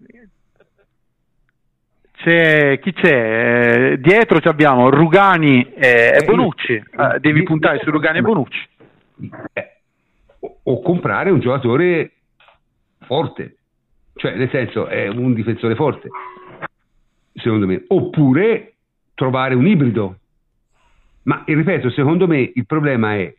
c'è, chi c'è? Eh, dietro abbiamo Rugani e eh, Bonucci. Eh, devi puntare su Rugani e Bonucci. Eh, o, o comprare un giocatore forte, cioè nel senso è un difensore forte, secondo me, oppure trovare un ibrido. Ma ripeto, secondo me il problema è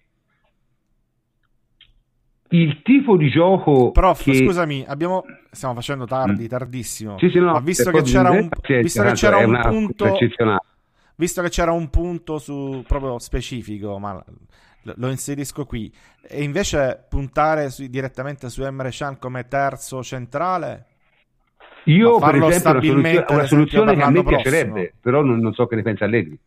il tipo di gioco. Prof, che... scusami, abbiamo... stiamo facendo tardi, tardissimo. Sì, sì, no, ma visto che c'era un, visto che c'era un punto, visto che c'era un punto su proprio specifico, ma lo inserisco qui, e invece puntare su, direttamente su Emre Can come terzo centrale. Io per esempio una soluzione, una soluzione che a me prossimo. piacerebbe, però non, non so che ne pensa Allegri.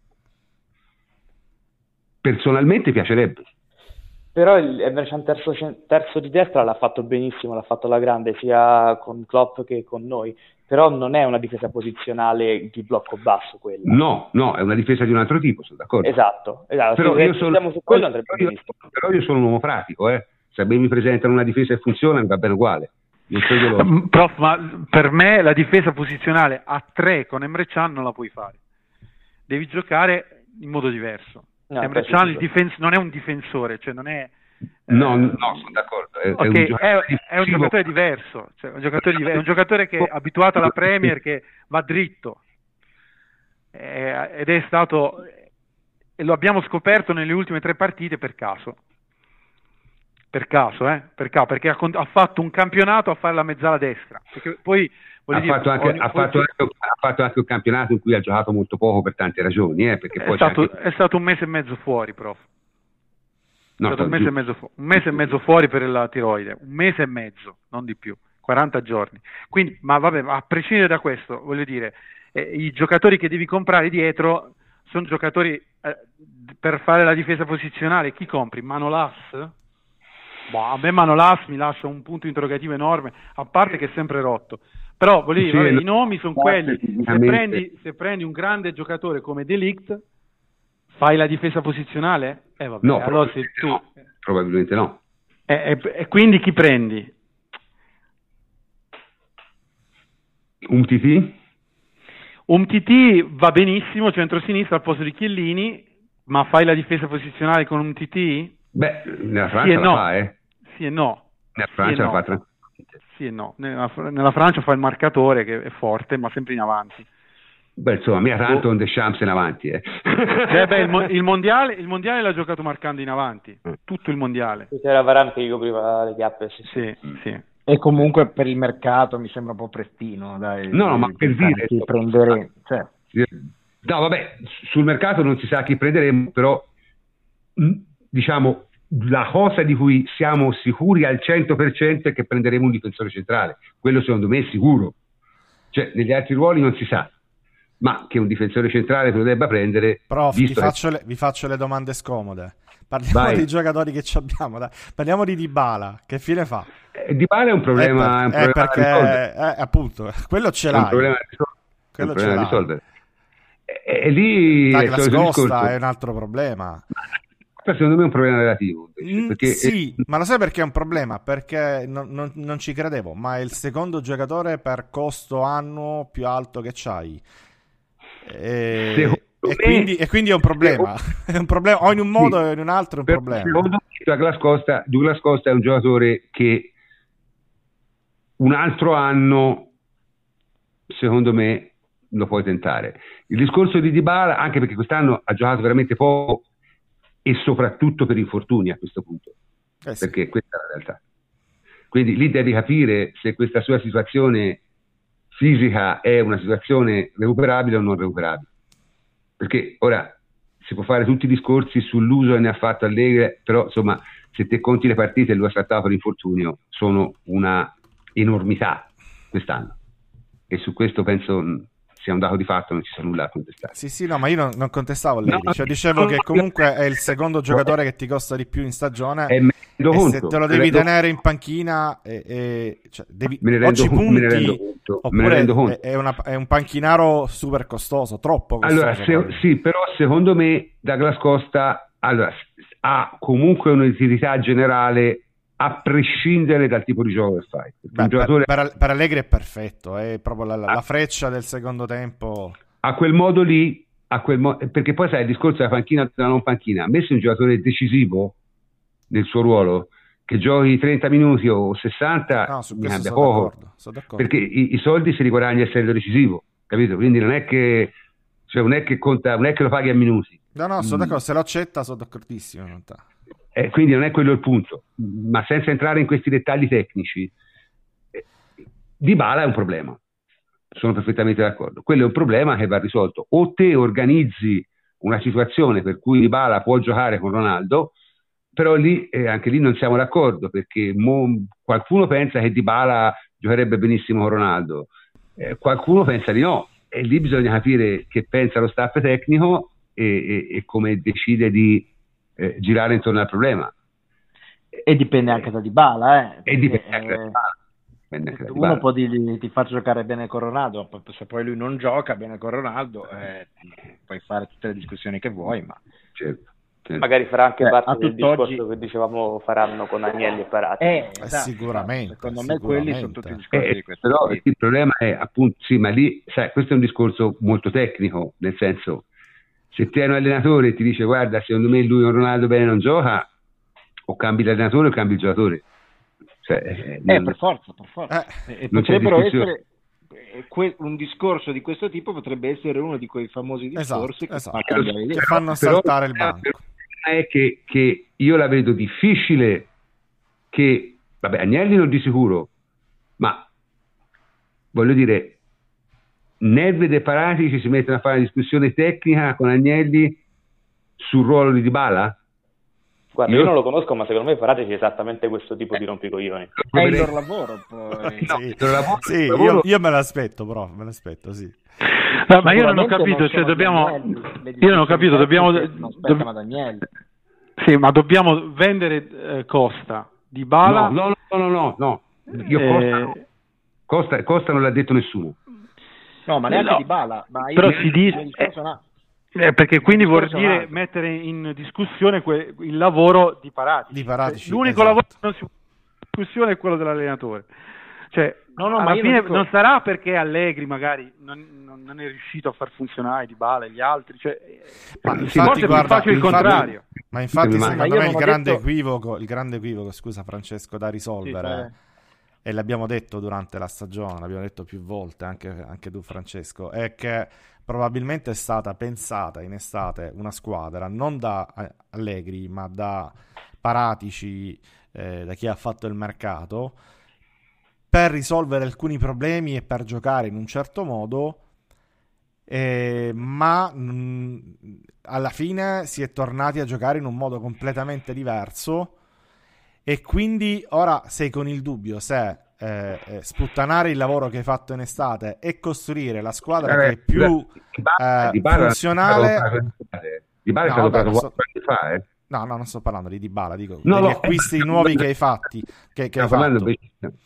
Personalmente piacerebbe. Però il Emre Can terzo, terzo di destra l'ha fatto benissimo, l'ha fatto alla grande sia con Klopp che con noi, però non è una difesa posizionale di blocco basso quella. No, no, è una difesa di un altro tipo, sono d'accordo. Esatto, esatto. Però, se io sono, su quello però, io, però io sono un uomo pratico, eh. Se a me mi presentano una difesa che funziona mi va bene uguale. Um, prof, ma per me la difesa posizionale a tre con Emre Can non la puoi fare. Devi giocare in modo diverso. No, Emre Can il difens- non è un difensore, cioè non è No, no, sono d'accordo. È, okay, è, un è, è un giocatore diverso, cioè un giocatore div- è un giocatore che è abituato alla Premier, che va dritto, eh, ed è stato, e lo abbiamo scoperto nelle ultime tre partite per caso, per caso, eh, per caso, perché ha, ha fatto un campionato a fare la mezzala destra, perché poi ha, dire, fatto anche, ogni, ha, poi, fatto anche, ha fatto anche un campionato in cui ha giocato molto poco per tante ragioni, eh, perché è, poi stato, anche... è stato un mese e mezzo fuori, prof. No, È stato un mese, e mezzo fu- un mese e mezzo fuori per la tiroide, un mese e mezzo, non di più, quaranta giorni. Quindi, ma vabbè, a prescindere da questo, voglio dire, eh, i giocatori che devi comprare dietro sono giocatori eh, per fare la difesa posizionale. Chi compri? Manolas? Boh, a me Manolas mi lascia un punto interrogativo enorme, a parte che è sempre rotto. Però voglio dire, sì, vabbè, no, i nomi sono quelli. Se Veramente. prendi, se prendi un grande giocatore come De Ligt, fai la difesa posizionale? Eh vabbè, No, allora se tu... no, probabilmente no. E, e, e quindi chi prendi? Un T T? Un T T va benissimo, centro-sinistra al posto di Chiellini, ma fai la difesa posizionale con un T T? Beh, nella Francia sì la no. fa, eh. Sì e no. Nella Francia sì la no. fa tranquillamente. Sì e no. Nella, nella Francia fa il marcatore che è forte, ma sempre in avanti. Beh, insomma, mica tanto oh. un Deschamps in avanti, eh. Beh, beh, il, mo- il mondiale, il mondiale l'ha giocato marcando in avanti, tutto il mondiale. C'era Varane che copriva le chiappe. Sì, sì. sì. E comunque per il mercato mi sembra un po' prestino, dai. No, no, ma per dire chi prendere, cioè. No, vabbè, sul mercato non si sa chi prenderemo, però diciamo la cosa di cui siamo sicuri al cento per cento è che prenderemo un difensore centrale. Quello secondo me è sicuro. Cioè, negli altri ruoli non si sa, ma che un difensore centrale lo debba prendere. Prof, vi che... faccio, le, vi faccio le domande scomode. Parliamo Vai. dei giocatori che ci abbiamo. Dai. Parliamo di Dybala. Che fine fa? Eh, Dybala è un problema, è, per, è un è problema perché, da risolvere. Eh, appunto, quello ce È l'hai. un problema da risolvere. Quello è un problema ce da risolvere. E, e lì Douglas è Costa è un altro problema. Ma secondo me è un problema relativo. Mm, perché sì, è... ma lo sai perché è un problema? Perché non, non, non ci credevo, ma è il secondo giocatore per costo annuo più alto che c'hai. E, e, quindi, e quindi è un problema. È un problema o in un modo sì, o in un altro è un per, problema. Secondo me Douglas Costa, Douglas Costa è un giocatore che un altro anno, secondo me, lo puoi tentare. Il discorso di Dybala, anche perché quest'anno ha giocato veramente poco e soprattutto per infortuni a questo punto, eh sì. perché questa è la realtà. Quindi lì devi capire se questa sua situazione fisica è una situazione recuperabile o non recuperabile, perché ora si può fare tutti i discorsi sull'uso che ne ha fatto Allegri, però insomma se te conti le partite e lui ha trattato per infortunio sono una enormità quest'anno, e su questo penso sia un dato di fatto, non ci sia nulla da contestare. Sì, sì, no, ma io non, non contestavo Allegri, no, cioè, dicevo no, che comunque è il secondo giocatore che ti costa di più in stagione e, me ne rendo e conto, se te lo devi rendo... tenere in panchina e, e, cioè, devi, me ne rendo, o ci punti, me ne rendo conto, oppure me ne rendo conto. È, una, è un panchinaro super costoso, troppo costoso. Allora, se, sì, però secondo me Douglas Costa allora, ha comunque un'utilità generale a prescindere dal tipo di gioco che fai. Beh, un giocatore... per, per, per Allegri è perfetto, è proprio la, la, la freccia del secondo tempo. A quel modo lì, a quel mo... perché poi sai il discorso della panchina e della non panchina, a me sei un giocatore decisivo nel suo ruolo, che giochi trenta minuti o sessanta, no, su mi cambia sono poco, d'accordo, sono d'accordo. Perché i, i soldi si li guadagni essendo decisivo, capito? Quindi non è che cioè non è che conta, non è che lo paghi a minuti. No, no, sono mm. d'accordo, se lo accetta sono d'accordissimo in realtà. Eh, quindi non è quello il punto, ma senza entrare in questi dettagli tecnici, eh, Dybala è un problema, sono perfettamente d'accordo. Quello è un problema che va risolto. O te organizzi una situazione per cui Dybala può giocare con Ronaldo, però lì eh, anche lì non siamo d'accordo, perché mo, qualcuno pensa che Dybala giocherebbe benissimo con Ronaldo, eh, qualcuno pensa di no, e lì bisogna capire che pensa lo staff tecnico e, e, e come decide di Eh, girare intorno al problema. E dipende anche da Dybala, eh, e dipende eh, anche da Dybala. Dipende anche da uno Dybala. può dirgli ti faccio giocare bene con Ronaldo, se poi lui non gioca bene con Ronaldo eh, puoi fare tutte le discussioni che vuoi, ma certo, certo. magari farà anche eh, parte del discorso oggi... che dicevamo faranno con Agnelli e Parati. Eh, esatto, sicuramente, secondo sicuramente. me quelli sono tutti i discorsi eh, di questo però tipo. il problema è appunto sì, ma lì sai, questo è un discorso molto tecnico, nel senso, se te hai un allenatore e ti dice guarda secondo me lui con Ronaldo bene non gioca, o cambi l'allenatore o cambi il giocatore. Cioè, eh, non... per forza, per forza. Eh, e potrebbero essere que- un discorso di questo tipo potrebbe essere uno di quei famosi discorsi esatto, che, esatto. Fa cambiare idea. Che fanno saltare il banco. Però è che, che io la vedo difficile che, vabbè, Agnelli non di sicuro, ma voglio dire, Nedved e Paratici si mettono a fare una discussione tecnica con Agnelli sul ruolo di Dybala? Guarda, io... io non lo conosco, ma secondo me Paratici è esattamente questo tipo di rompicoglioni. È il loro lavoro, poi. No, sì, il loro lavoro, sì, il lavoro... Io, io me l'aspetto, però, me l'aspetto, sì. No, ma io non ho capito, non cioè dobbiamo... Agnelli, Io non ho capito, dobbiamo... Non aspettano ad Agnelli. Sì, ma dobbiamo vendere eh, Costa, Dybala... No, no, no, no, no, no. Io Costa, eh... Costa, Costa non l'ha detto nessuno. No, ma neanche no. Dybala. Ma io Però io si dice... discorso, no. Eh, perché quindi vuol discorso dire altro. mettere in discussione que- il lavoro di Paratici. Di Paratici, Cioè, l'unico esatto. lavoro che non si può in discussione è quello dell'allenatore. Cioè, No, no, alla ma io fine non dico- non sarà perché Allegri magari non, non- non è riuscito a far funzionare Dybala e gli altri. Cioè, Ma forse infatti, è più guarda, facile il infatti- contrario. Ma infatti, Ma secondo io me non il ho grande detto- equivoco, il grande equivoco, scusa Francesco, da risolvere, e l'abbiamo detto durante la stagione, l'abbiamo detto più volte, anche, anche tu Francesco, è che probabilmente è stata pensata in estate una squadra non da Allegri, ma da Paratici, eh, da chi ha fatto il mercato, per risolvere alcuni problemi e per giocare in un certo modo. Eh, ma mh, alla fine si è tornati a giocare in un modo completamente diverso, e quindi ora sei con il dubbio se eh, eh, sputtanare il lavoro che hai fatto in estate e costruire la squadra Vabbè, che è più Dybala- eh, Dybala- funzionale. Dybala è No, stato vabbè, operato non so- quattro anni fa, eh. No, no, non sto parlando di Dybala, dico No, degli no, acquisti eh, nuovi che hai fatti, che, che hai Stiamo parlando fatto. invece-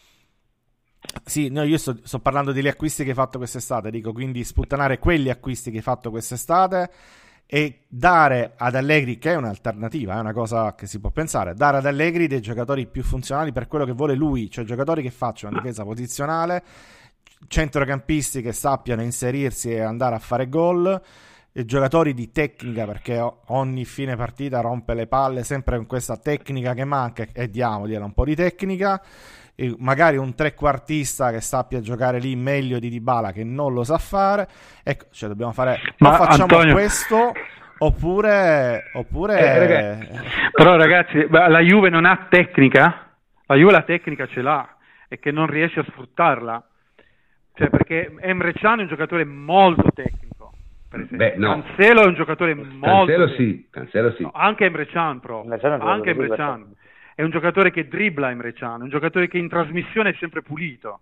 Sì, no, io sto, sto parlando degli acquisti che hai fatto quest'estate, dico, quindi sputtanare quegli acquisti che hai fatto quest'estate e dare ad Allegri, che è un'alternativa, è una cosa che si può pensare, dare ad Allegri dei giocatori più funzionali per quello che vuole lui, cioè giocatori che facciano difesa posizionale, centrocampisti che sappiano inserirsi e andare a fare gol, e giocatori di tecnica, perché ogni fine partita rompe le palle sempre con questa tecnica che manca, e diamogliela un po' di tecnica, e magari un trequartista che sappia giocare lì meglio di Dybala, che non lo sa fare. Ecco, cioè dobbiamo fare, Ma o facciamo Antonio... questo oppure oppure Eh, ragazzi, Però ragazzi, la Juve non ha tecnica? La Juve la tecnica ce l'ha, è che non riesce a sfruttarla. Cioè, perché Emre Can è un giocatore molto tecnico, per esempio. Beh, no. Cancelo è un giocatore molto Cancelo tecnico. sì, Cancelo sì. No, anche Emre Can, però. Emre Can è un Anche giocatore Emre Can. È un giocatore che dribbla Emre Can, è un giocatore che in trasmissione è sempre pulito.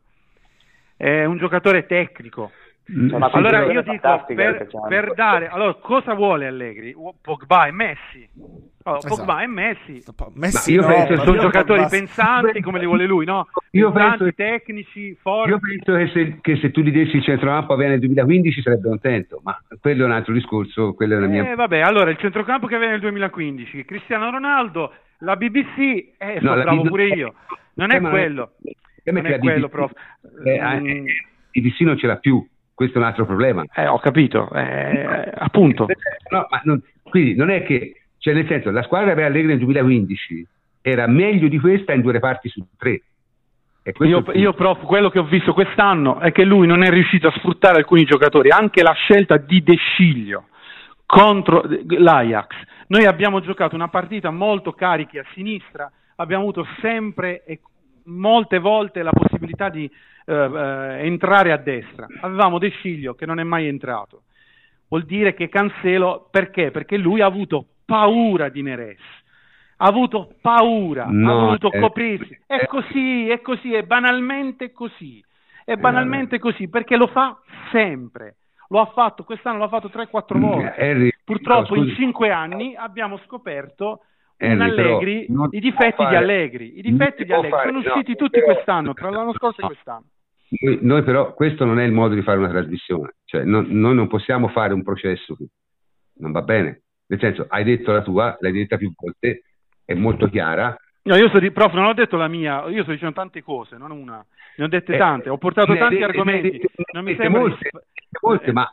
È un giocatore tecnico. Mm, Una sì, Allora però- io dico, fantastica, per, Emre Can. per dare... Allora, cosa vuole Allegri? Pogba e Messi. Allora, Esatto. Pogba e Messi Messi, Ma io no, penso- ma sono io giocatori Pogba- pensanti come li vuole lui, no? Io Pensanti, penso- tecnici, forti. Io penso che se, che se tu gli dessi il centrocampo a Viene nel duemilaquindici sarebbe contento, ma quello è un altro discorso, quella è una mia... Eh, vabbè, allora il centrocampo che aveva nel duemilaquindici, Cristiano Ronaldo, la B B C, eh, No, so la bravo B B C pure io. Non è Eh, ma- quello. eh, Non che la è quello, B B C prof. eh, Mm, eh, B B C non ce l'ha più, questo è un altro problema. eh, ho capito, eh, appunto. No, ma non, quindi non è che, cioè nel senso, la squadra che aveva Allegri nel duemilaquindici era meglio di questa in due reparti su tre. E questo Io, è il punto. io, prof, quello che ho visto quest'anno è che lui non è riuscito a sfruttare alcuni giocatori, anche la scelta di De Sciglio contro l'Ajax. Noi abbiamo giocato una partita molto carichi a sinistra, abbiamo avuto sempre e molte volte la possibilità di eh, eh, entrare a destra. Avevamo De Sciglio che non è mai entrato. Vuol dire che Cancelo, perché? Perché lui ha avuto paura di Neres. Ha avuto paura, No, ha voluto eh, coprirsi. È eh, così, è così, è banalmente così. È banalmente così, perché lo fa sempre. Lo ha fatto, quest'anno l'ha fatto tre quattro volte. Henry, Purtroppo no, in scusi. cinque anni abbiamo scoperto un Henry, però Allegri, non i si difetti può di fare- Allegri. I non difetti si di può Allegri fare- sono no, usciti tutti però- quest'anno, tra l'anno scorso e no. quest'anno. Noi, noi però, questo non è il modo di fare una trasmissione, cioè non- noi non possiamo fare un processo qui, non va bene, nel senso, hai detto la tua, l'hai detta più volte, è molto chiara. No, io sto di, prof, non ho detto la mia, io sto dicendo tante cose, non una. Ne ho dette Eh, tante, ho portato ne hai tanti dette- argomenti. ne hai dette- Non mi dette sembra di- molte, molte, eh, ma è,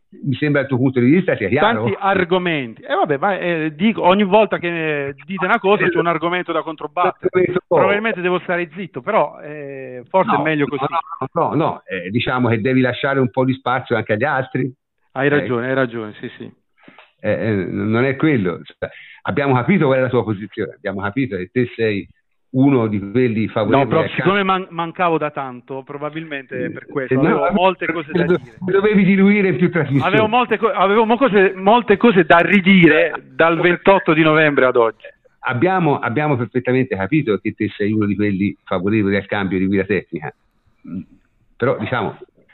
mi sembra il tuo punto di vista sia chiaro. Tanti argomenti. E eh vabbè, ma, eh, dico, ogni volta che dite una cosa c'è un argomento da controbattere. Probabilmente devo stare zitto, però eh, forse no, è meglio così. No, no, no, no. Eh, diciamo che devi lasciare un po' di spazio anche agli altri. Hai ragione, eh. hai ragione, sì, sì. Eh, eh, non è quello. Abbiamo capito qual è la tua posizione, abbiamo capito che te sei uno di quelli favorevoli. No, però siccome man- mancavo da tanto, probabilmente per questo no, avevo molte cose da dire. Dovevi diluire in più trasmissioni. Avevo molte, co- avevo mo cose, molte cose da ridire dal ventotto di novembre ad oggi. Abbiamo, abbiamo perfettamente capito che te sei uno di quelli favorevoli al cambio di guida tecnica, però diciamo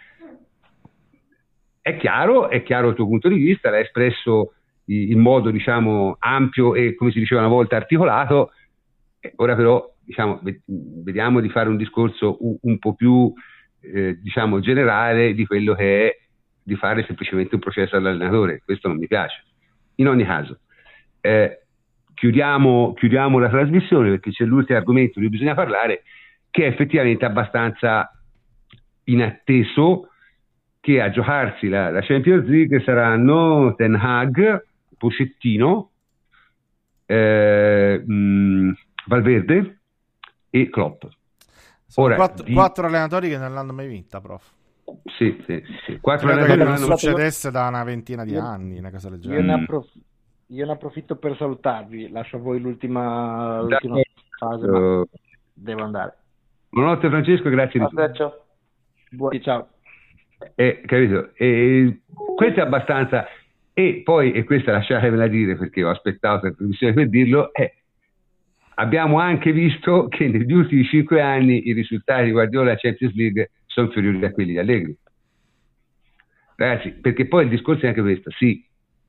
è chiaro, è chiaro il tuo punto di vista, l'hai espresso in modo diciamo ampio e, come si diceva una volta, articolato. Ora però diciamo, vediamo di fare un discorso un, un po' più eh, diciamo generale di quello che è di fare semplicemente un processo all'allenatore. Questo non mi piace. In ogni caso eh, chiudiamo, chiudiamo la trasmissione, perché c'è l'ultimo argomento di cui bisogna parlare, che è effettivamente abbastanza inatteso, che a giocarsi la, la Champions League saranno Ten Hag, Pochettino, eh, mh, Valverde e Klopp. Sono Ora, quattro, di... quattro allenatori che non l'hanno mai vinta, prof. Sì, sì, sì. Quattro Credo allenatori che non hanno... succedesse da una ventina di anni, una cosa del genere. Io ne, approf... Io ne approfitto per salutarvi, lascio a voi l'ultima, l'ultima fase, ma devo andare. Buonanotte Francesco, grazie di tutto. Ciao. Buon... Ciao. Eh, capito? E questo è abbastanza... E poi, e questa lasciatemela dire perché ho aspettato la trasmissione per dirlo, è abbiamo anche visto che negli ultimi cinque anni i risultati di Guardiola a Champions League sono inferiori a quelli di Allegri. Ragazzi, perché poi il discorso è anche questo, sì,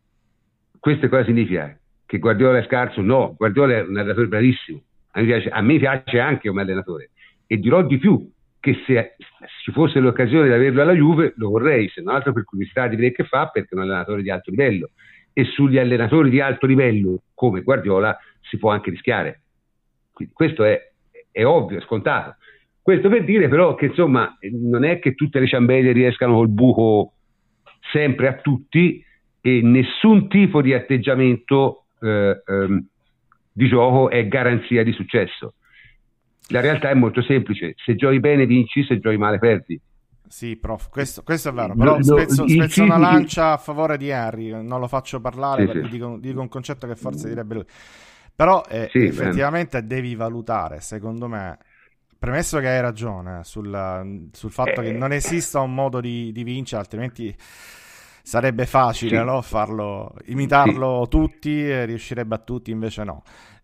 questo cosa significa? Che Guardiola è scarso? No, Guardiola è un allenatore bravissimo, a me piace, a me piace anche come allenatore, e dirò di più, che se ci fosse l'occasione di averlo alla Juve lo vorrei, se non altro per curiosità di vedere che fa, perché è un allenatore di alto livello, e sugli allenatori di alto livello come Guardiola si può anche rischiare. Quindi questo è, è ovvio, è scontato. Questo per dire però che insomma non è che tutte le ciambelle riescano col buco sempre a tutti, e nessun tipo di atteggiamento eh, ehm, di gioco è garanzia di successo. La realtà è molto semplice: se giochi bene vinci, se giochi male perdi. Sì, prof, questo, questo è vero, però no, spezzo, no, spezzo una lancia a favore di Henry, non lo faccio parlare sì, perché sì. Dico, dico un concetto che forse direbbe lui. Però eh, sì, effettivamente beh. devi valutare, secondo me, premesso che hai ragione sul, sul fatto eh. che non esista un modo di, di vincere, altrimenti sarebbe facile sì. no? farlo, imitarlo sì. tutti e riuscirebbe a tutti, invece no.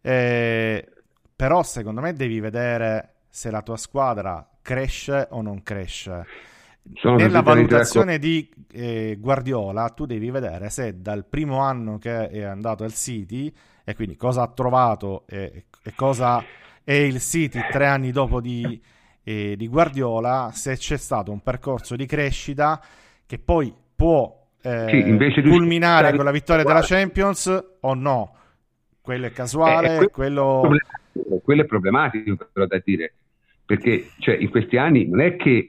Eh, però secondo me devi vedere se la tua squadra cresce o non cresce. Sono Nella valutazione di eh, Guardiola tu devi vedere se dal primo anno che è andato al City, e quindi cosa ha trovato e, e cosa è il City tre anni dopo di, eh, di Guardiola, se c'è stato un percorso di crescita che poi può eh, sì, invece culminare di... con la vittoria della Champions o no. Quello è casuale, eh, quello... quello è problematico però da dire, perché cioè, in questi anni non è che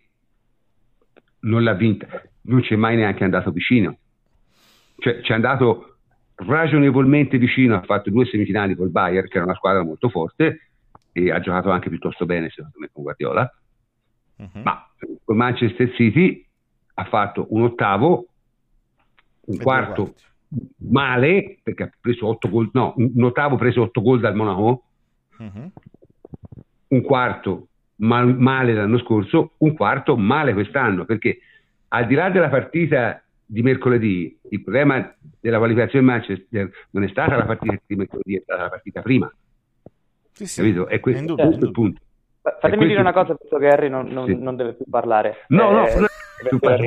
non l'ha vinta, non c'è mai neanche andato vicino, cioè ci è andato ragionevolmente vicino, ha fatto due semifinali col Bayern, che era una squadra molto forte, e ha giocato anche piuttosto bene secondo me con Guardiola, uh-huh. ma con Manchester City ha fatto un ottavo, un quarto male, perché ha preso otto gol, no, un ottavo preso otto gol dal Monaco, uh-huh. un quarto mal, male l'anno scorso, un quarto male quest'anno, perché al di là della partita di mercoledì, il problema della qualificazione Manchester non è stata la partita di mercoledì, è stata la partita prima. Sì, sì. Capito? È questo, indubbio, questo il punto. Fatemi questo dire una cosa, visto che Harry non, non, sì. non deve più parlare. No, no, eh, no, tu parli.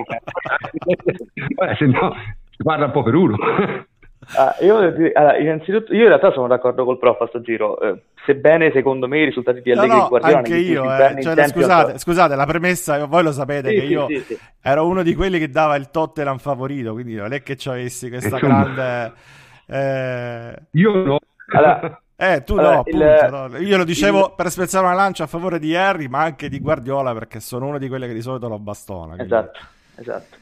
Se no si parla un po' per uno. Ah, io, allora, innanzitutto, io in realtà sono d'accordo col prof a sto giro, eh, sebbene secondo me i risultati di Allegri no, no, e Guardiola anche io, eh. cioè, scusate, a... scusate, la premessa, voi lo sapete sì, che sì, io sì, sì. ero uno di quelli che dava il Tottenham favorito, quindi non è che ci avessi questa Insomma, grande eh... io no allora, eh tu allora, no, appunto, il... no io lo dicevo il... per spezzare una lancia a favore di Harry, ma anche di Guardiola, perché sono uno di quelli che di solito lo bastona, quindi... esatto, esatto.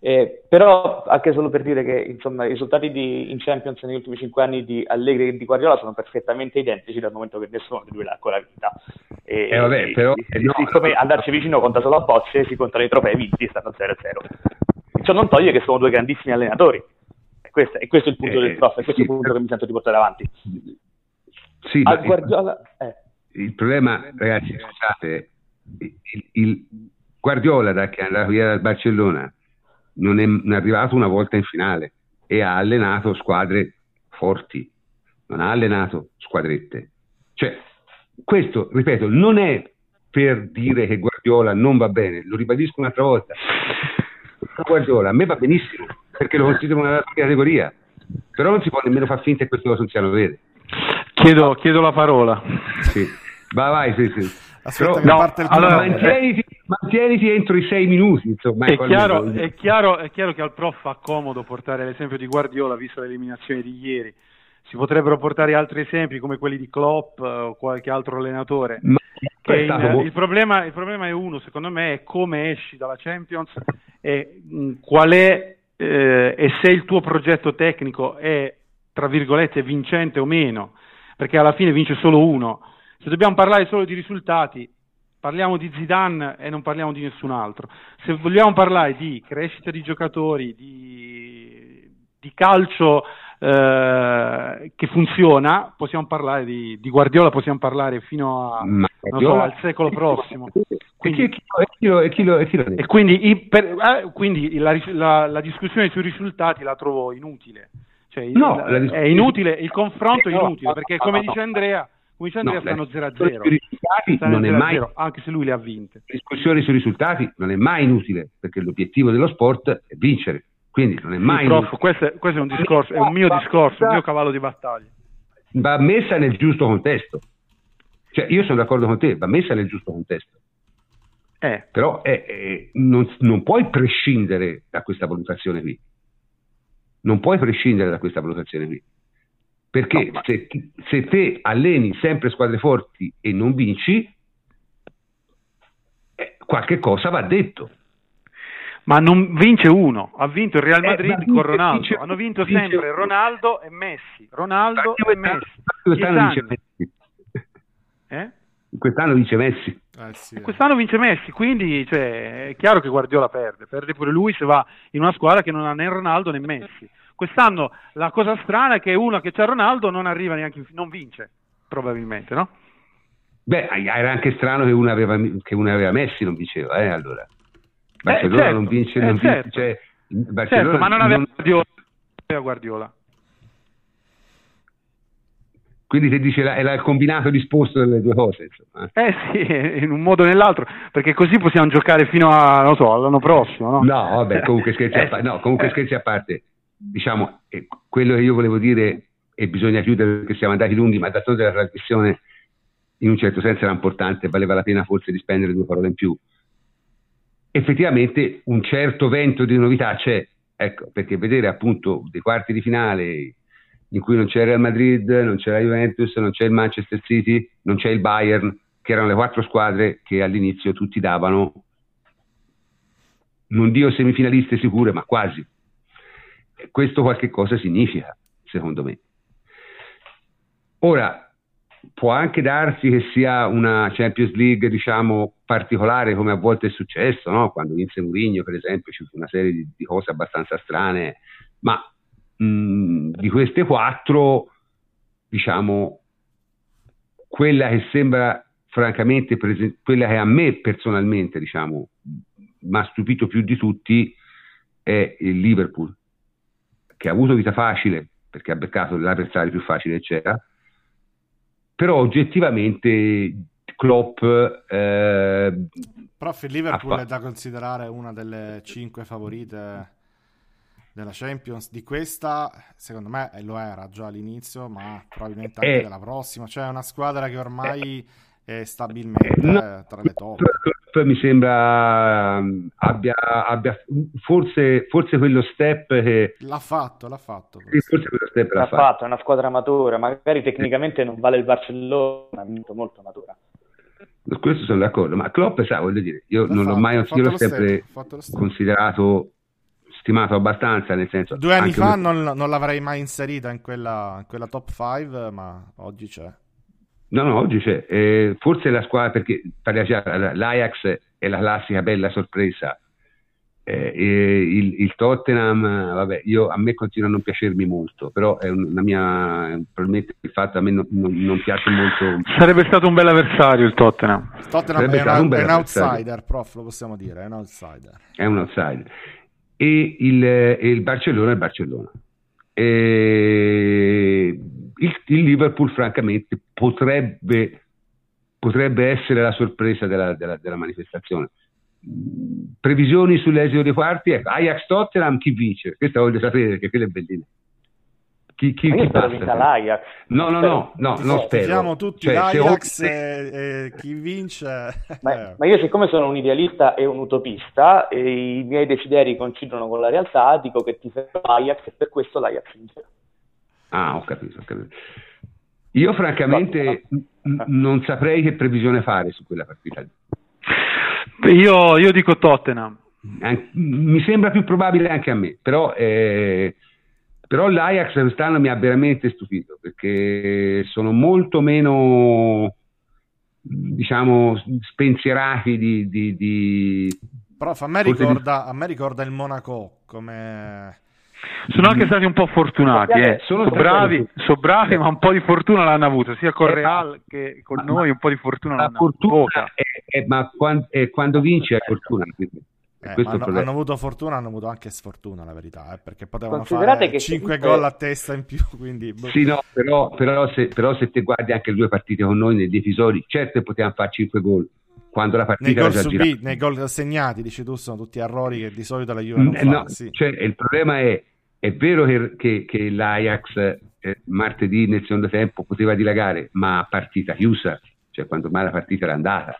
Eh, però anche solo per dire che insomma i risultati di, in Champions negli ultimi cinque anni di Allegri e di Guardiola sono perfettamente identici dal momento che nessuno dei due l'ha ancora vinta. E, eh vabbè, però, e, no, siccome no, andarci vicino conta solo a bocce, si contano i trofei vinti, stanno zero a zero. Ciò non toglie che sono due grandissimi allenatori. E questo, e questo è il punto eh, del prof, e questo sì, è il punto che mi sento di portare avanti. Sì, A ma Guardiola, eh. il problema, ragazzi, scusate, il, il Guardiola da che è andato via dal Barcellona non è, non è arrivato una volta in finale e ha allenato squadre forti, non ha allenato squadrette. Cioè, questo, ripeto, non è per dire che Guardiola non va bene, lo ribadisco un'altra volta. Guardiola a me va benissimo perché lo considero una categoria, però non si può nemmeno far finta che questo lo non si vede. Chiedo, chiedo la parola. Sì. Va, vai, sì, sì. Aspetta, però, che no, parte il allora, turno. mantieniti, mantieniti entro i sei minuti, insomma. È chiaro, è, chiaro, è chiaro che al prof fa comodo portare l'esempio di Guardiola visto l'eliminazione di ieri. Si potrebbero portare altri esempi come quelli di Klopp o qualche altro allenatore. Ma Che in, stato... il, problema, il problema è uno, secondo me, è come esci dalla Champions e mh, qual è eh, e se il tuo progetto tecnico è, tra virgolette, vincente o meno, perché alla fine vince solo uno. Se dobbiamo parlare solo di risultati, parliamo di Zidane e non parliamo di nessun altro. Se vogliamo parlare di crescita di giocatori, di, di calcio eh, che funziona, possiamo parlare di, di Guardiola, possiamo parlare fino a, non so, al secolo prossimo. Quindi, e quindi, i, per, eh, quindi la, la, la discussione sui risultati la trovo inutile. Cioè, no, il, è inutile, il confronto è inutile, perché come dice Andrea, come dice Andrea no, stanno zero a zero, non è mai, anche se lui le ha vinte. La discussione sui risultati non è mai inutile, perché l'obiettivo dello sport è vincere, quindi non è mai sì, prof, questo, è, questo è un discorso, è un mio discorso, un mio cavallo di battaglia. Va messa nel giusto contesto, cioè io sono d'accordo con te, va messa nel giusto contesto, eh. però è, è, non, non puoi prescindere da questa valutazione qui. Non puoi prescindere da questa valutazione qui, perché no, ma... se, se te alleni sempre squadre forti e non vinci, eh, qualche cosa va detto. Ma non vince uno, ha vinto il Real Madrid eh, vince, con Ronaldo, vince, hanno vinto vince, sempre vince. Ronaldo e Messi, Ronaldo e Messi. Quest'anno vince Messi. Eh? Quest'anno vince Messi. Eh sì, eh. Quest'anno vince Messi, quindi cioè, è chiaro che Guardiola perde, perde pure lui se va in una squadra che non ha né Ronaldo né Messi. Quest'anno la cosa strana è che uno che c'ha Ronaldo non arriva neanche, non vince, probabilmente, no? Beh, era anche strano che uno aveva, che uno aveva Messi, non vinceva, eh, allora. Barcellona eh, certo, non vince, eh, non certo. vince, cioè, Barcellona certo, ma non aveva non... Guardiola, aveva Guardiola. Quindi ti dice è il combinato disposto delle due cose, insomma. Eh sì, in un modo o nell'altro, perché così possiamo giocare fino a, non so, all'anno prossimo, no? No, vabbè, comunque scherzi a parte, no, comunque scherzi a parte. Diciamo, eh, quello che io volevo dire, e bisogna chiudere perché siamo andati lunghi, ma d'altronde la trasmissione in un certo senso era importante, valeva la pena forse di spendere due parole in più. Effettivamente un certo vento di novità c'è, ecco, perché vedere appunto dei quarti di finale in cui non c'è il Real Madrid, non c'è la Juventus, non c'è il Manchester City, non c'è il Bayern, che erano le quattro squadre che all'inizio tutti davano, non dico semifinaliste sicure, ma quasi. E questo qualche cosa significa, secondo me. Ora, può anche darsi che sia una Champions League, diciamo, particolare, come a volte è successo, no? Quando vinse Mourinho, per esempio, ci fu una serie di, di cose abbastanza strane, ma mh, di queste quattro, diciamo, quella che sembra francamente, prese- quella che a me personalmente, diciamo, mi ha stupito più di tutti è il Liverpool, che ha avuto vita facile, perché ha beccato l'avversario più facile, eccetera, però oggettivamente Klopp eh, prof, il Liverpool fa... è da considerare una delle cinque favorite della Champions di questa, secondo me lo era già all'inizio, ma probabilmente anche eh, della prossima, cioè è una squadra che ormai eh, è stabilmente no, tra le top. Klopp mi sembra abbia, abbia forse, forse quello step che l'ha fatto, l'ha fatto sì, forse quello step l'ha, l'ha fatto. fatto, è una squadra matura, magari tecnicamente non vale il Barcellona, ma è molto, molto matura. Su questo sono d'accordo, ma Klopp, sa, voglio dire, io l'ha non fatto, l'ho mai, io l'ho lo sempre step, considerato stimato abbastanza, nel senso... Due anni fa me... non, non l'avrei mai inserita in quella, in quella top cinque, ma oggi c'è. No, no, oggi c'è. Eh, forse la squadra, perché l'Ajax è la classica bella sorpresa. Eh, e il, il Tottenham, vabbè, io, a me continua a non piacermi molto, però è una mia, probabilmente il fatto a me non, non, non piace molto. Sarebbe stato un bel avversario il Tottenham. Il Tottenham è, una, un è un outsider, prof, lo possiamo dire, è un outsider. È un outsider. E il, e il Barcellona è il Barcellona. E il, il Liverpool, francamente, potrebbe, potrebbe essere la sorpresa della, della, della manifestazione. Previsioni sull'esito dei quarti, ecco, Ajax Tottenham, chi vince? Questa voglio sapere, perché quella è bellina. Chi, chi, chi passa? L'Ajax. No, no, no, no, non spero. Siamo tutti cioè, l'Ajax se... e, e chi vince. Ma, ma io, siccome sono un idealista e un utopista e i miei desideri coincidono con la realtà, dico che ti fermo l'Ajax e per questo l'Ajax vince. Ah, ho capito, ho capito. Io francamente n- non saprei che previsione fare su quella partita. Io, io dico Tottenham. An- mi sembra più probabile anche a me, però, eh, però l'Ajax quest'anno mi ha veramente stupito, perché sono molto meno, diciamo, spensierati di... di, di... Prof, a me, ricorda, a me ricorda il Monaco come... Sono anche stati un po' fortunati, eh. sono, sono bravi, sono bravi, ma un po' di fortuna l'hanno avuto, sia con Real che con ma, noi un po' di fortuna l'hanno avuta. È, è, ma quando, è, quando vince è fortuna. Eh, ma hanno, hanno avuto fortuna, hanno avuto anche sfortuna, la verità, eh, perché potevano fare che cinque gol è... a testa in più. Quindi... Sì, no, però, però, se, però se te guardi anche le due partite con noi negli episodi, certo potevamo fare cinque gol. Quando la partita nei gol subiti, nei gol segnati, dici tu, sono tutti errori che di solito la Juve non fa. No, sì. Cioè, il problema è È vero che, che, che l'Ajax eh, martedì nel secondo tempo poteva dilagare, ma a partita chiusa, cioè quando mai la partita era andata.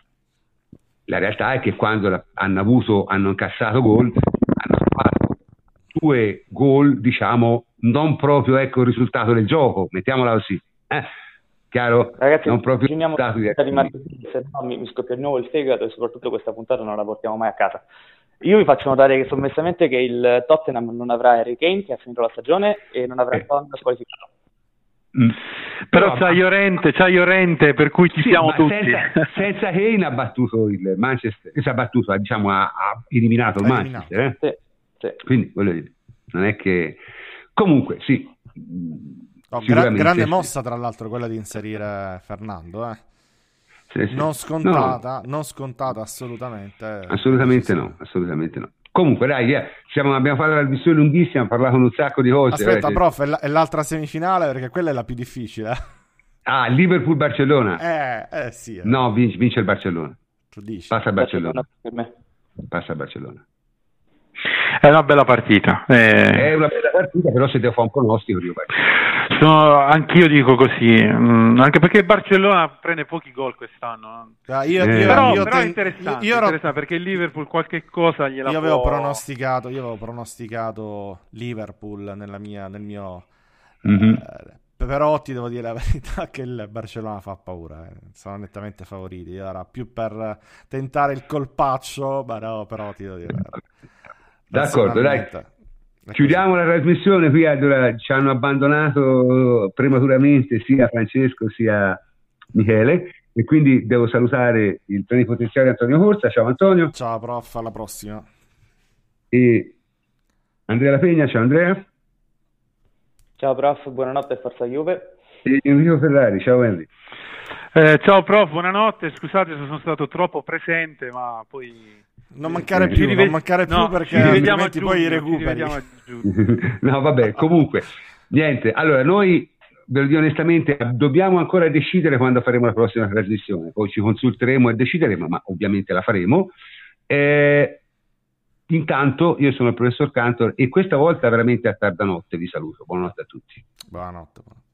La realtà è che quando la, hanno avuto, hanno incassato gol, hanno fatto due gol, diciamo, non proprio ecco il risultato del gioco, mettiamola così. Eh? Chiaro? Ragazzi, non proprio il risultato di, di martedì, se no mi, mi scoppia di nuovo il fegato e soprattutto questa puntata non la portiamo mai a casa. Io vi faccio notare che sommessamente che il Tottenham non avrà Harry Kane, che ha finito la stagione, e non avrà Son eh. squalificato. Mm. Però, Però c'ha Llorente, c'ha Llorente, per cui ci sì, siamo tutti. Senza, senza Kane ha battuto il Manchester, si è battuto, diciamo, ha, ha eliminato il eliminato. Manchester. Eh? Sì, sì. Quindi, voglio dire, non è che... Comunque, sì. Oh, gra- grande mossa, tra l'altro, quella di inserire Fernando, eh. Sì, sì. Non scontata, no. non scontata assolutamente. Assolutamente sì, no, assolutamente no. Comunque dai, yeah, siamo, abbiamo fatto una trasmissione lunghissima, abbiamo parlato un sacco di cose. Aspetta, eh, prof, è, la, è l'altra semifinale perché quella è la più difficile. Ah, Liverpool-Barcellona. Eh, eh sì. Eh. No, vince, vince il Barcellona. Tu dici. Passa il Barcellona. Barcellona Passa il Barcellona. È una bella partita. Eh... È una bella partita, però se devo fare un pronostico io Sono, anch'io dico così, mm, anche perché il Barcellona prende pochi gol quest'anno. Ah, io, eh. io, però io però ten... è interessante, io ero... interessante perché il Liverpool qualche cosa gliela io avevo può... pronosticato, io avevo pronosticato Liverpool nella mia, nel mio mm-hmm. eh, però ti devo dire la verità che il Barcellona fa paura, eh. Sono nettamente favoriti. Io era più per tentare il colpaccio, ma no, però ti devo dire d'accordo, dai. Chiudiamo la trasmissione qui, allora ci hanno abbandonato prematuramente sia Francesco sia Michele e quindi devo salutare il plenipotenziario Antonio Corsa. Ciao Antonio. Ciao prof, alla prossima. E Andrea La Pegna, ciao Andrea. Ciao prof, buonanotte e forza Juve. E Enrico Ferrari, ciao Henry. Eh, ciao prof, buonanotte, scusate se sono stato troppo presente, ma poi... Non mancare più, rive... non mancare più no, perché altrimenti giugno, poi recuperi. No, vabbè, comunque, niente. Allora, noi, ve lo dico onestamente, dobbiamo ancora decidere quando faremo la prossima trasmissione. Poi ci consulteremo e decideremo, ma ovviamente la faremo. Eh, intanto, io sono il professor Cantor e questa volta veramente a tarda notte vi saluto. Buonanotte a tutti. Buonanotte.